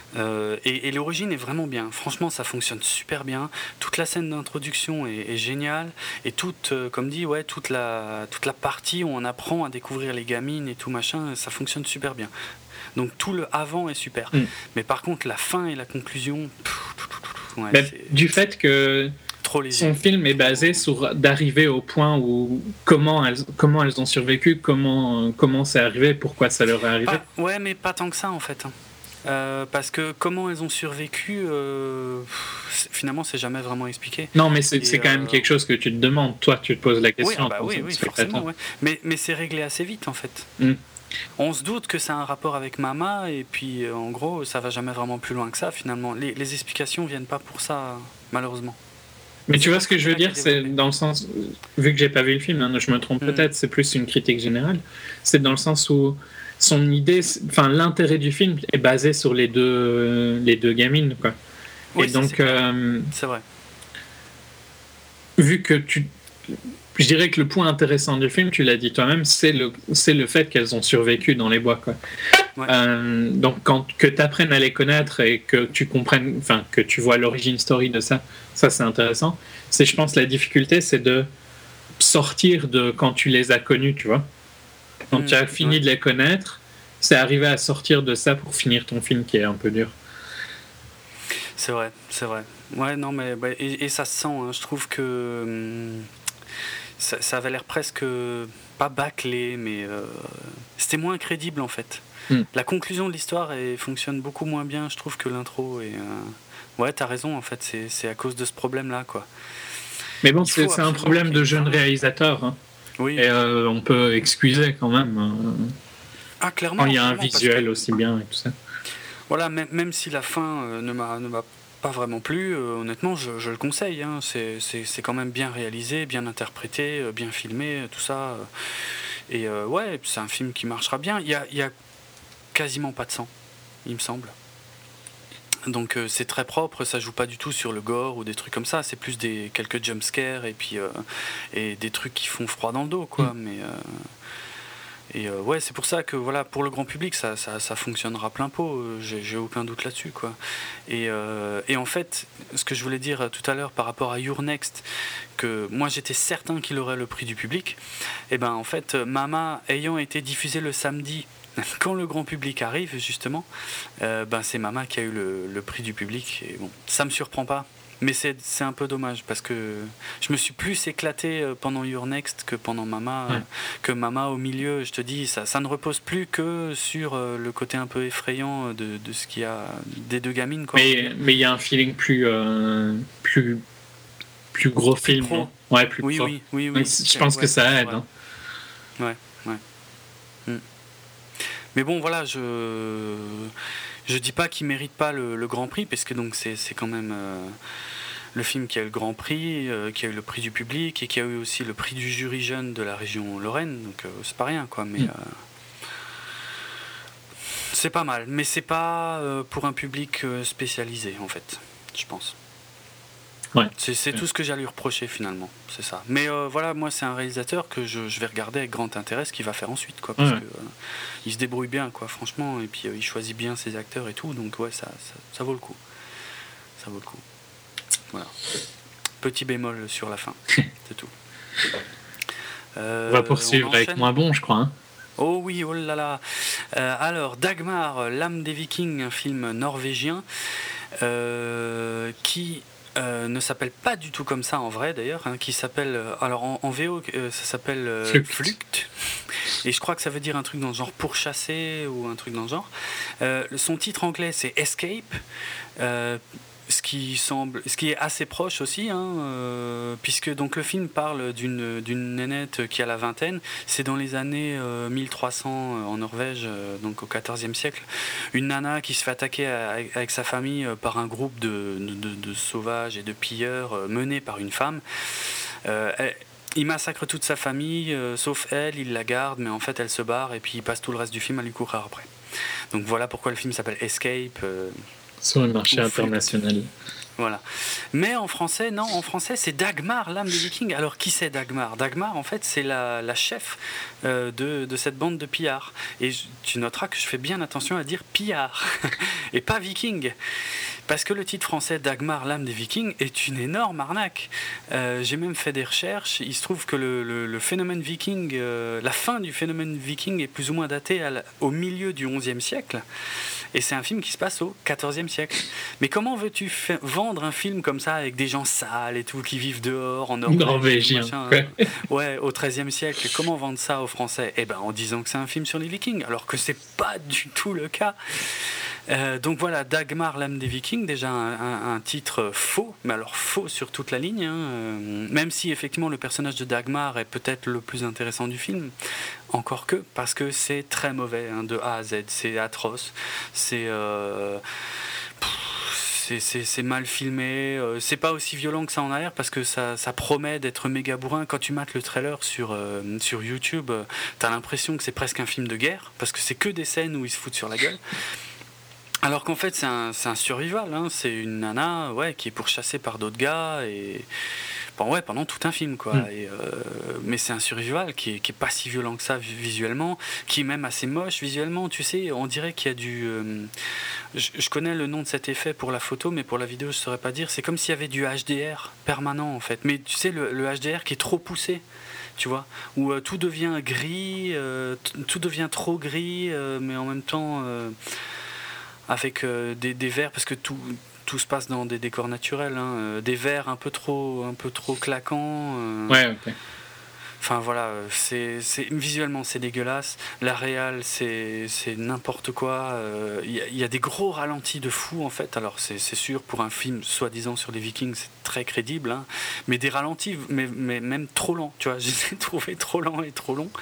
Euh, et, et l'origine est vraiment bien. Franchement, ça fonctionne super bien. Toute la scène d'introduction est, est géniale. Et toute, euh, comme dit, ouais, toute la, toute la partie où on apprend à découvrir les gamines et tout machin, ça fonctionne super bien. Donc tout le avant est super. Mm. Mais par contre, la fin et la conclusion... Pff, pff, pff, ouais, c'est... Du fait que son film est basé sur d'arriver au point où comment elles, comment elles ont survécu, comment, comment c'est arrivé, pourquoi ça leur est arrivé. Pas, ouais, mais pas tant que ça en fait. Euh, parce que comment elles ont survécu, euh, finalement, c'est jamais vraiment expliqué. Non, mais c'est, c'est quand euh... même quelque chose que tu te demandes. Toi, tu te poses la question. Oui, ah bah oui, oui forcément. Ouais. Mais, mais c'est réglé assez vite, en fait. Mm. On se doute que ça a un rapport avec Mama, et puis, euh, en gros, ça va jamais vraiment plus loin que ça, finalement. Les, les explications viennent pas pour ça, malheureusement. Mais c'est tu vois ce que je veux dire, c'est dans le sens, vu que j'ai pas vu le film, hein, je me trompe mm. peut-être, c'est plus une critique générale. C'est dans le sens où son idée, enfin l'intérêt du film est basé sur les deux, les deux gamines, quoi. Oui, et donc, c'est, euh, c'est vrai. Vu que tu, je dirais que le point intéressant du film, tu l'as dit toi-même, c'est le, c'est le fait qu'elles ont survécu dans les bois, quoi. Ouais. Euh, donc quand que tu apprennes à les connaître et que tu comprennes, enfin que tu vois l'origine story de ça, ça c'est intéressant. C'est, je pense, la difficulté, c'est de sortir de quand tu les as connus, tu vois. Quand mmh, tu as fini ouais. de les connaître, c'est arriver à sortir de ça pour finir ton film qui est un peu dur. C'est vrai, c'est vrai. Ouais, non, mais bah, et, et ça se sent. Hein, je trouve que hum, ça, ça avait l'air presque pas bâclé, mais euh, c'était moins crédible en fait. Mm. La conclusion de l'histoire elle, fonctionne beaucoup moins bien, je trouve, que l'intro. Et euh, ouais, t'as raison. En fait, c'est, c'est à cause de ce problème-là, quoi. Mais bon, c'est, c'est un problème de jeune réalisateur. Hein. Oui. Et euh, on peut excuser quand même. Euh, ah, clairement. Quand il y a un visuel que, aussi bien et tout ça. Voilà, même, même si la fin euh, ne m'a, ne m'a pas vraiment plu, euh, honnêtement, je, je le conseille. Hein. C'est, c'est, c'est quand même bien réalisé, bien interprété, euh, bien filmé, tout ça. Euh, et euh, ouais, c'est un film qui marchera bien. Il y a, il y a quasiment pas de sang, il me semble. Donc euh, c'est très propre, ça joue pas du tout sur le gore ou des trucs comme ça. C'est plus des quelques jumpscares et puis euh, et des trucs qui font froid dans le dos, quoi. Mm. Mais euh, et euh, ouais, c'est pour ça que voilà, pour le grand public, ça, ça, ça fonctionnera plein pot. J'ai, j'ai aucun doute là-dessus, quoi. Et, euh, et en fait, ce que je voulais dire tout à l'heure par rapport à Your Next, que moi j'étais certain qu'il aurait le prix du public. Et ben en fait, Mama ayant été diffusé le samedi. Quand le grand public arrive, justement, euh, ben c'est Mama qui a eu le, le prix du public. Et bon, ça me surprend pas, mais c'est, c'est un peu dommage parce que je me suis plus éclaté pendant Your Next que pendant Mama. Ouais. Que Mama au milieu, je te dis, ça, ça ne repose plus que sur le côté un peu effrayant de, de ce qu'il y a des deux gamines, quoi. Mais mais il y a un feeling plus euh, plus plus gros plus film, pro. Ouais, plus oui, pro. oui, oui, oui. Je pense ouais, que ça aide. Hein. Ouais, ouais. Hmm. Mais bon, voilà, je je dis pas qu'il mérite pas le, le Grand Prix, parce que donc c'est c'est quand même euh, le film qui a eu le Grand Prix, euh, qui a eu le prix du public et qui a eu aussi le prix du jury jeune de la région Lorraine, donc euh, c'est pas rien, quoi. Mais mm. euh, c'est pas mal, mais c'est pas euh, pour un public euh, spécialisé, en fait, je pense. Ouais. C'est, c'est tout ce que j'ai à lui reprocher, finalement, c'est ça. Mais euh, voilà, moi c'est un réalisateur que je, je vais regarder avec grand intérêt ce qu'il va faire ensuite, quoi, parce ouais. que euh, il se débrouille bien, quoi, franchement, et puis euh, il choisit bien ses acteurs et tout, donc ouais, ça, ça, ça vaut le coup. Ça vaut le coup. Voilà. Petit bémol sur la fin, c'est tout. Euh, on va poursuivre on avec moins bon, je crois. Hein. Oh oui, oh là là. Euh, alors, Dagmar, l'âme des Vikings, un film norvégien euh, qui euh, ne s'appelle pas du tout comme ça en vrai d'ailleurs, hein, qui s'appelle, alors en, en V O, euh, ça s'appelle euh, Flucht. Flucht. Et je crois que ça veut dire un truc dans le genre pourchasser ou un truc dans le genre. Euh, son titre anglais c'est Escape. Euh, Ce qui semble, ce qui est assez proche aussi, hein, euh, puisque donc le film parle d'une d'une nénette qui a la vingtaine. C'est dans les années euh, mille trois cents euh, en Norvège, euh, donc au quatorzième siècle. Une nana qui se fait attaquer à, avec sa famille euh, par un groupe de, de, de sauvages et de pilleurs euh, menés par une femme. Euh, elle, il massacre toute sa famille, euh, sauf elle. Il la garde, mais en fait elle se barre et puis il passe tout le reste du film à lui courir après. Donc voilà pourquoi le film s'appelle Escape. Euh, Sur le marché international. Voilà. Mais en français, non, en français, c'est Dagmar, l'âme des Vikings. Alors, qui c'est Dagmar ? Dagmar, en fait, c'est la, la chef euh, de, de cette bande de pillards. Et je, tu noteras que je fais bien attention à dire pillards et pas viking. Parce que le titre français Dagmar, l'âme des Vikings est une énorme arnaque. Euh, j'ai même fait des recherches. Il se trouve que le, le, le phénomène viking, euh, la fin du phénomène viking est plus ou moins datée à la, au milieu du onzième siècle. Et c'est un film qui se passe au quatorzième siècle. Mais comment veux-tu fa- vendre un film comme ça avec des gens sales et tout qui vivent dehors en Norvège, Norvégien. Machin, ouais. ouais, au treizième siècle. Comment vendre ça aux Français ? Eh ben en disant que c'est un film sur les Vikings, alors que c'est pas du tout le cas. Euh, donc voilà, Dagmar, l'âme des Vikings, déjà un, un, un titre faux, mais alors faux sur toute la ligne, hein, euh, même si effectivement le personnage de Dagmar est peut-être le plus intéressant du film, encore que, parce que c'est très mauvais, hein, de A à Z, c'est atroce, c'est... Euh, C'est, c'est, c'est mal filmé, euh, c'est pas aussi violent que ça en a l'air parce que ça, ça promet d'être méga bourrin. Quand tu mates le trailer sur, euh, sur YouTube, euh, t'as l'impression que c'est presque un film de guerre parce que c'est que des scènes où ils se foutent sur la gueule. Alors qu'en fait c'est un, c'est un survival, hein. C'est une nana ouais, qui est pourchassée par d'autres gars et bon, ouais, pendant tout un film quoi. Mm. Et, euh, mais c'est un survival qui est, qui est pas si violent que ça visuellement, qui est même assez moche visuellement, tu sais, on dirait qu'il y a du... Euh, je, je connais le nom de cet effet pour la photo, mais pour la vidéo je saurais pas dire, c'est comme s'il y avait du H D R permanent en fait, mais tu sais le, le H D R qui est trop poussé. Tu vois, où euh, tout devient gris, euh, t- tout devient trop gris, euh, mais en même temps... Euh, avec euh, des, des verres, parce que tout, tout se passe dans des décors naturels, hein, euh, des verres un peu trop, un peu trop claquants. Euh, ouais, ok. Enfin voilà, c'est, c'est, visuellement c'est dégueulasse. La réal, c'est, c'est n'importe quoi. Il euh, y, y a des gros ralentis de fou en fait. Alors c'est, c'est sûr, pour un film soi-disant sur les Vikings, c'est très crédible, hein, mais des ralentis, mais, mais même trop lents. Tu vois, je les ai trouvés trop lents et trop longs.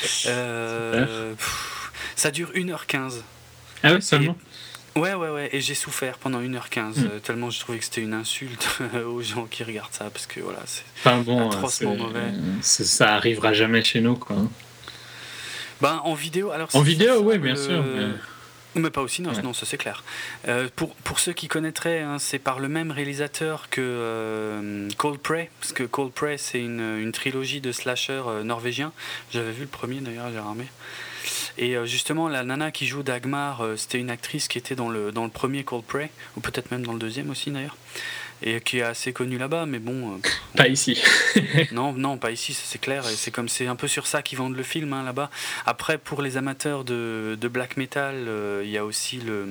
Euh, pff, ça dure une heure quinze. Ah ouais, seulement. Et, Ouais, ouais, ouais, et j'ai souffert pendant une heure quinze, mmh. euh, tellement je trouvais que c'était une insulte aux gens qui regardent ça, parce que voilà, c'est enfin bon, atrocement c'est, mauvais. C'est, ça arrivera jamais chez nous, quoi. Ben, en vidéo, alors... En vidéo, oui, bien le... sûr. Mais... mais pas au cinéma, ouais. Non, ça c'est clair. Euh, pour, pour ceux qui connaîtraient, hein, c'est par le même réalisateur que euh, Cold Prey, parce que Cold Prey, c'est une, une trilogie de slasher euh, norvégiens. J'avais vu le premier, d'ailleurs, j'ai ramé. Et justement, la nana qui joue Dagmar, c'était une actrice qui était dans le, dans le premier Cold Prey, ou peut-être même dans le deuxième aussi d'ailleurs, et qui est assez connue là-bas, mais bon... Pff, pas bon. ici. non, non, pas ici, ça, c'est clair, et c'est comme c'est un peu sur ça qu'ils vendent le film, hein, là-bas. Après, pour les amateurs de, de black metal, il euh, y a aussi le...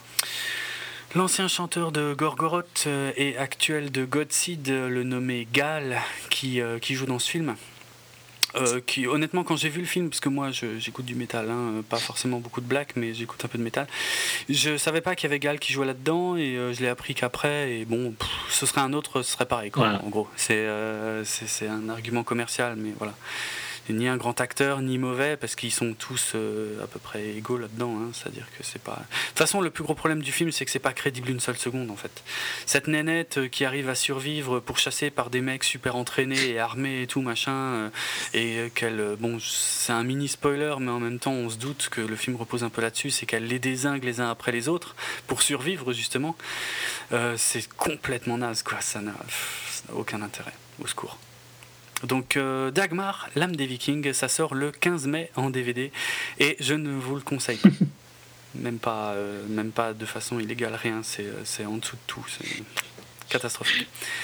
L'ancien chanteur de Gorgoroth euh, et actuel de Godseed, le nommé Gal, qui, euh, qui joue dans ce film. Euh, qui, honnêtement, quand j'ai vu le film, parce que moi je, j'écoute du métal, hein, pas forcément beaucoup de black, mais j'écoute un peu de métal, je savais pas qu'il y avait Gal qui jouait là-dedans et euh, je l'ai appris qu'après. Et bon, pff, ce serait un autre, ce serait pareil, quoi, voilà. En gros. C'est, euh, c'est, c'est un argument commercial, mais voilà. Ni un grand acteur, ni mauvais, parce qu'ils sont tous euh, à peu près égaux là-dedans. Hein, c'est-à-dire que c'est pas. De toute façon, le plus gros problème du film, c'est que c'est pas crédible une seule seconde, en fait. Cette nénette euh, qui arrive à survivre pourchassée par des mecs super entraînés et armés et tout machin, euh, et euh, qu'elle, euh, bon, c'est un mini spoiler, mais en même temps, on se doute que le film repose un peu là-dessus, c'est qu'elle les dézingue les uns après les autres pour survivre justement. Euh, c'est complètement naze, quoi. Ça n'a, ça n'a aucun intérêt. Au secours. Donc euh, Dagmar, l'âme des Vikings, ça sort le quinze mai en D V D et je ne vous le conseille pas. même pas, euh, même pas de façon illégale, rien. C'est, c'est en dessous de tout. C'est catastrophique.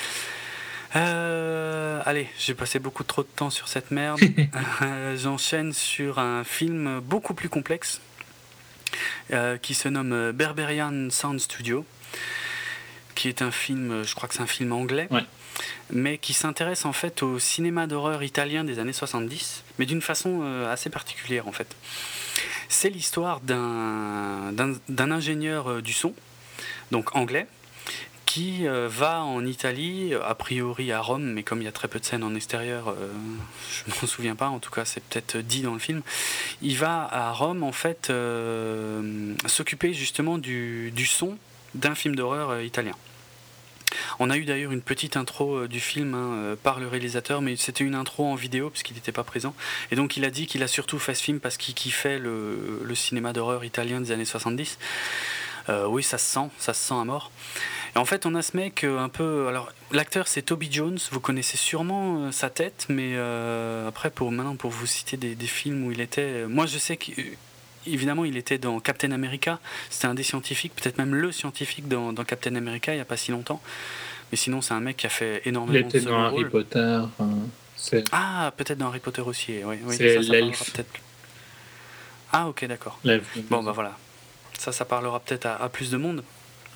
Euh, allez, j'ai passé beaucoup trop de temps sur cette merde. euh, j'enchaîne sur un film beaucoup plus complexe euh, qui se nomme Berberian Sound Studio, qui est un film, je crois que c'est un film anglais. Ouais. Mais qui s'intéresse en fait au cinéma d'horreur italien des années soixante-dix, mais d'une façon euh, assez particulière en fait. C'est l'histoire d'un, d'un, d'un ingénieur euh, du son, donc anglais, qui euh, va en Italie, a priori à Rome, mais comme il y a très peu de scènes en extérieur, euh, je ne m'en souviens pas, en tout cas c'est peut-être dit dans le film, il va à Rome en fait euh, s'occuper justement du, du son d'un film d'horreur euh, italien. On a eu d'ailleurs une petite intro euh, du film hein, euh, par le réalisateur, mais c'était une intro en vidéo puisqu'il n'était pas présent. Et donc il a dit qu'il a surtout fait ce film parce qu'il kiffait le, le cinéma d'horreur italien des années soixante-dix. Euh, oui, ça se sent, ça se sent à mort. Et en fait, on a ce mec euh, un peu. Alors, l'acteur, c'est Toby Jones. Vous connaissez sûrement euh, sa tête, mais euh, après, pour maintenant, pour vous citer des, des films où il était. Euh, moi, je sais qu'évidemment, il était dans Captain America. C'était un des scientifiques, peut-être même le scientifique dans, dans Captain America, il n'y a pas si longtemps. Mais sinon, c'est un mec qui a fait énormément il était de dans Harry rôles. Potter. Enfin, c'est... Ah, peut-être dans Harry Potter aussi. Oui, oui, c'est ça, ça l'elfe. peut-être. Ah, ok, d'accord. L'elfe. Bon, bah voilà. Ça, ça parlera peut-être à, à plus de monde.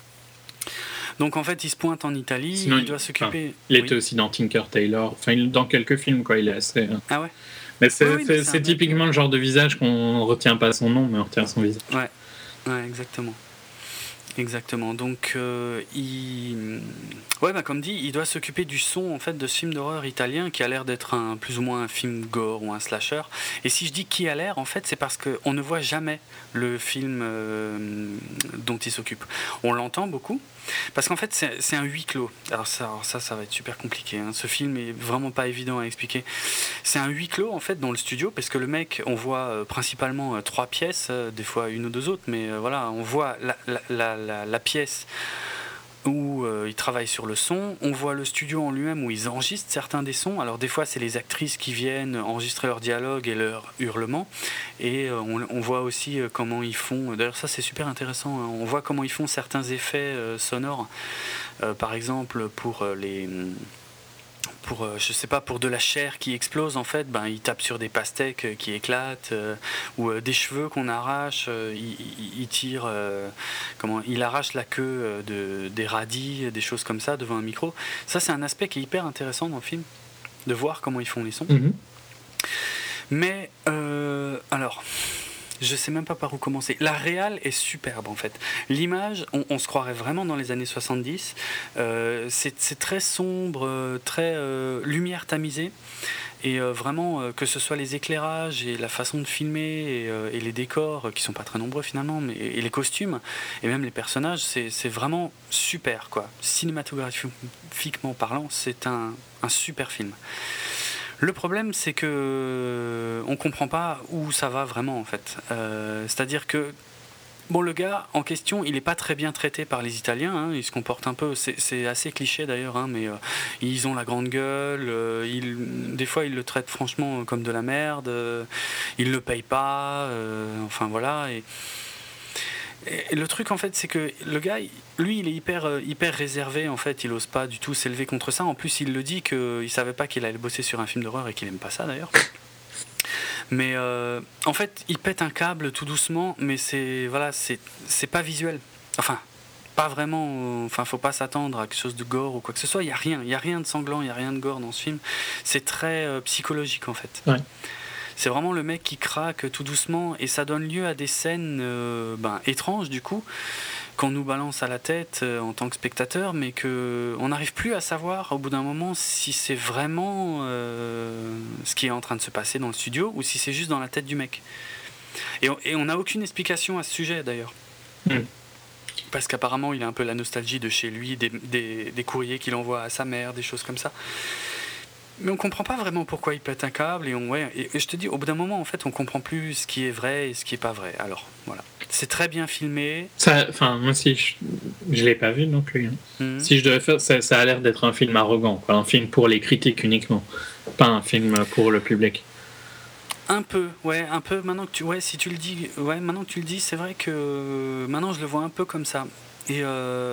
Donc en fait, il se pointe en Italie, Sinon, il doit s'occuper. Enfin, il était oui. aussi dans Tinker Tailor. Enfin, il, dans quelques films, quoi. Il est assez. Ah ouais. Mais c'est, oui, oui, c'est, mais c'est, c'est typiquement mec... le genre de visage qu'on retient pas son nom, mais on retient son visage. Ouais, ouais, exactement. Exactement. Donc, euh, il... ouais, bah, comme dit, il doit s'occuper du son en fait de ce film d'horreur italien qui a l'air d'être un plus ou moins un film gore ou un slasher. Et si je dis qui a l'air, en fait, c'est parce que on ne voit jamais le film euh, dont il s'occupe. On l'entend beaucoup. Parce qu'en fait, c'est, c'est un huis clos. Alors ça, alors ça, ça va être super compliqué. Hein. Ce film est vraiment pas évident à expliquer. C'est un huis clos en fait dans le studio, parce que le mec, on voit euh, principalement euh, trois pièces, euh, des fois une ou deux autres, mais euh, voilà, on voit la, la, la, la, la pièce où euh, ils travaillent sur le son, on voit le studio en lui-même où ils enregistrent certains des sons. Alors des fois c'est les actrices qui viennent enregistrer leurs dialogues et leurs hurlements, et euh, on, on voit aussi euh, comment ils font, d'ailleurs ça c'est super intéressant, hein. On voit comment ils font certains effets euh, sonores, euh, par exemple pour euh, les... pour euh, je sais pas, pour de la chair qui explose en fait, ben il tape sur des pastèques euh, qui éclatent, euh, ou euh, des cheveux qu'on arrache, euh, il, il, il tire euh, comment il arrache la queue euh, de des radis, des choses comme ça devant un micro. Ça c'est un aspect qui est hyper intéressant dans le film, de voir comment ils font les sons. Mm-hmm. Mais euh, alors je sais même pas par où commencer. La réal est superbe en fait. L'image, on, on se croirait vraiment dans les années soixante-dix. Euh, c'est, c'est très sombre, très euh, lumière tamisée. Et euh, vraiment, euh, que ce soit les éclairages et la façon de filmer et, euh, et les décors, euh, qui sont pas très nombreux finalement, mais, et les costumes, et même les personnages, c'est, c'est vraiment super, quoi. Cinématographiquement parlant, c'est un, un super film. Le problème, c'est que on comprend pas où ça va vraiment en fait. Euh, c'est-à-dire que bon, le gars en question, il est pas très bien traité par les Italiens. Hein, il se comporte un peu, c'est, c'est assez cliché d'ailleurs, hein, mais euh, ils ont la grande gueule. Euh, ils, des fois, ils le traitent franchement comme de la merde. Euh, ils le payent pas. Euh, enfin voilà. Et, Et le truc en fait, c'est que le gars, lui, il est hyper, hyper réservé en fait. Il ose pas du tout s'élever contre ça. En plus, il le dit qu'il savait pas qu'il allait bosser sur un film d'horreur et qu'il aime pas ça d'ailleurs. Mais euh, en fait, il pète un câble tout doucement, mais c'est voilà, c'est c'est pas visuel. Enfin, pas vraiment. Enfin, faut pas s'attendre à quelque chose de gore ou quoi que ce soit. Il y a rien, il y a rien de sanglant, il y a rien de gore dans ce film. C'est très euh, psychologique en fait. Ouais. C'est vraiment le mec qui craque tout doucement, et ça donne lieu à des scènes euh, ben, étranges du coup, qu'on nous balance à la tête euh, en tant que spectateur, mais qu'on n'arrive plus à savoir au bout d'un moment si c'est vraiment euh, ce qui est en train de se passer dans le studio ou si c'est juste dans la tête du mec. Et on n'a aucune explication à ce sujet d'ailleurs. Mm. Parce qu'apparemment il a un peu la nostalgie de chez lui, des, des, des courriers qu'il envoie à sa mère, des choses comme ça. Mais on comprend pas vraiment pourquoi il pète un câble, et, on, ouais, et, et je te dis, au bout d'un moment, en fait, on comprend plus ce qui est vrai et ce qui est pas vrai. Alors, voilà. C'est très bien filmé. Ça, enfin, moi, si je, je l'ai pas vu non plus. Hein. Mm-hmm. Si je devais faire, ça, ça a l'air d'être un film arrogant, quoi. Un film pour les critiques uniquement, pas un film pour le public. Un peu, ouais, un peu. Maintenant que tu, ouais, si tu le dis, ouais, maintenant que tu le dis, c'est vrai que maintenant je le vois un peu comme ça. Et euh,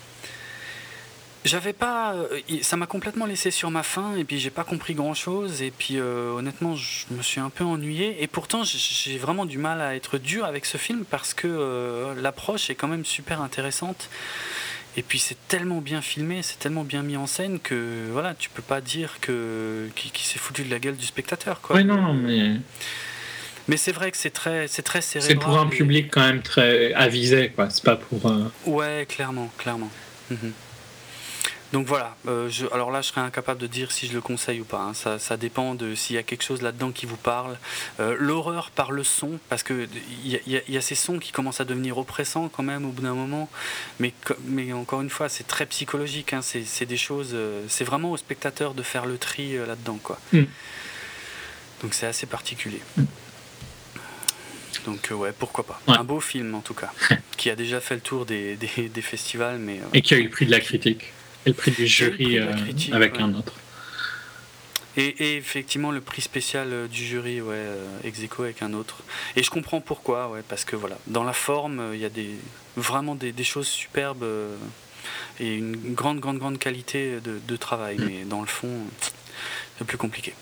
J'avais pas, ça m'a complètement laissé sur ma faim, et puis j'ai pas compris grand chose, et puis euh, honnêtement je me suis un peu ennuyé, et pourtant j'ai vraiment du mal à être dur avec ce film parce que euh, l'approche est quand même super intéressante, et puis c'est tellement bien filmé, c'est tellement bien mis en scène que voilà, tu peux pas dire que qu'il, qu'il s'est foutu de la gueule du spectateur, quoi. Oui, non, mais mais c'est vrai que c'est très c'est très cérébral. C'est pour un et... public quand même très avisé, quoi. C'est pas pour. Euh... Ouais, clairement, clairement. Mm-hmm. Donc voilà, euh, je, alors là je serais incapable de dire si je le conseille ou pas, hein. ça, ça dépend de s'il y a quelque chose là-dedans qui vous parle. Euh, l'horreur par le son, parce qu'il y, y, y a ces sons qui commencent à devenir oppressants quand même au bout d'un moment, mais, mais encore une fois c'est très psychologique, hein. c'est, c'est des choses, euh, c'est vraiment au spectateur de faire le tri euh, là-dedans, quoi. Mm. Donc c'est assez particulier. Mm. Donc euh, ouais, pourquoi pas. Ouais. Un beau film en tout cas, qui a déjà fait le tour des, des, des festivals. Mais, euh, et qui a eu le prix de la critique, et le prix du jury prix critique, euh, avec ouais. un autre. Et, et effectivement, le prix spécial du jury, ouais, euh, ex aequo avec un autre. Et je comprends pourquoi, ouais, parce que voilà, dans la forme, il y a des, vraiment des, des choses superbes euh, et une grande, grande, grande qualité de, de travail. Mm. Mais dans le fond, c'est plus compliqué.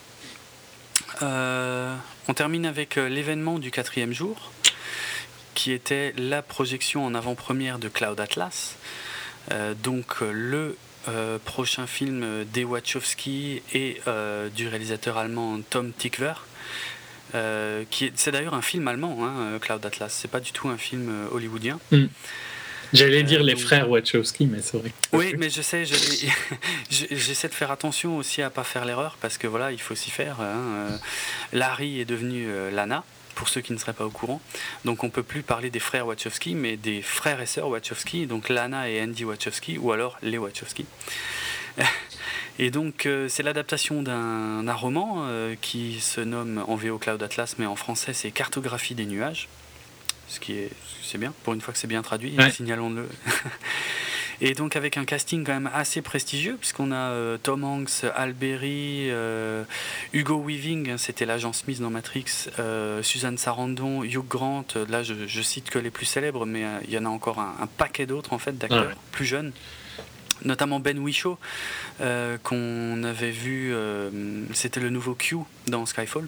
Euh, on termine avec l'événement du quatrième jour, qui était la projection en avant-première de Cloud Atlas. Euh, donc le Euh, prochain film des Wachowski et euh, du réalisateur allemand Tom Tykwer, euh, qui est, c'est d'ailleurs un film allemand, hein, Cloud Atlas, c'est pas du tout un film hollywoodien. Mm. J'allais euh, dire les donc... frères Wachowski, mais c'est vrai. Oui, mais je sais, je, j'essaie de faire attention aussi à pas faire l'erreur, parce que voilà, il faut s'y faire. Hein. Larry est devenu euh, Lana, pour ceux qui ne seraient pas au courant. Donc on ne peut plus parler des frères Wachowski, mais des frères et sœurs Wachowski, donc Lana et Andy Wachowski, ou alors les Wachowski. Et donc euh, c'est l'adaptation d'un, d'un roman euh, qui se nomme en V O Cloud Atlas, mais en français c'est Cartographie des nuages, ce qui est c'est bien, pour une fois que c'est bien traduit, ouais. Signalons-le. Et donc avec un casting quand même assez prestigieux, puisqu'on a euh, Tom Hanks, Al Berry, euh, Hugo Weaving, c'était l'agent Smith dans Matrix, euh, Suzanne Sarandon, Hugh Grant, là je, je cite que les plus célèbres, mais il euh, y en a encore un, un paquet d'autres en fait, d'acteurs ouais. plus jeunes. Notamment Ben Whishaw, euh, qu'on avait vu, euh, c'était le nouveau Q dans Skyfall.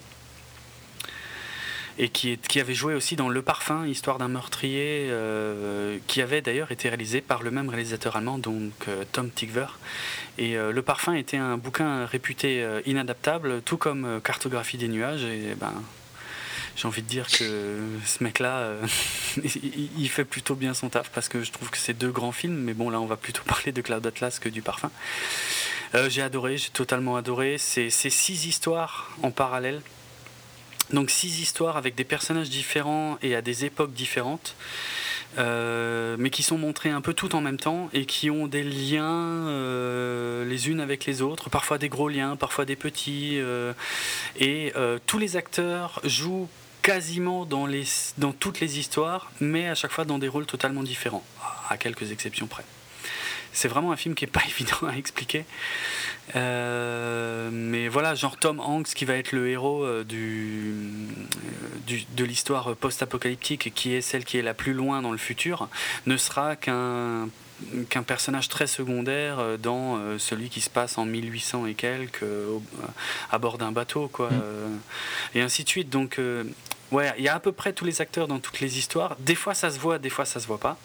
Et qui, est, qui avait joué aussi dans Le Parfum, histoire d'un meurtrier, euh, qui avait d'ailleurs été réalisé par le même réalisateur allemand, donc euh, Tom Tykwer. Et euh, Le Parfum était un bouquin réputé euh, inadaptable, tout comme euh, Cartographie des nuages. Et ben, j'ai envie de dire que ce mec-là, euh, il, il fait plutôt bien son taf, parce que je trouve que c'est deux grands films, mais bon, là, on va plutôt parler de Cloud Atlas que du Parfum. Euh, j'ai adoré, j'ai totalement adoré. C'est, c'est six histoires en parallèle. Donc six histoires avec des personnages différents et à des époques différentes, euh, mais qui sont montrées un peu toutes en même temps et qui ont des liens euh, les unes avec les autres, parfois des gros liens, parfois des petits, euh, et euh, tous les acteurs jouent quasiment dans, les, dans toutes les histoires, mais à chaque fois dans des rôles totalement différents, à quelques exceptions près. C'est vraiment un film qui n'est pas évident à expliquer. Euh, mais voilà, genre Tom Hanks qui va être le héros euh, du, du, de l'histoire post-apocalyptique, qui est celle qui est la plus loin dans le futur, ne sera qu'un, qu'un personnage très secondaire dans euh, celui qui se passe en mille huit cents et quelques, euh, à bord d'un bateau, quoi. Mmh. Euh, et ainsi de suite. Donc, euh, ouais, il y a à peu près tous les acteurs dans toutes les histoires. Des fois ça se voit, des fois ça se voit pas.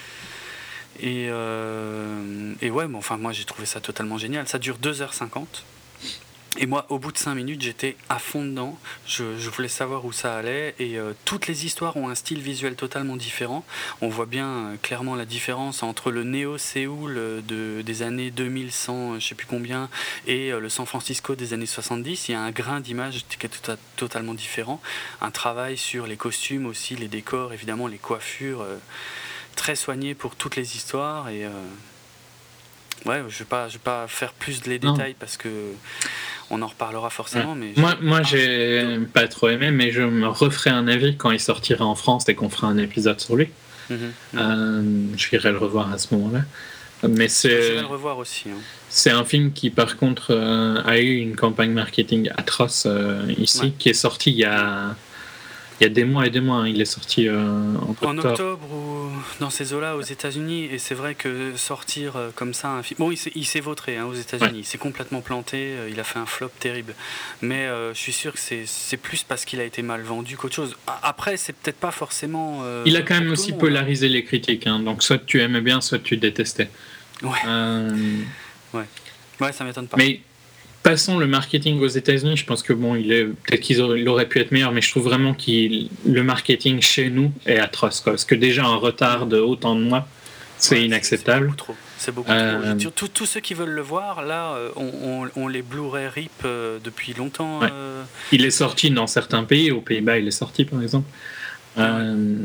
Et, euh, et ouais, bon, enfin, moi j'ai trouvé ça totalement génial. Ça dure deux heures cinquante. Et moi, au bout de cinq minutes, j'étais à fond dedans. Je, je voulais savoir où ça allait. Et euh, toutes les histoires ont un style visuel totalement différent. On voit bien euh, clairement la différence entre le Néo-Séoul de, des années deux mille cent, je sais plus combien, et euh, le San Francisco des années soixante-dix. Il y a un grain d'image qui est tout à, totalement différent. Un travail sur les costumes aussi, les décors, évidemment, les coiffures. Euh, très soigné pour toutes les histoires. Et euh, ouais, je vais pas, je vais pas faire plus de les détails non. Parce que on en reparlera forcément. Ouais. Mais moi, moi, j'ai ah, pas trop aimé, mais je me referai un avis quand il sortira en France et qu'on fera un épisode sur lui. Mm-hmm. Euh, je irai le revoir à ce moment-là. Mais c'est. Je vais le revoir aussi. Hein. C'est un film qui, par contre, euh, a eu une campagne marketing atroce euh, ici, ouais. qui est sorti il y a. Il y a des mois et des mois, hein. Il est sorti euh, en octobre. En octobre ou dans ces eaux-là aux États-Unis, et c'est vrai que sortir euh, comme ça un film. Bon, il s'est, il s'est vautré hein, aux États-Unis, ouais. Il s'est complètement planté, euh, il a fait un flop terrible. Mais euh, je suis sûr que c'est, c'est plus parce qu'il a été mal vendu qu'autre chose. Après, c'est peut-être pas forcément. Euh, il a quand même aussi monde, polarisé hein. Les critiques, hein. Donc soit tu aimais bien, soit tu détestais. Ouais. Euh... Ouais. Ouais, ça m'étonne pas. Mais passons le marketing aux États-Unis, je pense que bon, il est peut-être qu'il aurait, aurait pu être meilleur, mais je trouve vraiment que le marketing chez nous est atroce, quoi. Parce que déjà un retard de autant de mois, c'est ouais, inacceptable. C'est, c'est beaucoup trop. C'est beaucoup euh... trop. Tous, tous ceux qui veulent le voir, là, on, on, on les Blu-ray R I P euh, depuis longtemps. Ouais. Euh... Il est sorti dans certains pays, aux Pays-Bas, il est sorti par exemple. Ouais. Euh...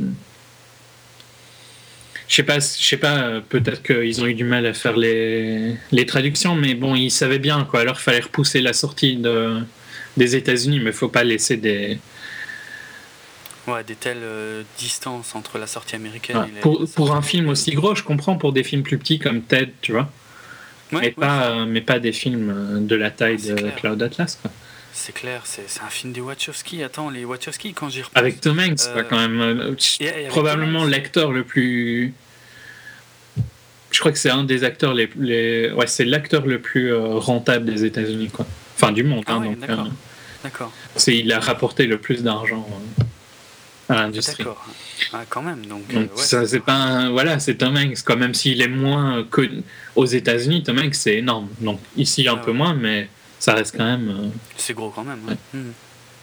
Je sais pas, je sais pas, peut-être qu'ils ont eu du mal à faire les, les traductions, mais bon, ils savaient bien, quoi. Alors il fallait repousser la sortie de, des États-Unis, mais il faut pas laisser des. Ouais, des telles euh, distances entre la sortie américaine Ouais. et la, Pour, la pour un sortie film mondiale. aussi gros, je comprends pour des films plus petits comme Ted, tu vois, Ouais, mais, ouais, pas, euh, mais pas des films euh, de la taille ah, c'est de clair. Cloud Atlas, quoi. C'est clair, c'est, c'est un film des Wachowski. Attends, les Wachowski, quand j'y repense. Avec Tom Hanks, quoi, euh, quand même. euh, et, et avec Tom Probablement Hanks. l'acteur le plus. Je crois que c'est un des acteurs les, les... ouais, c'est l'acteur le plus euh, rentable des États-Unis, quoi. Enfin, du monde, Ah hein, ouais, donc. d'accord. euh, D'accord. c'est, il a rapporté le plus d'argent euh, à l'industrie. D'accord. Ah, quand même. Donc, Donc euh, ouais, ça, c'est pas un... voilà, c'est Tom Hanks, quand même s'il est moins connu aux États-Unis, Tom Hanks c'est énorme. Donc ici un ouais, peu ouais. moins, mais ça reste quand même. euh, C'est gros quand même. Ouais. Ouais. Mhm.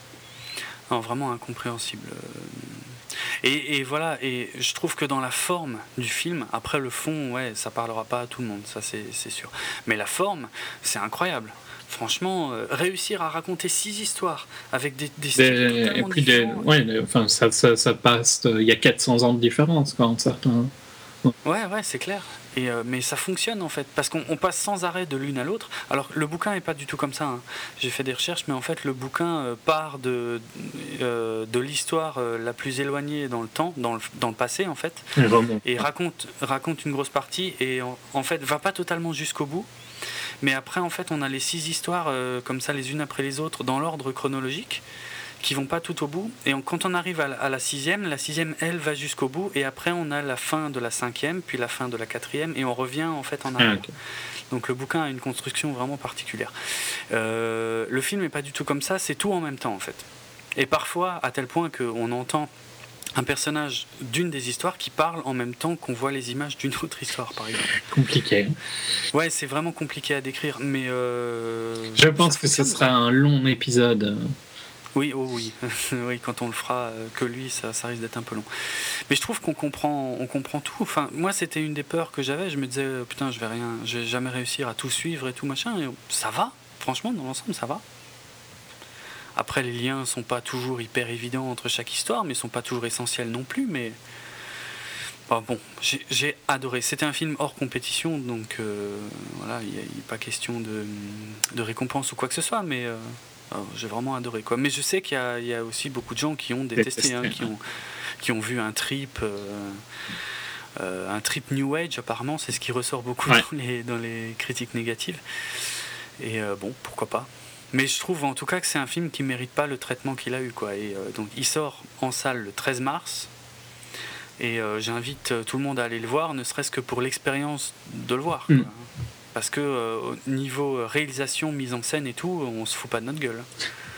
Non, vraiment incompréhensible. Et, et voilà, et je trouve que dans la forme du film, après le fond, ouais, ça parlera pas à tout le monde, ça c'est, c'est sûr. Mais la forme, c'est incroyable. Franchement, euh, réussir à raconter six histoires avec des, des styles Des- et totalement puis des, différents. ouais, des- enfin ça, ça, ça passe. Il y a quatre cents ans de différence quand certains. Ouais, ouais, c'est clair. Et euh, mais ça fonctionne en fait, parce qu'on on passe sans arrêt de l'une à l'autre. Alors le bouquin est pas du tout comme ça, hein. J'ai fait des recherches, mais en fait le bouquin euh, part de, euh, de l'histoire euh, la plus éloignée dans le temps, dans le, dans le passé en fait, Vraiment. et raconte, raconte une grosse partie, et en, en fait va pas totalement jusqu'au bout. Mais après en fait on a les six histoires euh, comme ça les unes après les autres dans l'ordre chronologique, qui vont pas tout au bout. Et on, quand on arrive à la, à la sixième, la sixième, elle, va jusqu'au bout. Et après, on a la fin de la cinquième, puis la fin de la quatrième, et on revient en fait en arrière. Ah, okay. Donc le bouquin a une construction vraiment particulière. Euh, le film n'est pas du tout comme ça, c'est tout en même temps en fait. Et parfois, à tel point qu'on entend un personnage d'une des histoires qui parle en même temps qu'on voit les images d'une autre histoire, par exemple. Compliqué. Ouais, c'est vraiment compliqué à décrire, mais... Euh, Je pense que ce sera un long épisode. Oui, oh oui, oui, quand on le fera euh, que lui, ça, ça risque d'être un peu long. Mais je trouve qu'on comprend, on comprend tout. Enfin, moi, c'était une des peurs que j'avais. Je me disais, euh, putain, je vais rien, je vais jamais réussir à tout suivre et tout machin. Et ça va, franchement, dans l'ensemble, ça va. Après, les liens sont pas toujours hyper évidents entre chaque histoire, mais sont pas toujours essentiels non plus. Mais enfin, bon, j'ai, j'ai adoré. C'était un film hors compétition, donc euh, voilà, il n'y a, a pas question de, de récompense ou quoi que ce soit, mais euh, oh, j'ai vraiment adoré, quoi. Mais je sais qu'il y a, il y a aussi beaucoup de gens qui ont détesté, hein, qui ont, qui ont vu un trip. Euh, euh, un trip New Age, apparemment, c'est ce qui ressort beaucoup ouais. dans, les, dans les critiques négatives. Et euh, bon, pourquoi pas. Mais je trouve en tout cas que c'est un film qui ne mérite pas le traitement qu'il a eu, quoi. Et euh, donc il sort en salle le treize mars. Et euh, j'invite tout le monde à aller le voir, ne serait-ce que pour l'expérience de le voir, quoi. Mm. Parce que euh, au niveau réalisation, mise en scène et tout, on se fout pas de notre gueule.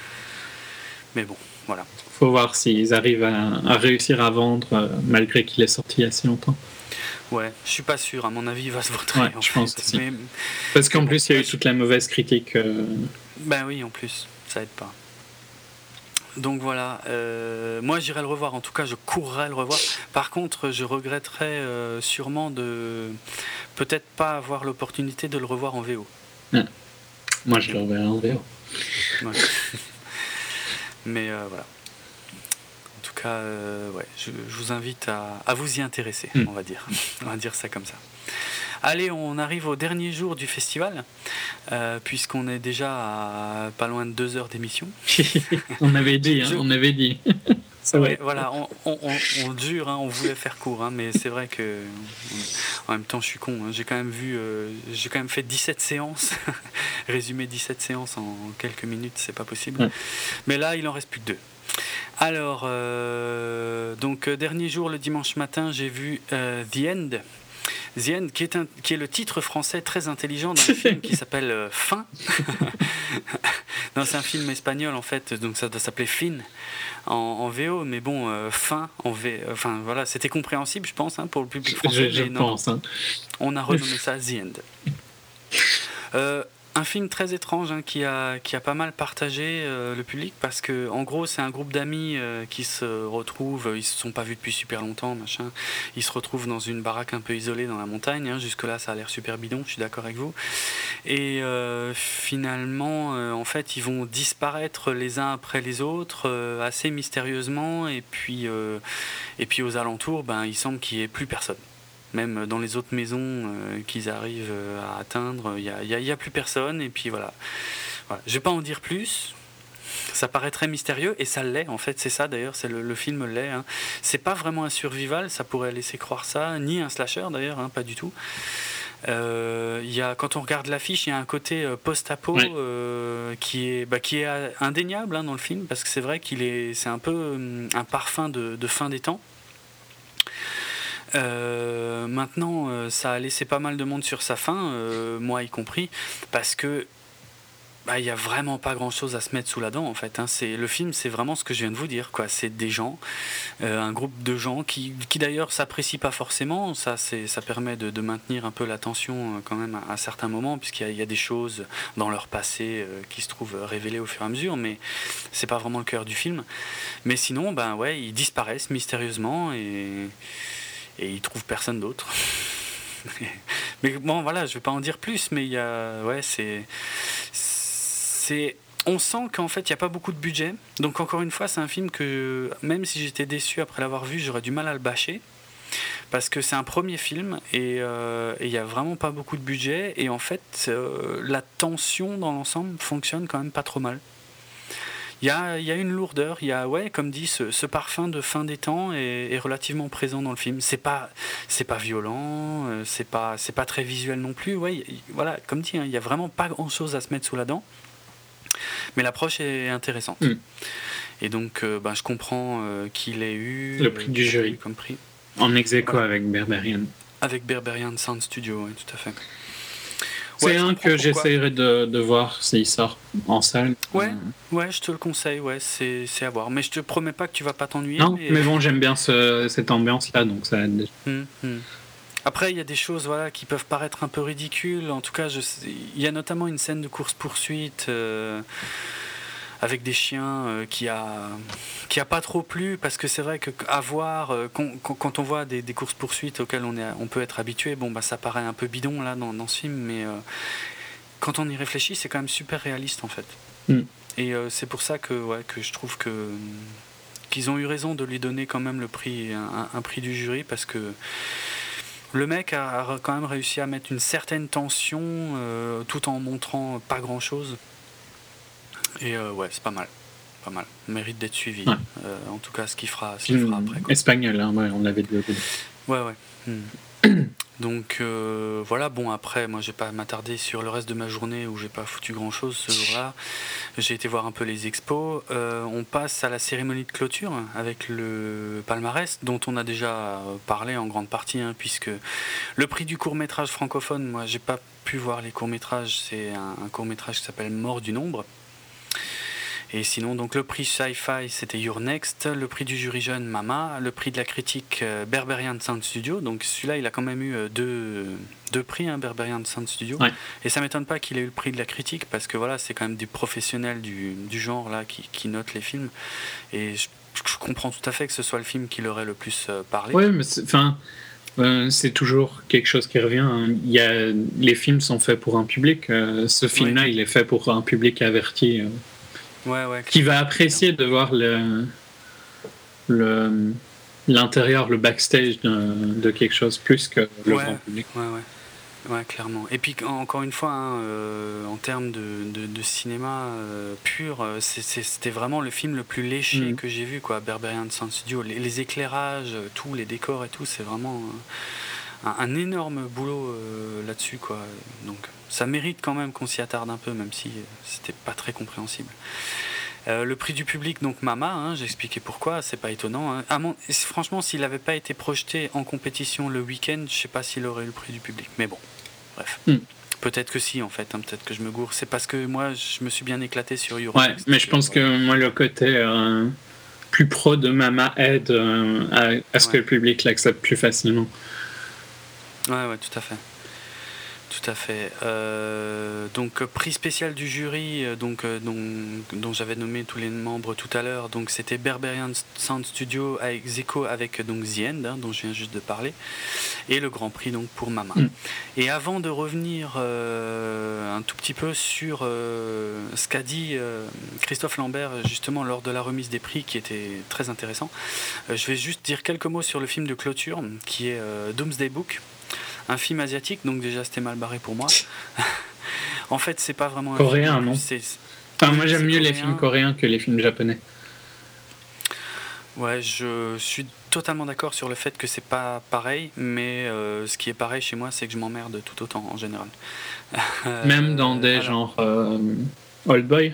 Mais bon, voilà. Faut voir s'ils arrivent à, à réussir à vendre euh, malgré qu'il est sorti il y a si longtemps. Ouais, je suis pas sûr. À mon avis, il va se vautrer. Ouais, en je fait. pense aussi. Mais, Parce qu'en mais plus, bon, il y a eu toute la mauvaise critique. Euh... Ben oui, en plus, ça aide pas. Donc voilà, euh, moi j'irai le revoir, en tout cas je courrai le revoir. Par contre, je regretterais euh, sûrement de peut-être pas avoir l'opportunité de le revoir en V O. Ah. Moi je le reverrai en V O. Ouais. Mais euh, voilà. En tout cas, euh, ouais, je, je vous invite à, à vous y intéresser, mm. on va dire. On va dire ça comme ça. Allez, on arrive au dernier jour du festival, euh, puisqu'on est déjà à pas loin de deux heures d'émission. on avait dit, hein, je... on avait dit. Ça ouais, voilà, on, on, on, on dure, hein, on voulait faire court, hein, mais c'est vrai que, en même temps, je suis con. Hein, j'ai quand même vu, euh, j'ai quand même fait dix-sept séances, résumer dix-sept séances en quelques minutes, c'est pas possible. Ouais. Mais là, il en reste plus que deux. Alors, euh, donc dernier jour, le dimanche matin, j'ai vu euh, The End. The End, qui est, un, qui est le titre français très intelligent d'un film qui s'appelle euh, Fin. Non, c'est un film espagnol en fait, donc ça doit s'appeler Fin en, en V O, mais bon, euh, Fin en V O, enfin voilà, c'était compréhensible, je pense, hein, pour le public français. Je, je non, pense. Hein. On a renommé ça The End. Euh, Un film très étrange hein, qui, a, qui a pas mal partagé euh, le public parce que en gros c'est un groupe d'amis euh, qui se retrouvent, ils se sont pas vus depuis super longtemps, machin. Ils se retrouvent dans une baraque un peu isolée dans la montagne. Hein, jusque là ça a l'air super bidon, je suis d'accord avec vous. Et euh, finalement euh, en fait ils vont disparaître les uns après les autres euh, assez mystérieusement et puis euh, et puis aux alentours ben il semble qu'il y ait plus personne. Même dans les autres maisons euh, qu'ils arrivent à atteindre, il n'y a, y a, y a plus personne. Et puis voilà. voilà. Je ne vais pas en dire plus. ça paraît très mystérieux, et ça l'est, en fait, c'est ça d'ailleurs, c'est le, le film l'est. Hein. C'est pas vraiment un survival, ça pourrait laisser croire ça, ni un slasher d'ailleurs, hein, pas du tout. Euh, y a, quand on regarde l'affiche, il y a un côté euh, post-apo ouais. euh, qui, est, bah, qui est indéniable hein, dans le film, parce que c'est vrai qu'il est, c'est un peu euh, un parfum de, de fin des temps. Euh, maintenant, euh, ça a laissé pas mal de monde sur sa faim, euh, moi y compris, parce que bah, y a vraiment pas grand chose à se mettre sous la dent en fait. Hein. C'est, le film, c'est vraiment ce que je viens de vous dire, quoi. C'est des gens, euh, un groupe de gens qui, qui d'ailleurs s'apprécient pas forcément. Ça, c'est, ça permet de, de maintenir un peu la tension euh, quand même à, à certains moments, puisqu'il y a, il y a des choses dans leur passé euh, qui se trouvent révélées au fur et à mesure, mais c'est pas vraiment le cœur du film. Mais sinon, ben ouais, ils disparaissent mystérieusement et et ils trouvent personne d'autre. Mais bon, voilà, je vais pas en dire plus, mais il y a, ouais, c'est, c'est, on sent qu'en fait, il y a pas beaucoup de budget. Donc encore une fois, c'est un film que, même si j'étais déçu après l'avoir vu, j'aurais du mal à le bâcher. Parce que c'est un premier film et il euh, n'y a vraiment pas beaucoup de budget. Et en fait, euh, la tension dans l'ensemble fonctionne quand même pas trop mal. Il y a, y a une lourdeur, il y a, ouais, comme dit, ce, ce parfum de fin des temps est, est relativement présent dans le film. C'est pas, c'est pas violent, euh, c'est pas, c'est pas très visuel non plus. Ouais, y, voilà, comme dit, il hein, y a vraiment pas grand chose à se mettre sous la dent, mais l'approche est intéressante. Mm. Et donc, euh, ben, je comprends euh, qu'il ait eu le prix euh, du jury comme prix. En ex aequo voilà. avec Berberian. Avec Berberian Sound Studio, oui, tout à fait. C'est ouais, un que j'essaierai de, de voir s'il sort en salle. Ouais, ouais, je te le conseille, ouais, c'est, c'est à voir. Mais je te promets pas que tu vas pas t'ennuyer. Non, mais, mais bon, j'aime bien ce, cette ambiance-là, donc ça aide. Hum, hum. Après, il y a des choses voilà, qui peuvent paraître un peu ridicules. En tout cas, je sais, il y a notamment une scène de course-poursuite euh, avec des chiens euh, qui a qui a pas trop plu, parce que c'est vrai que à voir, euh, quand, quand on voit des, des courses-poursuites auxquelles on, est, on peut être habitué, bon, bah, ça paraît un peu bidon là, dans, dans ce film, mais euh, quand on y réfléchit, c'est quand même super réaliste en fait. Mm. Et euh, c'est pour ça que, ouais, que je trouve que qu'ils ont eu raison de lui donner quand même le prix, un, un prix du jury, parce que le mec a, a quand même réussi à mettre une certaine tension euh, tout en montrant pas grand chose. Et euh, ouais, c'est pas mal. Pas mal. Mérite d'être suivi. Ouais. Euh, en tout cas, ce qu'il fera, ce qu'il fera après. Quoi. Espagnol, hein, ouais, on l'avait dit. Ouais, ouais. Hmm. Donc euh, voilà, bon après, moi je vais pas m'attarder sur le reste de ma journée où j'ai pas foutu grand chose ce jour-là. J'ai été voir un peu les expos. Euh, on passe à la cérémonie de clôture avec le palmarès dont on a déjà parlé en grande partie, hein, puisque le prix du court-métrage francophone, moi j'ai pas pu voir les courts-métrages, c'est un, un court-métrage qui s'appelle Mort du Nombre. Et sinon, donc le prix Sci-Fi, c'était Your Next, le prix du jury jeune, Mama, le prix de la critique, euh, Berberian Sound Studio. Donc celui-là, il a quand même eu euh, deux, deux prix, hein, Berberian Sound Studio. Ouais. Et ça m'étonne pas qu'il ait eu le prix de la critique, parce que voilà, c'est quand même des professionnels du, du genre là qui, qui notent les films. Et je, je comprends tout à fait que ce soit le film qui leur ait le plus euh, parlé. Oui, mais c'est, enfin, euh, c'est toujours quelque chose qui revient. Hein. Il y a, les films sont faits pour un public. Euh, ce film-là, ouais. il est fait pour un public averti. Euh. Ouais, ouais, qui va apprécier de voir le, le, l'intérieur, le backstage de, de quelque chose plus que le ouais, grand public. Ouais, ouais. Ouais, clairement. Et puis, encore une fois, hein, euh, en termes de, de, de cinéma euh, pur, c'est, c'est, c'était vraiment le film le plus léché mmh. que j'ai vu, quoi, Berberian Sound Studio. Les, les éclairages, tous les décors et tout, c'est vraiment un, un énorme boulot euh, là-dessus, quoi. Donc, ça mérite quand même qu'on s'y attarde un peu, même si c'était pas très compréhensible. Euh, le prix du public, donc Mama, hein, j'ai expliqué pourquoi, c'est pas étonnant. Hein. Ah, mon, franchement, s'il n'avait pas été projeté en compétition le week-end, je sais pas s'il aurait eu le prix du public. Mais bon, bref. Mm. Peut-être que si, en fait, hein, peut-être que je me gourre. C'est parce que moi, je me suis bien éclaté sur Euro. Ouais, mais je pense que moi, le côté euh, plus pro de Mama aide euh, à, à ce ouais. que le public l'accepte plus facilement. Ouais, ouais, tout à fait. Tout à fait. Euh, donc prix spécial du jury, donc euh, dont, dont j'avais nommé tous les membres tout à l'heure. Donc c'était Berberian Sound Studio avec Zeko avec donc The End, hein, dont je viens juste de parler, et le Grand Prix donc pour Mama. Mm. Et avant de revenir euh, un tout petit peu sur euh, ce qu'a dit euh, Christophe Lambert justement lors de la remise des prix, qui était très intéressant, euh, je vais juste dire quelques mots sur le film de clôture qui est euh, Doomsday Book. Un film asiatique, donc déjà c'était mal barré pour moi. En fait, c'est pas vraiment un coréen, film, non c'est... Enfin, moi j'aime mieux coréen. Les films coréens que les films japonais. Ouais, je suis totalement d'accord sur le fait que c'est pas pareil, mais euh, ce qui est pareil chez moi, c'est que je m'emmerde tout autant en général. Même dans des alors, genres euh, Old Boy.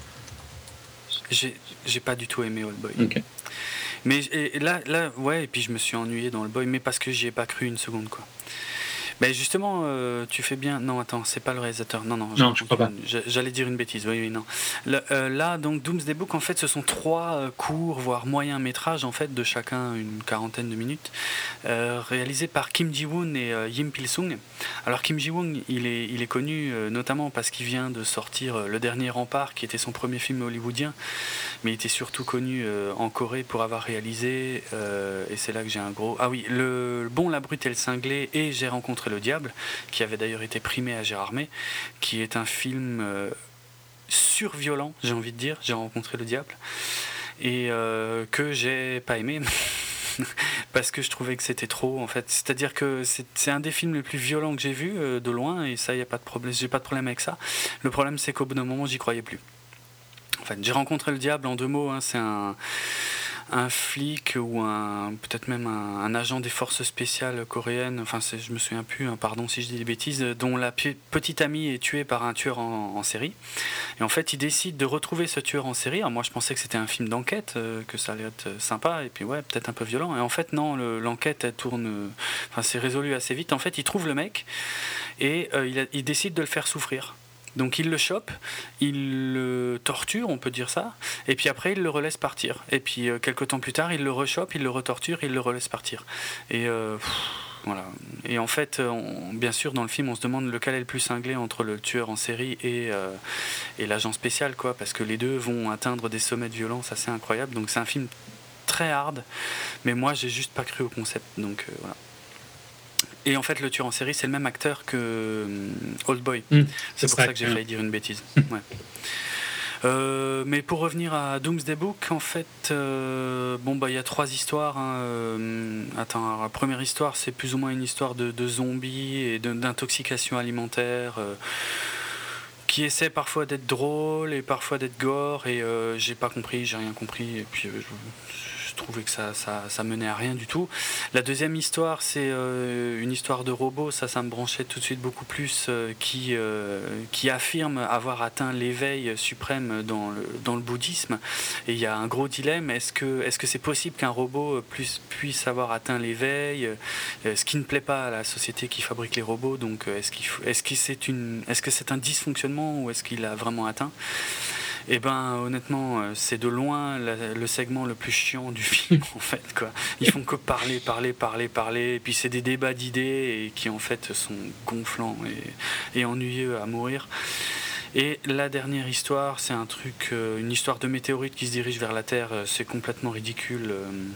J'ai, j'ai pas du tout aimé Old Boy. Okay. Mais et là, là, ouais, et puis je me suis ennuyé dans Old Boy, mais parce que j'y ai pas cru une seconde, quoi. Ben justement, euh, tu fais bien. Non, attends, c'est pas le réalisateur. Non, non, non je crois pas. J'allais dire une bêtise. Oui, oui, non. Le, euh, là, donc, Doomsday Book, en fait, ce sont trois euh, courts, voire moyens métrages, en fait, de chacun une quarantaine de minutes, euh, réalisés par Kim Ji-woon et euh, Im Pil-sung. Alors, Kim Ji-woon, il est, il est connu euh, notamment parce qu'il vient de sortir euh, Le Dernier Rempart, qui était son premier film hollywoodien, mais il était surtout connu euh, en Corée pour avoir réalisé, euh, et c'est là que j'ai un gros. Ah oui, Le, le Bon, la Brute et le Cinglé et J'ai rencontré le Diable, qui avait d'ailleurs été primé à Gérardmer, qui est un film euh, surviolent, j'ai envie de dire, J'ai rencontré le Diable, et euh, que j'ai pas aimé, parce que je trouvais que c'était trop, en fait. C'est-à-dire que c'est, c'est un des films les plus violents que j'ai vu euh, de loin, et ça, y a pas de problème, j'ai pas de problème avec ça. Le problème, c'est qu'au bout d'un moment, j'y croyais plus. En fait, J'ai rencontré le Diable, en deux mots, hein, c'est un... un flic ou un peut-être même un, un agent des forces spéciales coréennes, enfin c'est, je me souviens plus, hein, pardon si je dis des bêtises, dont la p- petite amie est tuée par un tueur en, en série. Et en fait, il décide de retrouver ce tueur en série. Alors moi, je pensais que c'était un film d'enquête, euh, que ça allait être sympa, et puis ouais, peut-être un peu violent. Et en fait, non, le, l'enquête, elle tourne, euh, enfin c'est résolu assez vite. En fait, il trouve le mec et euh, il, a, il décide de le faire souffrir. Donc il le chope, il le torture, on peut dire ça, et puis après il le relaisse partir. Et puis euh, quelques temps plus tard, il le rechope, il le retorture, il le relaisse partir. Et euh, pff, voilà. Et en fait, on, bien sûr, dans le film, on se demande lequel est le plus cinglé entre le tueur en série et, euh, et l'agent spécial, quoi, parce que les deux vont atteindre des sommets de violence assez incroyables. Donc c'est un film très hard, mais moi j'ai juste pas cru au concept. Donc euh, voilà. Et en fait, le tueur en série, c'est le même acteur que euh, Old Boy. Mmh, c'est, c'est pour ça que j'ai failli dire une bêtise. Ouais. Euh, mais pour revenir à Doomsday Book, en fait, euh, bon bah il y a trois histoires. Hein, euh, attends, alors, la première histoire, c'est plus ou moins une histoire de, de zombies et de, d'intoxication alimentaire. Euh, qui essaie parfois d'être drôle et parfois d'être gore, et euh, j'ai pas compris, j'ai rien compris, et puis euh, je, je trouvais que ça, ça, ça menait à rien du tout. La deuxième histoire, c'est euh, une histoire de robot, ça, ça me branchait tout de suite beaucoup plus, euh, qui, euh, qui affirme avoir atteint l'éveil suprême dans le, dans le bouddhisme, et il y a un gros dilemme, est-ce que, est-ce que c'est possible qu'un robot puisse, puisse avoir atteint l'éveil, euh, ce qui ne plaît pas à la société qui fabrique les robots, donc est-ce, qu'il faut, est-ce, que c'est une, est-ce que c'est un dysfonctionnement ou est-ce qu'il a vraiment atteint? Et ben honnêtement, c'est de loin la, le segment le plus chiant du film en fait, quoi. Ils font que parler, parler, parler, parler, et puis c'est des débats d'idées et qui en fait sont gonflants et, et ennuyeux à mourir. Et la dernière histoire, c'est un truc, une histoire de météorite qui se dirige vers la Terre, c'est complètement ridicule.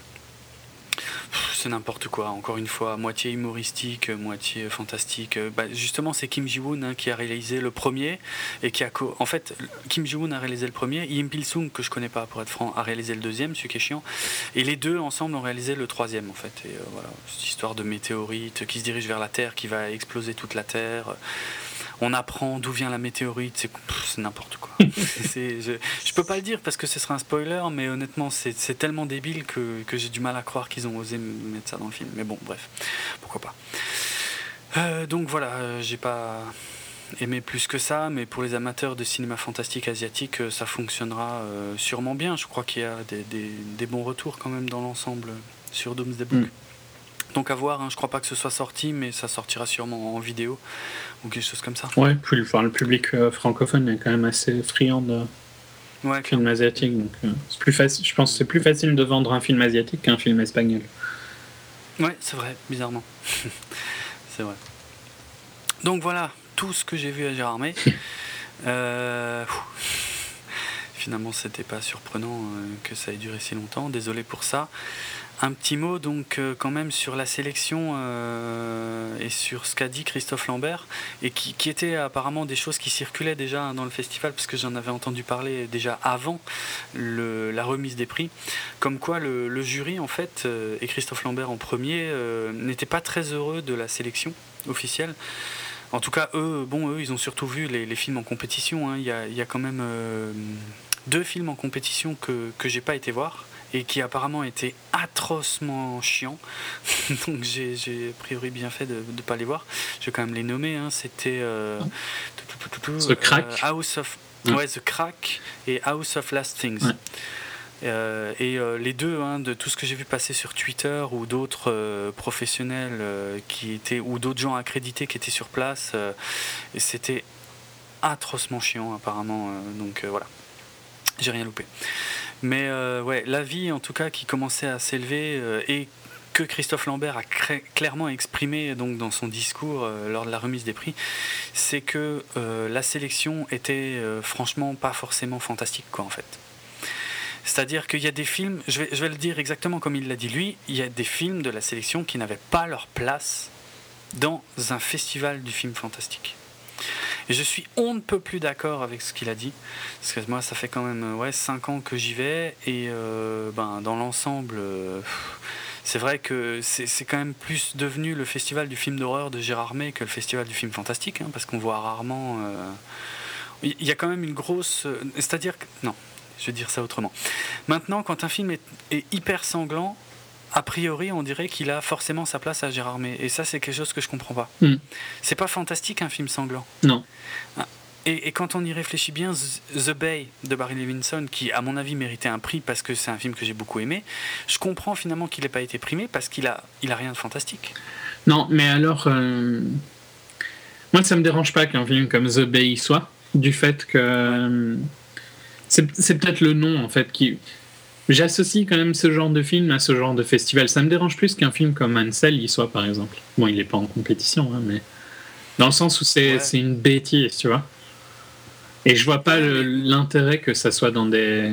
C'est n'importe quoi, encore une fois, moitié humoristique, moitié fantastique. Bah, justement, c'est Kim Ji-woon hein, qui a réalisé le premier, et qui a co- en fait, Kim Ji-woon a réalisé le premier, Im Pil-sung, que je connais pas pour être franc, a réalisé le deuxième, celui qui est chiant, et les deux ensemble ont réalisé le troisième en fait. Et euh, voilà, cette histoire de météorite qui se dirige vers la Terre, qui va exploser toute la Terre. On apprend d'où vient la météorite, c'est, pff, c'est n'importe quoi. c'est, je, je peux pas le dire parce que ce serait un spoiler, mais honnêtement, c'est, c'est tellement débile que, que j'ai du mal à croire qu'ils ont osé mettre ça dans le film. Mais bon, bref, pourquoi pas. Euh, donc voilà, euh, j'ai pas aimé plus que ça, mais pour les amateurs de cinéma fantastique asiatique, ça fonctionnera euh, sûrement bien. Je crois qu'il y a des, des, des bons retours quand même dans l'ensemble sur Doomsday Book. Mm. Donc à voir, hein, je crois pas que ce soit sorti, mais ça sortira sûrement en vidéo ou quelque chose comme ça. Ouais, puis enfin, le public euh, francophone est quand même assez friand de ouais, films asiatiques, donc euh, c'est plus facile. Je pense que c'est plus facile de vendre un film asiatique qu'un film espagnol. Ouais, c'est vrai, bizarrement. C'est vrai. Donc voilà, tout ce que j'ai vu à Gérardmer. euh, Finalement, c'était pas surprenant euh, que ça ait duré si longtemps. Désolé pour ça. Un petit mot donc euh, quand même sur la sélection euh, et sur ce qu'a dit Christophe Lambert, et qui, qui étaient apparemment des choses qui circulaient déjà dans le festival, parce que j'en avais entendu parler déjà avant le, la remise des prix, comme quoi le, le jury en fait, euh, et Christophe Lambert en premier, euh, n'était pas très heureux de la sélection officielle. En tout cas, eux, bon, eux, ils ont surtout vu les, les films en compétition. Hein. Il y a, il y a quand même euh, deux films en compétition que, que j'ai pas été voir et qui apparemment étaient atrocement chiants. Donc j'ai, j'ai a priori bien fait de ne pas les voir. Je vais quand même les nommer. Hein. C'était euh, The Crack. Euh, House of Ouais. ouais, The Crack et House of Last Things. Ouais. Euh, et euh, les deux, hein, de tout ce que j'ai vu passer sur Twitter ou d'autres euh, professionnels euh, qui étaient, ou d'autres gens accrédités qui étaient sur place, euh, et c'était atrocement chiant apparemment. Euh, donc euh, voilà, j'ai rien loupé. Mais euh, ouais, l'avis en tout cas qui commençait à s'élever euh, et que Christophe Lambert a cré- clairement exprimé donc dans son discours euh, lors de la remise des prix, c'est que euh, la sélection était euh, franchement pas forcément fantastique quoi en fait. C'est-à-dire qu'il y a des films, je vais, je vais le dire exactement comme il l'a dit lui, il y a des films de la sélection qui n'avaient pas leur place dans un festival du film fantastique. Et je suis on ne peut plus d'accord avec ce qu'il a dit, parce que moi ça fait quand même ouais, cinq ans que j'y vais, et euh, ben, dans l'ensemble, euh, c'est vrai que c'est, c'est quand même plus devenu le festival du film d'horreur de Gérard May que le festival du film fantastique, hein, parce qu'on voit rarement... Il euh, y a quand même une grosse... C'est-à-dire que... Non. Je vais dire ça autrement. Maintenant, quand un film est, est hyper sanglant, a priori, on dirait qu'il a forcément sa place à Gérard May. Et ça, c'est quelque chose que je comprends pas. Mm. C'est pas fantastique un film sanglant. Non. Et, et quand on y réfléchit bien, The Bay de Barry Levinson, qui à mon avis méritait un prix parce que c'est un film que j'ai beaucoup aimé, je comprends finalement qu'il n'ait pas été primé parce qu'il a, il a rien de fantastique. Non, mais alors, euh... moi, ça me dérange pas qu'un film comme The Bay y soit, du fait que... Ouais. C'est, c'est peut-être le nom, en fait, qui... J'associe quand même ce genre de film à ce genre de festival. Ça me dérange plus qu'un film comme Ansel y soit, par exemple. Bon, il n'est pas en compétition, hein, mais... Dans le sens où c'est, ouais. c'est une bêtise, tu vois. Et je vois pas le, l'intérêt que ça soit dans des...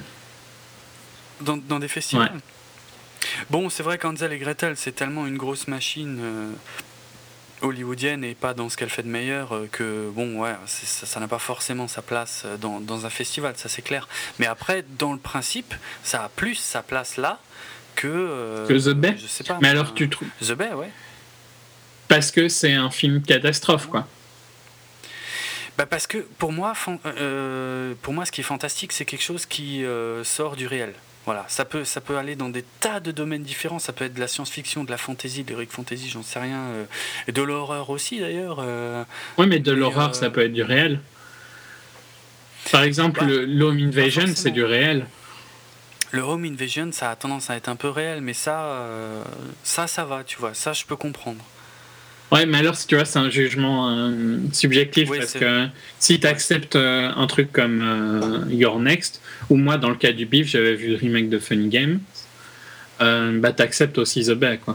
Dans, dans des festivals. Ouais. Bon, c'est vrai qu'Hansel et Gretel, c'est tellement une grosse machine... Euh... hollywoodienne et pas dans ce qu'elle fait de meilleur euh, que bon ouais c'est, ça, ça n'a pas forcément sa place dans, dans un festival, ça c'est clair, mais après dans le principe ça a plus sa place là que, euh, que The Bay. Je sais pas, mais alors un... tu trouves The Bay, ouais, parce que c'est un film catastrophe quoi. Bah parce que pour moi fan... euh, pour moi ce qui est fantastique c'est quelque chose qui euh, sort du réel. Voilà, ça peut, ça peut aller dans des tas de domaines différents. Ça peut être de la science-fiction, de la fantasy, de l'heroic fantasy, j'en sais rien. Euh, et de l'horreur aussi, d'ailleurs. Euh, oui, mais de l'horreur, euh... ça peut être du réel. Par exemple, bah, le, le Home Invasion, c'est du réel. Le Home Invasion, ça a tendance à être un peu réel, mais ça, euh, ça, ça va, tu vois. Ça, je peux comprendre. Ouais, mais alors, si tu vois, c'est un jugement euh, subjectif, oui, parce c'est... que si tu acceptes euh, un truc comme euh, Your Next, ou moi, dans le cas du Beef, j'avais vu le remake de Funny Game, euh, bah t'acceptes aussi The Bay, quoi.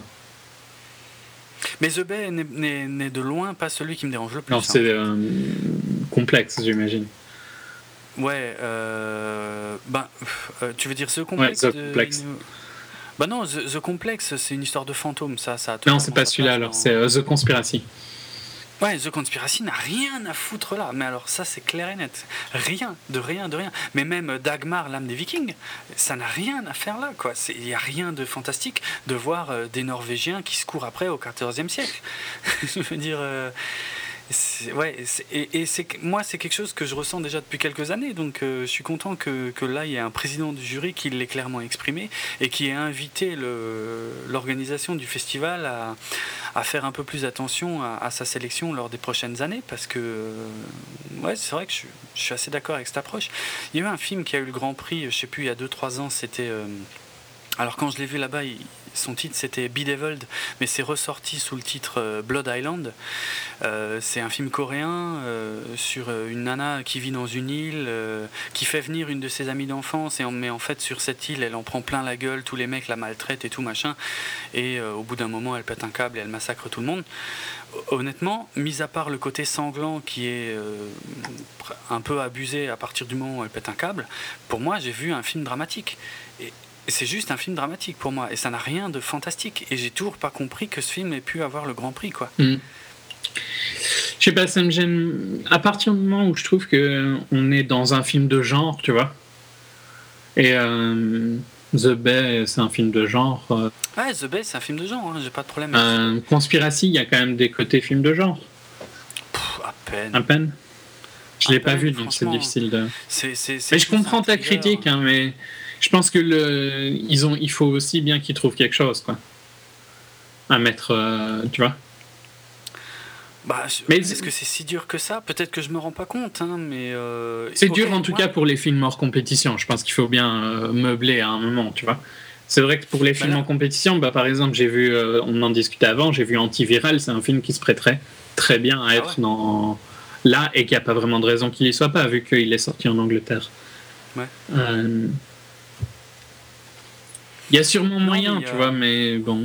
Mais The Bay n'est, n'est, n'est de loin pas celui qui me dérange le plus. Non, c'est hein. euh, complexe, j'imagine. Ouais, euh, ben, euh, tu veux dire The Complex ouais, The Complex. De... Bah non, The, The Complex, c'est une histoire de fantôme, ça. ça a non, c'est pas celui-là, alors, dans... c'est uh, The Conspiracy. Ouais, The Conspiracy n'a rien à foutre là, mais alors ça, c'est clair et net. Rien, de rien, de rien. Mais même Dagmar, l'âme des Vikings, ça n'a rien à faire là, quoi. Il n'y a rien de fantastique de voir euh, des Norvégiens qui se courent après au quatorzième siècle. Je veux dire... Euh... C'est, ouais, c'est, et, et c'est, moi, c'est quelque chose que je ressens déjà depuis quelques années, donc euh, je suis content que, que là, il y ait un président du jury qui l'ait clairement exprimé et qui ait invité le, l'organisation du festival à, à faire un peu plus attention à, à sa sélection lors des prochaines années, parce que, euh, ouais, c'est vrai que je, je suis assez d'accord avec cette approche. Il y a eu un film qui a eu le Grand Prix, je sais plus, il y a deux trois ans, c'était... Euh, alors quand je l'ai vu là-bas, il, son titre c'était Bedeviled, mais c'est ressorti sous le titre euh, Blood Island. Euh, c'est un film coréen euh, sur une nana qui vit dans une île, euh, qui fait venir une de ses amies d'enfance, et en, mais en fait sur cette île, elle en prend plein la gueule, tous les mecs la maltraitent et tout machin, et euh, au bout d'un moment, elle pète un câble et elle massacre tout le monde. Honnêtement, mis à part le côté sanglant qui est euh, un peu abusé à partir du moment où elle pète un câble, pour moi, j'ai vu un film dramatique. Et, c'est juste un film dramatique pour moi, et ça n'a rien de fantastique, et j'ai toujours pas compris que ce film ait pu avoir le Grand Prix, quoi. Mmh. Je sais pas, ça me gêne à partir du moment où je trouve que on est dans un film de genre, tu vois. Et euh, The Bay, c'est un film de genre. Euh, ouais, The Bay, c'est un film de genre, hein, j'ai pas de problème. Euh, Conspiracy, il y a quand même des côtés films de genre. à peine. À peine. Je l'ai pas vu, donc c'est difficile de. C'est, c'est, c'est mais je comprends ta critique, hein, mais je pense que le, ils ont, il faut aussi bien qu'ils trouvent quelque chose, quoi, à mettre, euh, tu vois. Bah, mais est-ce que c'est si dur que ça ? Peut-être que je me rends pas compte, hein, mais. Euh... C'est okay, dur en tout moi... cas pour les films hors compétition. Je pense qu'il faut bien euh, meubler à un moment, tu vois. C'est vrai que pour les films bah là... en compétition, bah, par exemple, j'ai vu, euh, on en discutait avant, j'ai vu Antiviral, c'est un film qui se prêterait très bien à être ah ouais. dans. Là, et qu'il n'y a pas vraiment de raison qu'il y soit pas, vu qu'il est sorti en Angleterre. Ouais. Euh... Il y a sûrement moyen, non, tu a... vois, mais bon.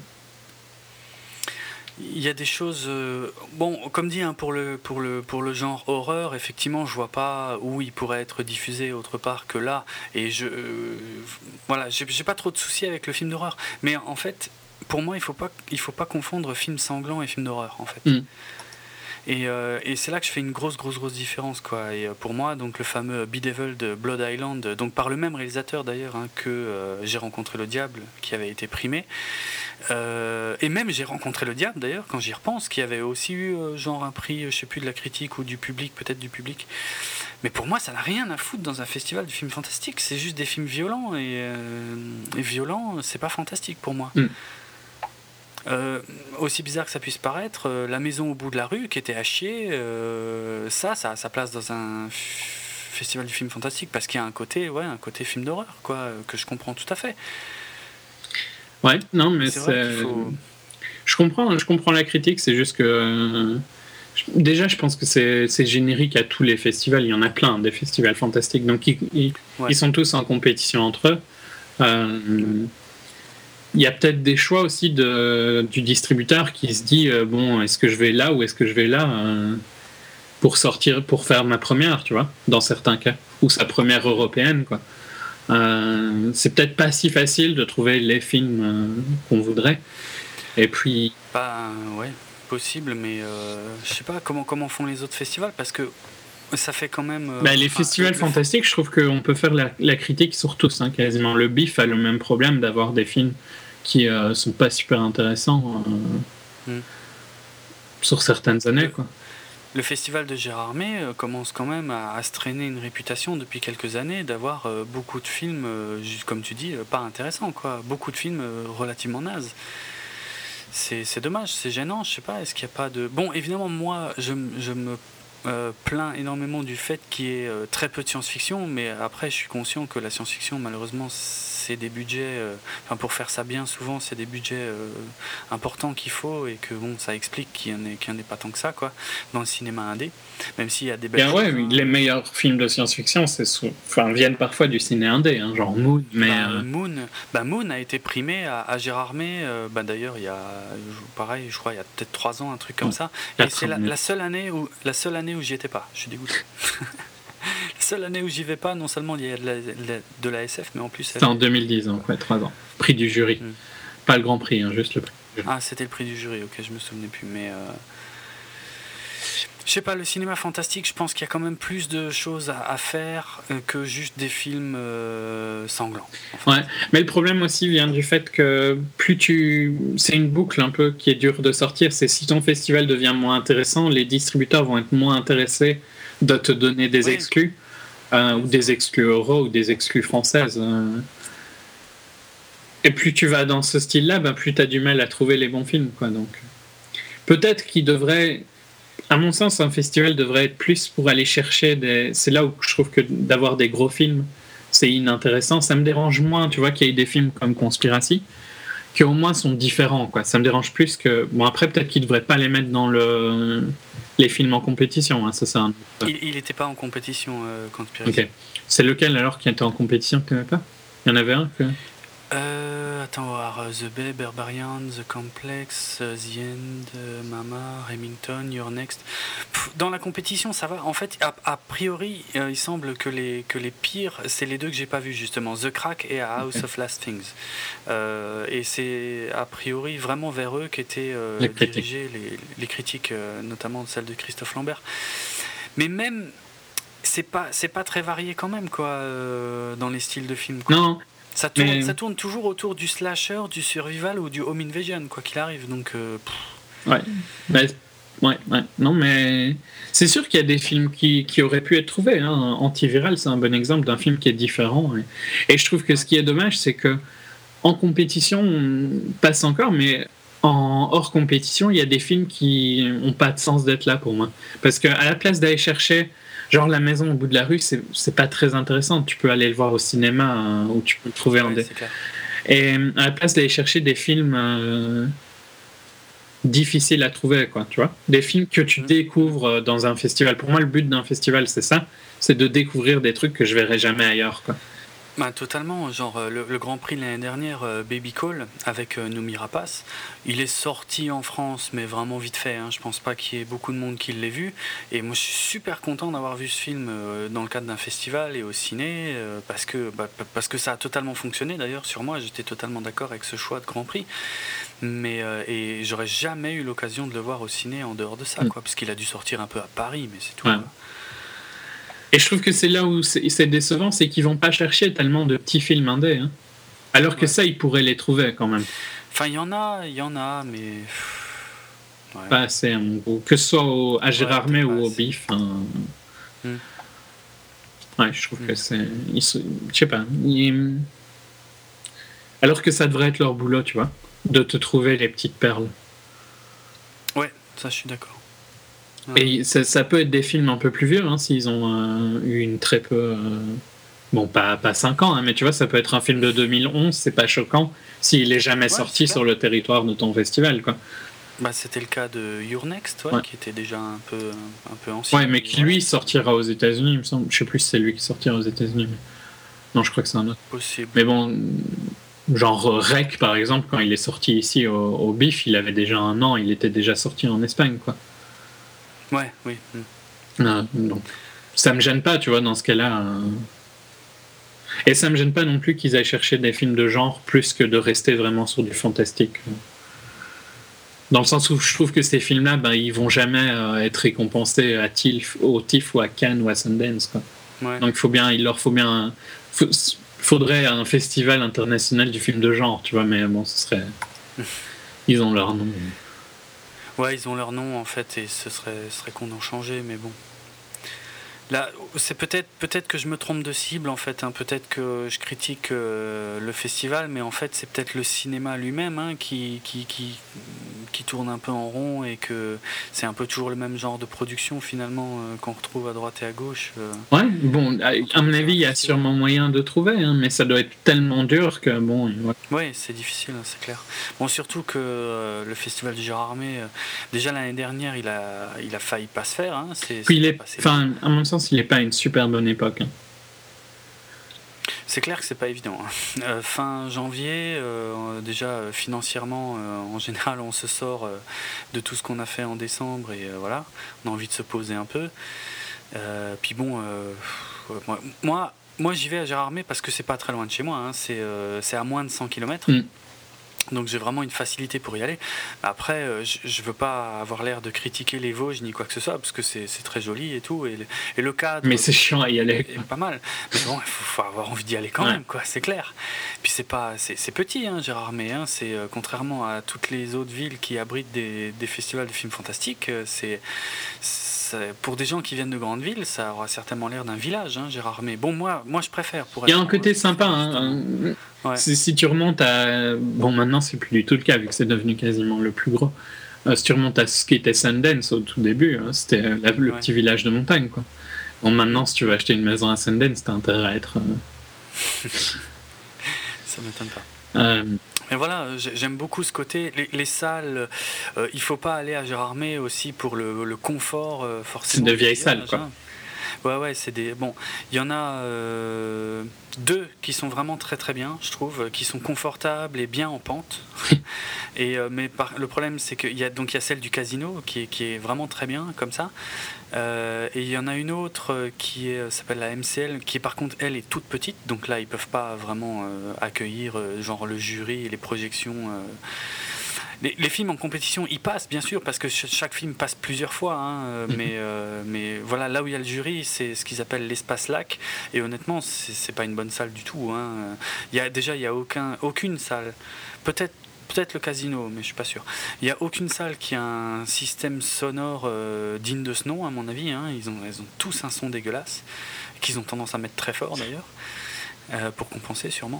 Il y a des choses. Euh... Bon, comme dit, hein, pour, le, pour, le, pour le genre horreur, effectivement, je vois pas où il pourrait être diffusé autre part que là. Et je. Euh... Voilà, j'ai, j'ai pas trop de soucis avec le film d'horreur. Mais en fait, pour moi, il faut pas, il faut pas confondre film sanglant et film d'horreur, en fait. Mm. Et, euh, et c'est là que je fais une grosse, grosse, grosse différence, quoi. Et pour moi, donc, le fameux Bedevil de Blood Island, donc par le même réalisateur d'ailleurs hein, que euh, J'ai rencontré le diable, qui avait été primé. Euh, et même J'ai rencontré le diable d'ailleurs, quand j'y repense, qui avait aussi eu euh, genre un prix, je sais plus, de la critique ou du public, peut-être du public. Mais pour moi, ça n'a rien à foutre dans un festival de films fantastiques. C'est juste des films violents. Et, euh, et violents, c'est pas fantastique pour moi. Mm. Euh, aussi bizarre que ça puisse paraître, euh, La maison au bout de la rue, qui était à chier, euh, ça, ça a sa place dans un f- festival du film fantastique, parce qu'il y a un côté, ouais, un côté film d'horreur, quoi, que je comprends tout à fait. Ouais, non, mais c'est... c'est... Vrai qu'il faut... Je comprends, je comprends la critique, c'est juste que... Euh, déjà, je pense que c'est, c'est générique à tous les festivals, il y en a plein, des festivals fantastiques, donc ils, ils, ouais. ils sont tous en compétition entre eux. Euh, ouais. Il y a peut-être des choix aussi de, du distributeur qui se dit euh, bon, est-ce que je vais là ou est-ce que je vais là euh, pour sortir, pour faire ma première, tu vois, dans certains cas, ou sa première européenne, quoi. Euh, c'est peut-être pas si facile de trouver les films euh, qu'on voudrait. Et puis. Bah ouais, possible, mais euh, je sais pas comment comment font les autres festivals parce que. Ça fait quand même. Euh, bah, les festivals le, fantastiques, le... je trouve qu'on peut faire la, la critique sur tous, hein, quasiment. Le B I F a le même problème d'avoir des films qui euh, sont pas super intéressants euh, mm. sur certaines années, le, quoi. Le festival de Gérardmer euh, commence quand même à, à se traîner une réputation depuis quelques années d'avoir euh, beaucoup de films, euh, comme tu dis, euh, pas intéressants, quoi. Beaucoup de films euh, relativement nazes. C'est, c'est dommage, c'est gênant, je sais pas, est-ce qu'il n'y a pas de... Bon, évidemment, moi, je, je me euh, plains énormément du fait qu'il y ait euh, très peu de science-fiction, mais après, je suis conscient que la science-fiction, malheureusement, c'est des budgets... Euh, enfin, pour faire ça bien, souvent, c'est des budgets euh, importants qu'il faut, et que, bon, ça explique qu'il n'y en ait, qu'il n'y en ait pas tant que ça, quoi, dans le cinéma indé, même s'il y a des belles... Bien, ouais, hein. Les meilleurs films de science-fiction c'est sous... enfin, viennent parfois du ciné indé, hein, genre Moon, mais... Bah, euh... Moon, bah, Moon a été primé à, à Gérardmer, euh, bah, d'ailleurs, il y a, pareil, je crois, il y a peut-être trois ans, un truc comme ouais, ça, et c'est la, la, seule année où, la seule année où j'y étais pas, je suis dégoûté. La seule année où j'y vais pas, non seulement il y a de la, de la S F, mais en plus... C'était en deux mille dix, donc ouais, trois ans. Prix du jury. Mm. Pas le grand prix, hein, juste le prix du jury. Ah, c'était le prix du jury, ok, je me souvenais plus, mais... Euh... Je sais pas, le cinéma fantastique, je pense qu'il y a quand même plus de choses à, à faire que juste des films euh, sanglants. En fait. Ouais, mais le problème aussi vient du fait que plus tu... C'est une boucle un peu qui est dure de sortir, c'est si ton festival devient moins intéressant, les distributeurs vont être moins intéressés de te donner des oui. exclus, euh, ou des exclus euros, ou des exclus françaises. Euh... Et plus tu vas dans ce style-là, ben plus tu as du mal à trouver les bons films, quoi. Donc, peut-être qu'il devrait... À mon sens, un festival devrait être plus pour aller chercher des... C'est là où je trouve que d'avoir des gros films, c'est inintéressant. Ça me dérange moins, tu vois, qu'il y ait des films comme Conspiracy, qui au moins sont différents, quoi. Ça me dérange plus que... Bon, après, peut-être qu'ils ne devraient pas les mettre dans le... les films en compétition. Hein. Ça, c'est un... Il n'était pas en compétition, euh, Conspiracy. Ok. C'est lequel, alors, qui était en compétition, que tu n'avais pas ? Il y en avait un que... Euh, attends, on va voir. The Bay, Barbarian, The Complex, The End, Mama, Remington, You're Next. Pff, dans la compétition, ça va. En fait, a, a priori, euh, il semble que les, que les pires, c'est les deux que j'ai pas vus, justement. The Crack et House okay. of Last Things. Euh, et c'est a priori vraiment vers eux qu'étaient euh, les dirigées les, les critiques, euh, notamment celle de Christophe Lambert. Mais même, c'est pas, c'est pas très varié quand même, quoi, euh, dans les styles de films, quoi. Non. Ça tourne, mais... ça tourne toujours autour du slasher, du survival ou du home invasion, quoi qu'il arrive. Donc, euh, ouais. Mais Ouais, ouais. Non, mais c'est sûr qu'il y a des films qui, qui auraient pu être trouvés. Hein. Antiviral, c'est un bon exemple d'un film qui est différent. Et, et je trouve que ouais. ce qui est dommage, c'est que en compétition, on passe encore, mais en hors compétition, il y a des films qui n'ont pas de sens d'être là pour moi. Parce qu'à la place d'aller chercher, genre La Maison au bout de la rue, c'est, c'est pas très intéressant. Tu peux aller le voir au cinéma hein, où tu peux le trouver ouais, en dé... Et à la place d'aller chercher des films euh, difficiles à trouver, quoi, tu vois, des films que tu mmh. découvres dans un festival. Pour moi, le but d'un festival, c'est ça, c'est de découvrir des trucs que je verrai jamais ailleurs, quoi. Bah, totalement, genre le, le Grand Prix de l'année dernière, euh, Baby Call, avec euh, Noomi Rapace, il est sorti en France, mais vraiment vite fait, hein. Je pense pas qu'il y ait beaucoup de monde qui l'ait vu, et moi je suis super content d'avoir vu ce film euh, dans le cadre d'un festival et au ciné, euh, parce, que, bah, parce que ça a totalement fonctionné d'ailleurs sur moi, j'étais totalement d'accord avec ce choix de Grand Prix, mais, euh, et j'aurais jamais eu l'occasion de le voir au ciné en dehors de ça, quoi, parce qu'il a dû sortir un peu à Paris, mais c'est tout. Ouais. Et je trouve que c'est là où c'est, c'est décevant, c'est qu'ils vont pas chercher tellement de petits films indés. Hein. Alors que ouais. ça, ils pourraient les trouver quand même. Enfin, il y en a, il y en a, mais... Ouais. Pas assez, en gros. Que ce soit au, à Gérardmer ouais, ou au B I F. Hein. Mm. Ouais, je trouve mm. que c'est... Ils, je sais pas. Ils... Alors que ça devrait être leur boulot, tu vois, de te trouver les petites perles. Ouais, ça, je suis d'accord. Et ça, ça peut être des films un peu plus vieux, hein, s'ils ont euh, eu une très peu... Euh... Bon, pas, pas cinq ans, hein, mais tu vois, ça peut être un film de deux mille onze, c'est pas choquant s'il est jamais ouais, sorti sur le territoire de ton festival, quoi. Bah, c'était le cas de Your Next, ouais, ouais. qui était déjà un peu, un peu ancien. Ouais, mais qui lui sortira aux États-Unis, il me semble. Je sais plus si c'est lui qui sortira aux États-Unis. Mais... Non, je crois que c'est un autre. Possible. Mais bon, genre Rec, par exemple, quand il est sorti ici au, au B I F, il avait déjà un an, il était déjà sorti en Espagne, quoi. Ouais, oui. Ah, donc, ça me gêne pas, tu vois, dans ce cas-là. Euh... Et ça me gêne pas non plus qu'ils aillent chercher des films de genre plus que de rester vraiment sur du fantastique. Dans le sens où je trouve que ces films-là, ben, ils vont jamais euh, être récompensés à T I F, au T I F ou à Cannes ou à Sundance, quoi. Ouais. Donc il faut bien, il leur faut bien, faut, faudrait un festival international du film de genre, tu vois. Mais bon, ce serait, ils ont leur nom. Ouais, ils ont leur nom en fait, et ce serait, ce serait con d'en changer, mais bon. Là, c'est peut-être, peut-être que je me trompe de cible en fait, hein. Peut-être que je critique euh, le festival, mais en fait c'est peut-être le cinéma lui-même hein, qui, qui, qui, qui tourne un peu en rond et que c'est un peu toujours le même genre de production finalement euh, qu'on retrouve à droite et à gauche. Euh, ouais, bon, à, à mon avis il y a sûrement moyen de trouver, hein, mais ça doit être tellement dur que bon... Ouais, ouais c'est difficile, hein, c'est clair. Bon, surtout que euh, le festival du Gérardmer, euh, déjà l'année dernière il a, il a failli pas se faire. Hein, c'est, Puis il est, enfin, à mon sens, il n'est pas à une super bonne époque. Hein. C'est clair que c'est pas évident. Hein. Euh, fin janvier, euh, déjà euh, financièrement, euh, en général, on se sort euh, de tout ce qu'on a fait en décembre et euh, voilà, on a envie de se poser un peu. Euh, puis bon, euh, moi, moi, j'y vais à Gérardmer parce que c'est pas très loin de chez moi. Hein. C'est, euh, c'est à moins de cent kilomètres. Mm. Donc j'ai vraiment une facilité pour y aller. Après, euh, je ne veux pas avoir l'air de critiquer les Vosges ni quoi que ce soit, parce que c'est, c'est très joli et tout, et le, et le cadre... Mais c'est chiant à y aller. Est pas mal. Mais bon, il faut, faut avoir envie d'y aller quand ouais. même, quoi, c'est clair. Puis c'est, pas, c'est, c'est petit, hein, Gérardmer. Hein, c'est, euh, contrairement à toutes les autres villes qui abritent des, des festivals de films fantastiques, euh, c'est, c'est, pour des gens qui viennent de grandes villes, ça aura certainement l'air d'un village, hein, Gérardmer. Bon, moi, moi je préfère. Pour il y a un côté euh, sympa, hein. Ouais. Si, si tu remontes à... Bon, maintenant, c'est plus du tout le cas, vu que c'est devenu quasiment le plus gros. Euh, si tu remontes à ce qui était Sundance au tout début, hein, c'était la, le ouais. petit village de montagne, quoi. Bon, maintenant, si tu veux acheter une maison à Sundance, t'as intérêt à être... Euh... Ça m'étonne pas. Euh... Mais voilà, j'aime beaucoup ce côté. Les, les salles, euh, il faut pas aller à Gérardmer aussi pour le, le confort, euh, forcément. C'est de vieilles salles, quoi. Hein. Ouais, ouais, c'est des... Bon, il y en a euh, deux qui sont vraiment très très bien, je trouve, qui sont confortables et bien en pente. et, euh, mais par... le problème, c'est qu'il y a, donc, il y a celle du casino qui est, qui est vraiment très bien, comme ça. Euh, et il y en a une autre qui est, s'appelle la M C L, qui par contre, elle, est toute petite. Donc là, ils peuvent pas vraiment euh, accueillir euh, genre le jury et les projections... Euh, Les, les films en compétition, ils passent bien sûr parce que chaque film passe plusieurs fois, hein, mais, euh, mais voilà, là où il y a le jury, c'est ce qu'ils appellent l'espace lac, et honnêtement, c'est, c'est pas une bonne salle du tout. Hein. Il y a, déjà, il n'y a aucun, aucune salle, peut-être peut-être le Casino, mais je suis pas sûr. Il n'y a aucune salle qui a un système sonore euh, digne de ce nom, à mon avis. Hein. Ils, ont, ils ont tous un son dégueulasse, qu'ils ont tendance à mettre très fort d'ailleurs, euh, pour compenser sûrement.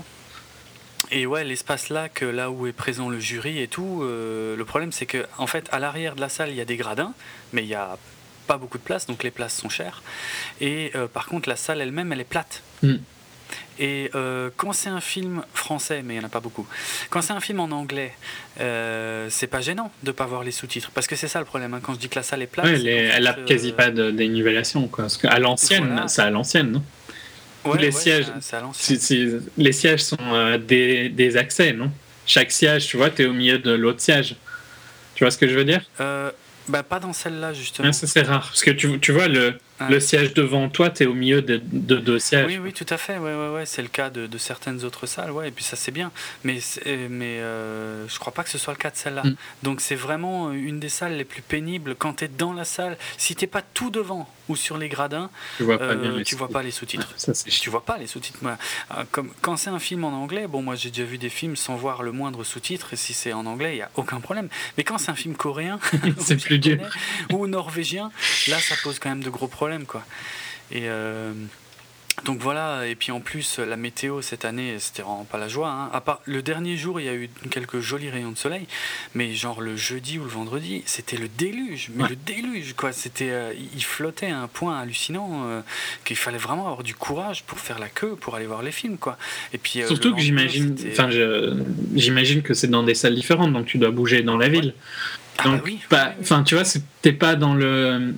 Et ouais, l'espace là, que là où est présent le jury et tout, euh, le problème c'est que en fait à l'arrière de la salle il y a des gradins, mais il y a pas beaucoup de place, donc les places sont chères. Et euh, par contre la salle elle-même elle est plate. Mm. Et euh, quand c'est un film français, mais il n'y en a pas beaucoup, quand c'est un film en anglais, euh, c'est pas gênant de ne pas voir les sous-titres. Parce que c'est ça le problème, hein. Quand je dis que la salle est plate... Ouais, elle, est, elle a euh... quasi pas de dénivellation, quoi. Parce qu'à l'ancienne, voilà. C'est à l'ancienne, non? Ouais, les, ouais, sièges, c'est à, c'est c'est, c'est, les sièges sont euh, des, des accès, non? Chaque siège, tu vois, t'es au milieu de l'autre siège. Tu vois ce que je veux dire? euh, Bah pas dans celle-là, justement. Ah, ça, c'est rare. Parce que tu, tu vois, le... Ouais. Le siège devant toi, t'es au milieu de deux de sièges. Oui, oui, tout à fait. Ouais, ouais, ouais. C'est le cas de, de certaines autres salles, ouais. Et puis ça, c'est bien. Mais, c'est, mais euh, je crois pas que ce soit le cas de celle-là. Mm. Donc c'est vraiment une des salles les plus pénibles. Quand t'es dans la salle, si t'es pas tout devant ou sur les gradins, tu vois pas, euh, bien tu vois pas les sous-titres. Ah, ça, c'est tu vois pas les sous-titres. Moi, comme quand c'est un film en anglais, bon, moi j'ai déjà vu des films sans voir le moindre sous-titre. Et si c'est en anglais, il y a aucun problème. Mais quand c'est un film coréen, c'est plus dur, ou norvégien, là, ça pose quand même de gros problèmes, quoi. Et euh, donc voilà, et puis en plus la météo cette année c'était vraiment pas la joie, hein. À part le dernier jour il y a eu quelques jolis rayons de soleil, mais genre le jeudi ou le vendredi c'était le déluge, mais ouais. le déluge quoi, c'était, euh, il flottait à un point hallucinant euh, qu'il fallait vraiment avoir du courage pour faire la queue pour aller voir les films quoi. Et puis euh, surtout que j'imagine, enfin je, j'imagine que c'est dans des salles différentes donc tu dois bouger dans la ville. Ouais. Donc ah bah oui, pas, oui, oui. Enfin tu vois t'es pas dans le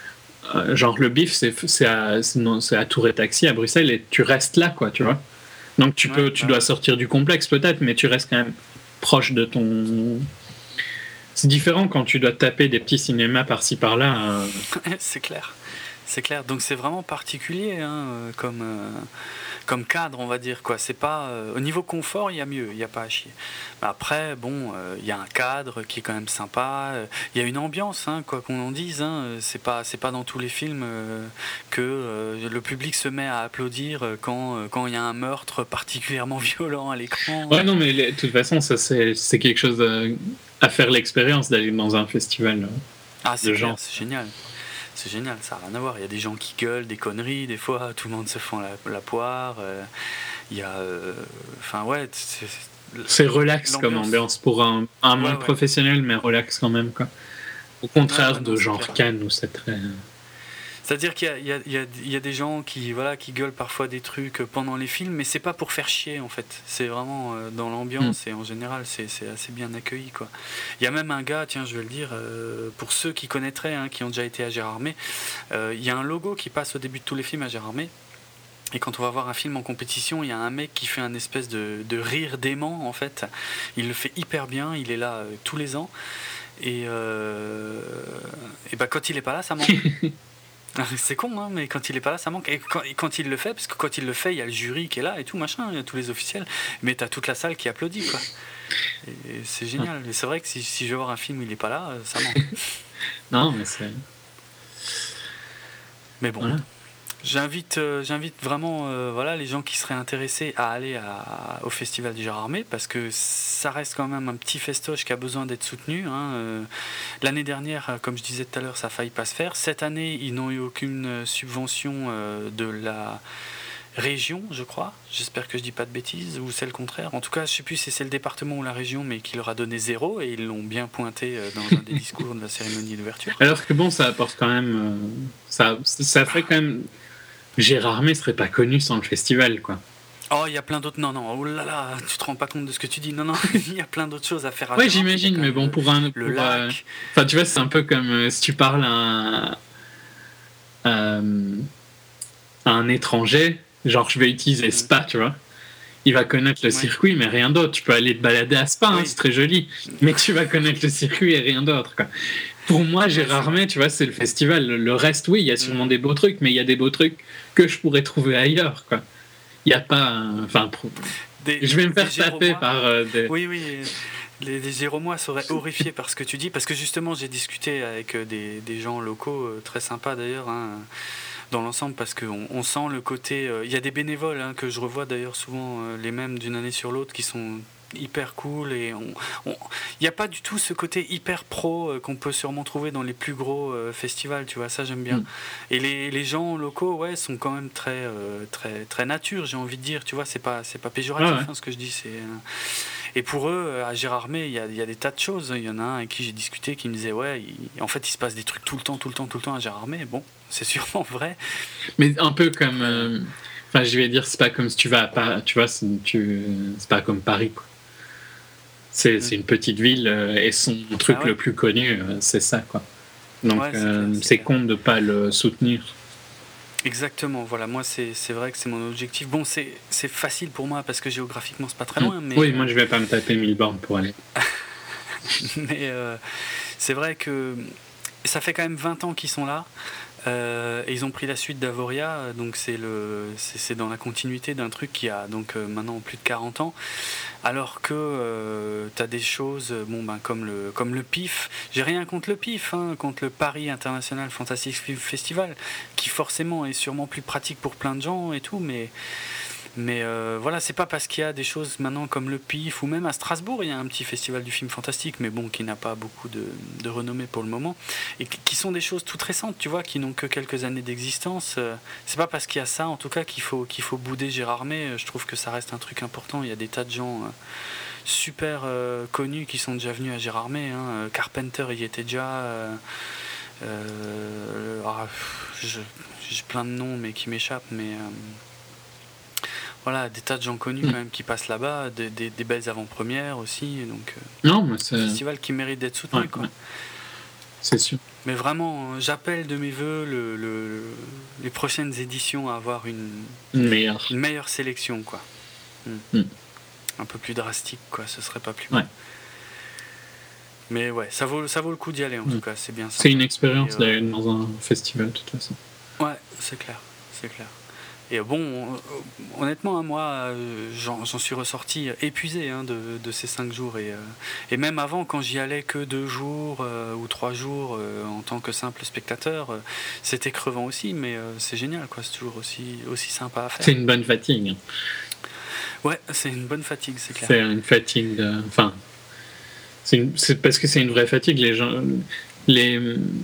genre le bif c'est, c'est, à, c'est, non, c'est à Tour et Taxi à Bruxelles et tu restes là quoi tu vois donc tu peux ouais, tu bah... dois sortir du complexe peut-être mais tu restes quand même proche de ton c'est différent quand tu dois taper des petits cinémas par-ci par-là euh... c'est clair c'est clair donc c'est vraiment particulier hein, comme euh, comme cadre on va dire quoi c'est pas euh, au niveau confort il y a mieux il y a pas à chier mais après bon il euh, y a un cadre qui est quand même sympa il euh, y a une ambiance hein, quoi qu'on en dise hein, c'est pas c'est pas dans tous les films euh, que euh, le public se met à applaudir quand quand il y a un meurtre particulièrement violent à l'écran ouais non mais de toute façon ça c'est c'est quelque chose de, à faire l'expérience d'aller dans un festival ah c'est de clair, genre c'est génial. C'est génial, ça n'a rien à voir. Il y a des gens qui gueulent, des conneries, des fois tout le monde se fend la, la poire. Euh, il y a. Enfin, euh, ouais. C'est, c'est relax l'ambiance. Comme ambiance pour un, un ouais, monde ouais. professionnel, mais relax quand même, quoi. Au contraire ouais, ouais, non, de genre clair. Cannes où c'est très. C'est-à-dire qu'il y a, il y a, il y a, il y a des gens qui, voilà, qui gueulent parfois des trucs pendant les films, mais c'est pas pour faire chier en fait. C'est vraiment euh, dans l'ambiance mm. et en général c'est, c'est assez bien accueilli quoi. Il y a même un gars, tiens je vais le dire, euh, pour ceux qui connaîtraient, hein, qui ont déjà été à Gérardmer, euh, il y a un logo qui passe au début de tous les films à Gérardmer. Et quand on va voir un film en compétition, il y a un mec qui fait un espèce de, de rire dément en fait. Il le fait hyper bien, il est là euh, tous les ans. Et, euh, et bah, quand il est pas là, ça manque. C'est con, hein, mais quand il est pas là, ça manque. Et quand, et quand il le fait, parce que quand il le fait, il y a le jury qui est là et tout, machin, il y a tous les officiels, mais t'as toute la salle qui applaudit, quoi. Et, et c'est génial. Et c'est vrai que si, si je vais voir un film où il est pas là, ça manque. Non, mais c'est. Mais bon. Voilà. J'invite, euh, j'invite vraiment euh, voilà, les gens qui seraient intéressés à aller à, au Festival du Gérardmer parce que ça reste quand même un petit festoche qui a besoin d'être soutenu. Hein. Euh, l'année dernière, comme je disais tout à l'heure, ça a failli pas se faire. Cette année, ils n'ont eu aucune subvention euh, de la région, je crois. J'espère que je dis pas de bêtises ou c'est le contraire. En tout cas, je sais plus si c'est le département ou la région, mais qui leur a donné zéro et ils l'ont bien pointé dans un des discours de la cérémonie d'ouverture. Alors que bon, ça apporte quand même, euh, ça, ça fait quand même. Gérardmer serait pas connu sans le festival, quoi. Oh, il y a plein d'autres. Non, non, oh là là, tu te rends pas compte de ce que tu dis. Non, non, il y a plein d'autres choses à faire. À ouais, j'imagine, mais bon, le, pour un. Le pour, lac. Enfin, euh, tu vois, c'est un peu comme euh, si tu parles à un, euh, à un étranger, genre je vais utiliser Spa, tu vois. Il va connaître le ouais. circuit, mais rien d'autre. Tu peux aller te balader à Spa, oui. hein, c'est très joli, mais tu vas connaître le circuit et rien d'autre, quoi. Pour moi, Gérardmer, tu vois, c'est le festival. Le reste, oui, il y a sûrement mmh. des beaux trucs, mais il y a des beaux trucs que je pourrais trouver ailleurs, quoi. Il n'y a pas... Enfin, des, je vais me faire taper par... Euh, des... Oui, oui, les, les Géromois seraient horrifiés par ce que tu dis, parce que justement, j'ai discuté avec des, des gens locaux, très sympas d'ailleurs, hein, dans l'ensemble, parce qu'on on sent le côté... Il euh, y a des bénévoles hein, que je revois d'ailleurs souvent, euh, les mêmes d'une année sur l'autre, qui sont... hyper cool, et on, on, il n'y a pas du tout ce côté hyper pro euh, qu'on peut sûrement trouver dans les plus gros euh, festivals, tu vois, ça j'aime bien. Mm. Et les, les gens locaux, ouais, sont quand même très, euh, très, très nature, j'ai envie de dire, tu vois, c'est pas, c'est pas péjoratif, ah ouais. hein, ce que je dis, c'est... Euh... Et pour eux, à Gérardmer, il y a, y a des tas de choses. Il y en a un avec qui j'ai discuté qui me disait, ouais, il, en fait, il se passe des trucs tout le temps, tout le temps, tout le temps à Gérardmer. Bon, c'est sûrement vrai. Mais un peu comme... Euh... Enfin, je vais dire, c'est pas comme si tu vas à Paris, tu vois, c'est, tu, c'est pas comme Paris, quoi. C'est, mmh. c'est une petite ville euh, et son truc ah ouais. le plus connu, euh, c'est ça, quoi. Donc, ouais, c'est, euh, clair, c'est, c'est con de pas le soutenir. Exactement, voilà, moi, c'est, c'est vrai que c'est mon objectif. Bon, c'est, c'est facile pour moi parce que géographiquement, c'est pas très loin. Mmh. Mais, oui, moi, je vais pas me taper mille bornes pour aller. mais euh, c'est vrai que ça fait quand même vingt ans qu'ils sont là. Euh, et ils ont pris la suite d'Avoria, donc c'est, le, c'est, c'est dans la continuité d'un truc qui a donc euh, maintenant plus de quarante ans, alors que euh, tu as des choses bon, ben, comme, le, comme le P I F, j'ai rien contre le P I F, hein, contre le Paris International Fantastic Film Festival, qui forcément est sûrement plus pratique pour plein de gens et tout, mais... Mais euh, voilà, c'est pas parce qu'il y a des choses maintenant comme le P I F ou même à Strasbourg, il y a un petit festival du film fantastique, mais bon, qui n'a pas beaucoup de, de renommée pour le moment, et qui sont des choses toutes récentes, tu vois, qui n'ont que quelques années d'existence. C'est pas parce qu'il y a ça, en tout cas, qu'il faut, qu'il faut bouder Gérardmer. Je trouve que ça reste un truc important. Il y a des tas de gens euh, super euh, connus qui sont déjà venus à Gérardmer. Hein. Carpenter y était déjà. Euh, euh, ah, je, j'ai plein de noms, mais qui m'échappent, mais. Euh, Voilà, des tas de gens connus mmh. quand même qui passent là-bas, des, des, des belles avant-premières aussi, donc euh, non, mais c'est un festival qui mérite d'être soutenu. Ouais, quoi. Ouais. C'est sûr. Mais vraiment, j'appelle de mes voeux le, le, les prochaines éditions à avoir une, une, meilleure. une meilleure sélection. Quoi. Mmh. Mmh. Un peu plus drastique, quoi, ce serait pas plus ouais. mal. Mais ouais, ça vaut, ça vaut le coup d'y aller en mmh. tout cas, c'est bien ça. C'est une expérience Et, d'aller euh... dans un festival de toute façon. Ouais, c'est clair, c'est clair. Et bon, honnêtement, moi, j'en, j'en suis ressorti épuisé hein, de, de ces cinq jours. Et, et même avant, quand j'y allais que deux jours euh, ou trois jours euh, en tant que simple spectateur, euh, c'était crevant aussi, mais euh, c'est génial, quoi. C'est toujours aussi, aussi sympa à faire. C'est une bonne fatigue. Ouais, c'est une bonne fatigue, c'est clair. C'est une fatigue. De... Enfin, c'est, une... c'est parce que c'est une vraie fatigue. Les gens. Les...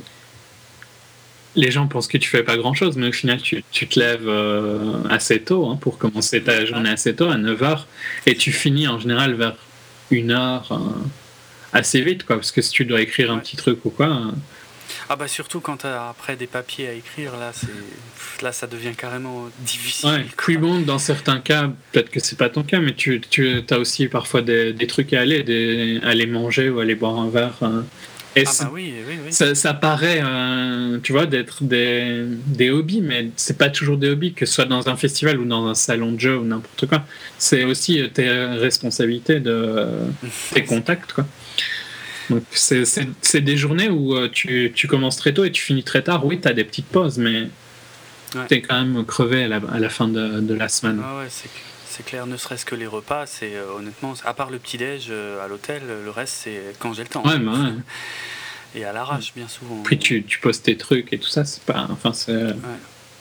Les gens pensent que tu fais pas grand-chose, mais au final, tu, tu te lèves euh, assez tôt hein, pour commencer ta journée assez tôt, à neuf heures, et tu finis en général vers une heure euh, assez vite, quoi, parce que si tu dois écrire un ouais. petit truc ou quoi... Euh... Ah bah surtout quand tu as après des papiers à écrire, là, c'est... là ça devient carrément difficile. Ouais. Puis bon, dans certains cas, peut-être que c'est pas ton cas, mais tu, tu as aussi parfois des, des trucs à aller, des, aller manger ou aller boire un verre... Euh... Et ah bah oui, oui, oui. Ça, ça paraît, euh, tu vois, d'être des, des hobbies, mais c'est pas toujours des hobbies, que ce soit dans un festival ou dans un salon de jeu ou n'importe quoi. C'est aussi tes responsabilités, de, tes contacts, quoi. Donc c'est, c'est, c'est des journées où tu, tu commences très tôt et tu finis très tard. Oui, t'as des petites pauses, mais ouais. t'es quand même crevé à la, à la fin de, de la semaine. Ah ouais, c'est C'est clair, ne serait-ce que les repas, c'est euh, honnêtement, à part le petit-déj euh, à l'hôtel, le reste c'est quand j'ai le temps. Ouais, bah ouais. Et à l'arrache, bien souvent. Puis tu, tu poses tes trucs et tout ça, c'est pas. Enfin, c'est... Ouais.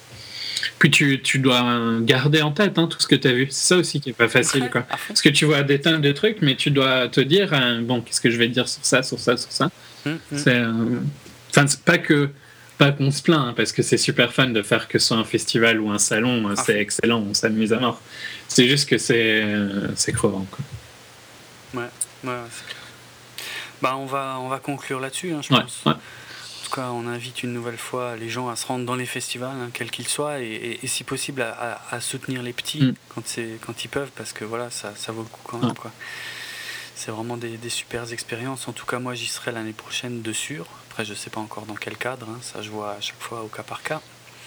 Puis tu, tu dois garder en tête hein, tout ce que tu as vu. C'est ça aussi qui est pas facile, quoi. Parce que tu vois des tonnes de trucs, mais tu dois te dire hein, bon, qu'est-ce que je vais dire sur ça, sur ça, sur ça. Mm-hmm. C'est. Euh... Enfin, c'est pas que. Pas qu'on se plaint, hein, parce que c'est super fun de faire que ce soit un festival ou un salon, ah. c'est excellent, on s'amuse à mort. C'est juste que c'est, c'est crevant, quoi. Ouais, ouais, c'est clair. Bah, on va, on va conclure là-dessus, hein, je ouais, pense. Ouais. En tout cas, on invite une nouvelle fois les gens à se rendre dans les festivals, hein, quels qu'ils soient, et, et, et si possible à, à, à soutenir les petits mm. quand, c'est, quand ils peuvent, parce que voilà, ça, ça vaut le coup quand même, ouais. quoi. C'est vraiment des, des super expériences. En tout cas, moi, j'y serai l'année prochaine de sûr. Après, je ne sais pas encore dans quel cadre, hein, ça je vois à chaque fois au cas par cas.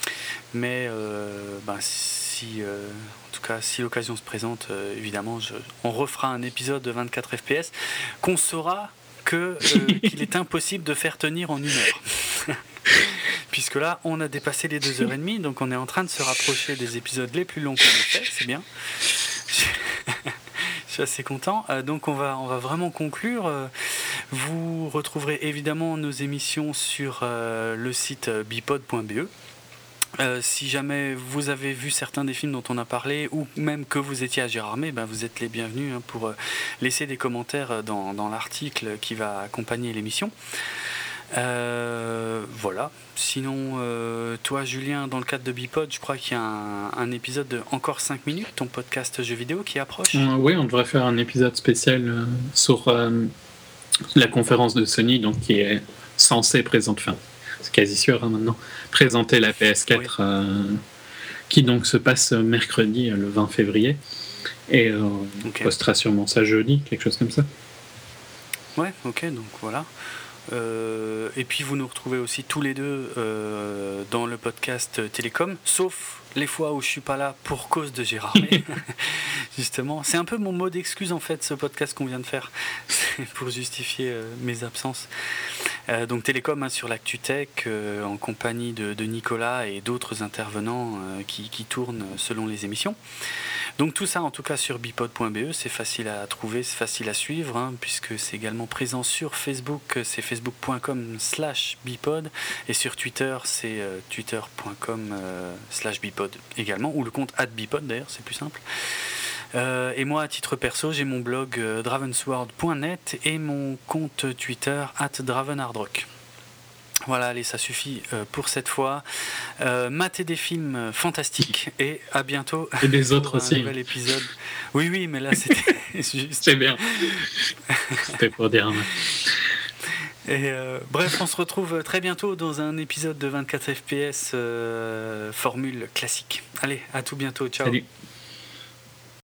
Mais euh, ben, si, euh, en tout cas, si l'occasion se présente, euh, évidemment, je, on refera un épisode de vingt-quatre F P S qu'on saura que, euh, qu'il est impossible de faire tenir en une heure. Puisque là, on a dépassé les deux heures et demie, donc on est en train de se rapprocher des épisodes les plus longs qu'on ait fait, c'est bien. Je suis assez content. Euh, donc on va, on va vraiment conclure. Euh, vous retrouverez évidemment nos émissions sur euh, le site bipod point b e. Euh, si jamais vous avez vu certains des films dont on a parlé, ou même que vous étiez à Gérardmer, ben vous êtes les bienvenus hein, pour euh, laisser des commentaires dans, dans l'article qui va accompagner l'émission. Euh, voilà. Sinon, euh, toi, Julien, dans le cadre de Bipod, je crois qu'il y a un, un épisode de Encore cinq minutes, ton podcast jeux vidéo qui approche. Euh, oui, on devrait faire un épisode spécial euh, sur euh, la conférence de Sony, donc qui est censée présenter, enfin, c'est quasi sûr hein, maintenant, présenter la P S quatre, oui. euh, qui donc se passe mercredi, le vingt février, et euh, okay. on postera sûrement ça jeudi, quelque chose comme ça. Ouais, ok, donc voilà. Euh, et puis vous nous retrouvez aussi tous les deux euh, dans le podcast Télécom, sauf les fois où je suis pas là pour cause de Gérardmer. Justement, c'est un peu mon mot d'excuse en fait, ce podcast qu'on vient de faire, c'est pour justifier euh, mes absences. Euh, donc Télécom hein, sur l'actu tech, euh, en compagnie de, de Nicolas et d'autres intervenants euh, qui, qui tournent selon les émissions. Donc tout ça en tout cas sur bipod point b e, c'est facile à trouver, c'est facile à suivre, hein, puisque c'est également présent sur Facebook, c'est facebook point com slash bipod, et sur Twitter c'est euh, twitter point com euh, slash bipod également, ou le compte arobase bipod d'ailleurs, c'est plus simple. Euh, et moi à titre perso j'ai mon blog euh, dravensword point net et mon compte Twitter arobase dravenhardrock. Voilà, allez, ça suffit euh, pour cette fois. Euh, matez des films fantastiques et à bientôt. Et des autres pour aussi. Un nouvel épisode. Oui, oui, mais là c'était juste. C'est bien. C'était pour dire. Et euh, bref, on se retrouve très bientôt dans un épisode de vingt-quatre F P S euh, formule classique. Allez, à tout bientôt. Ciao. Salut.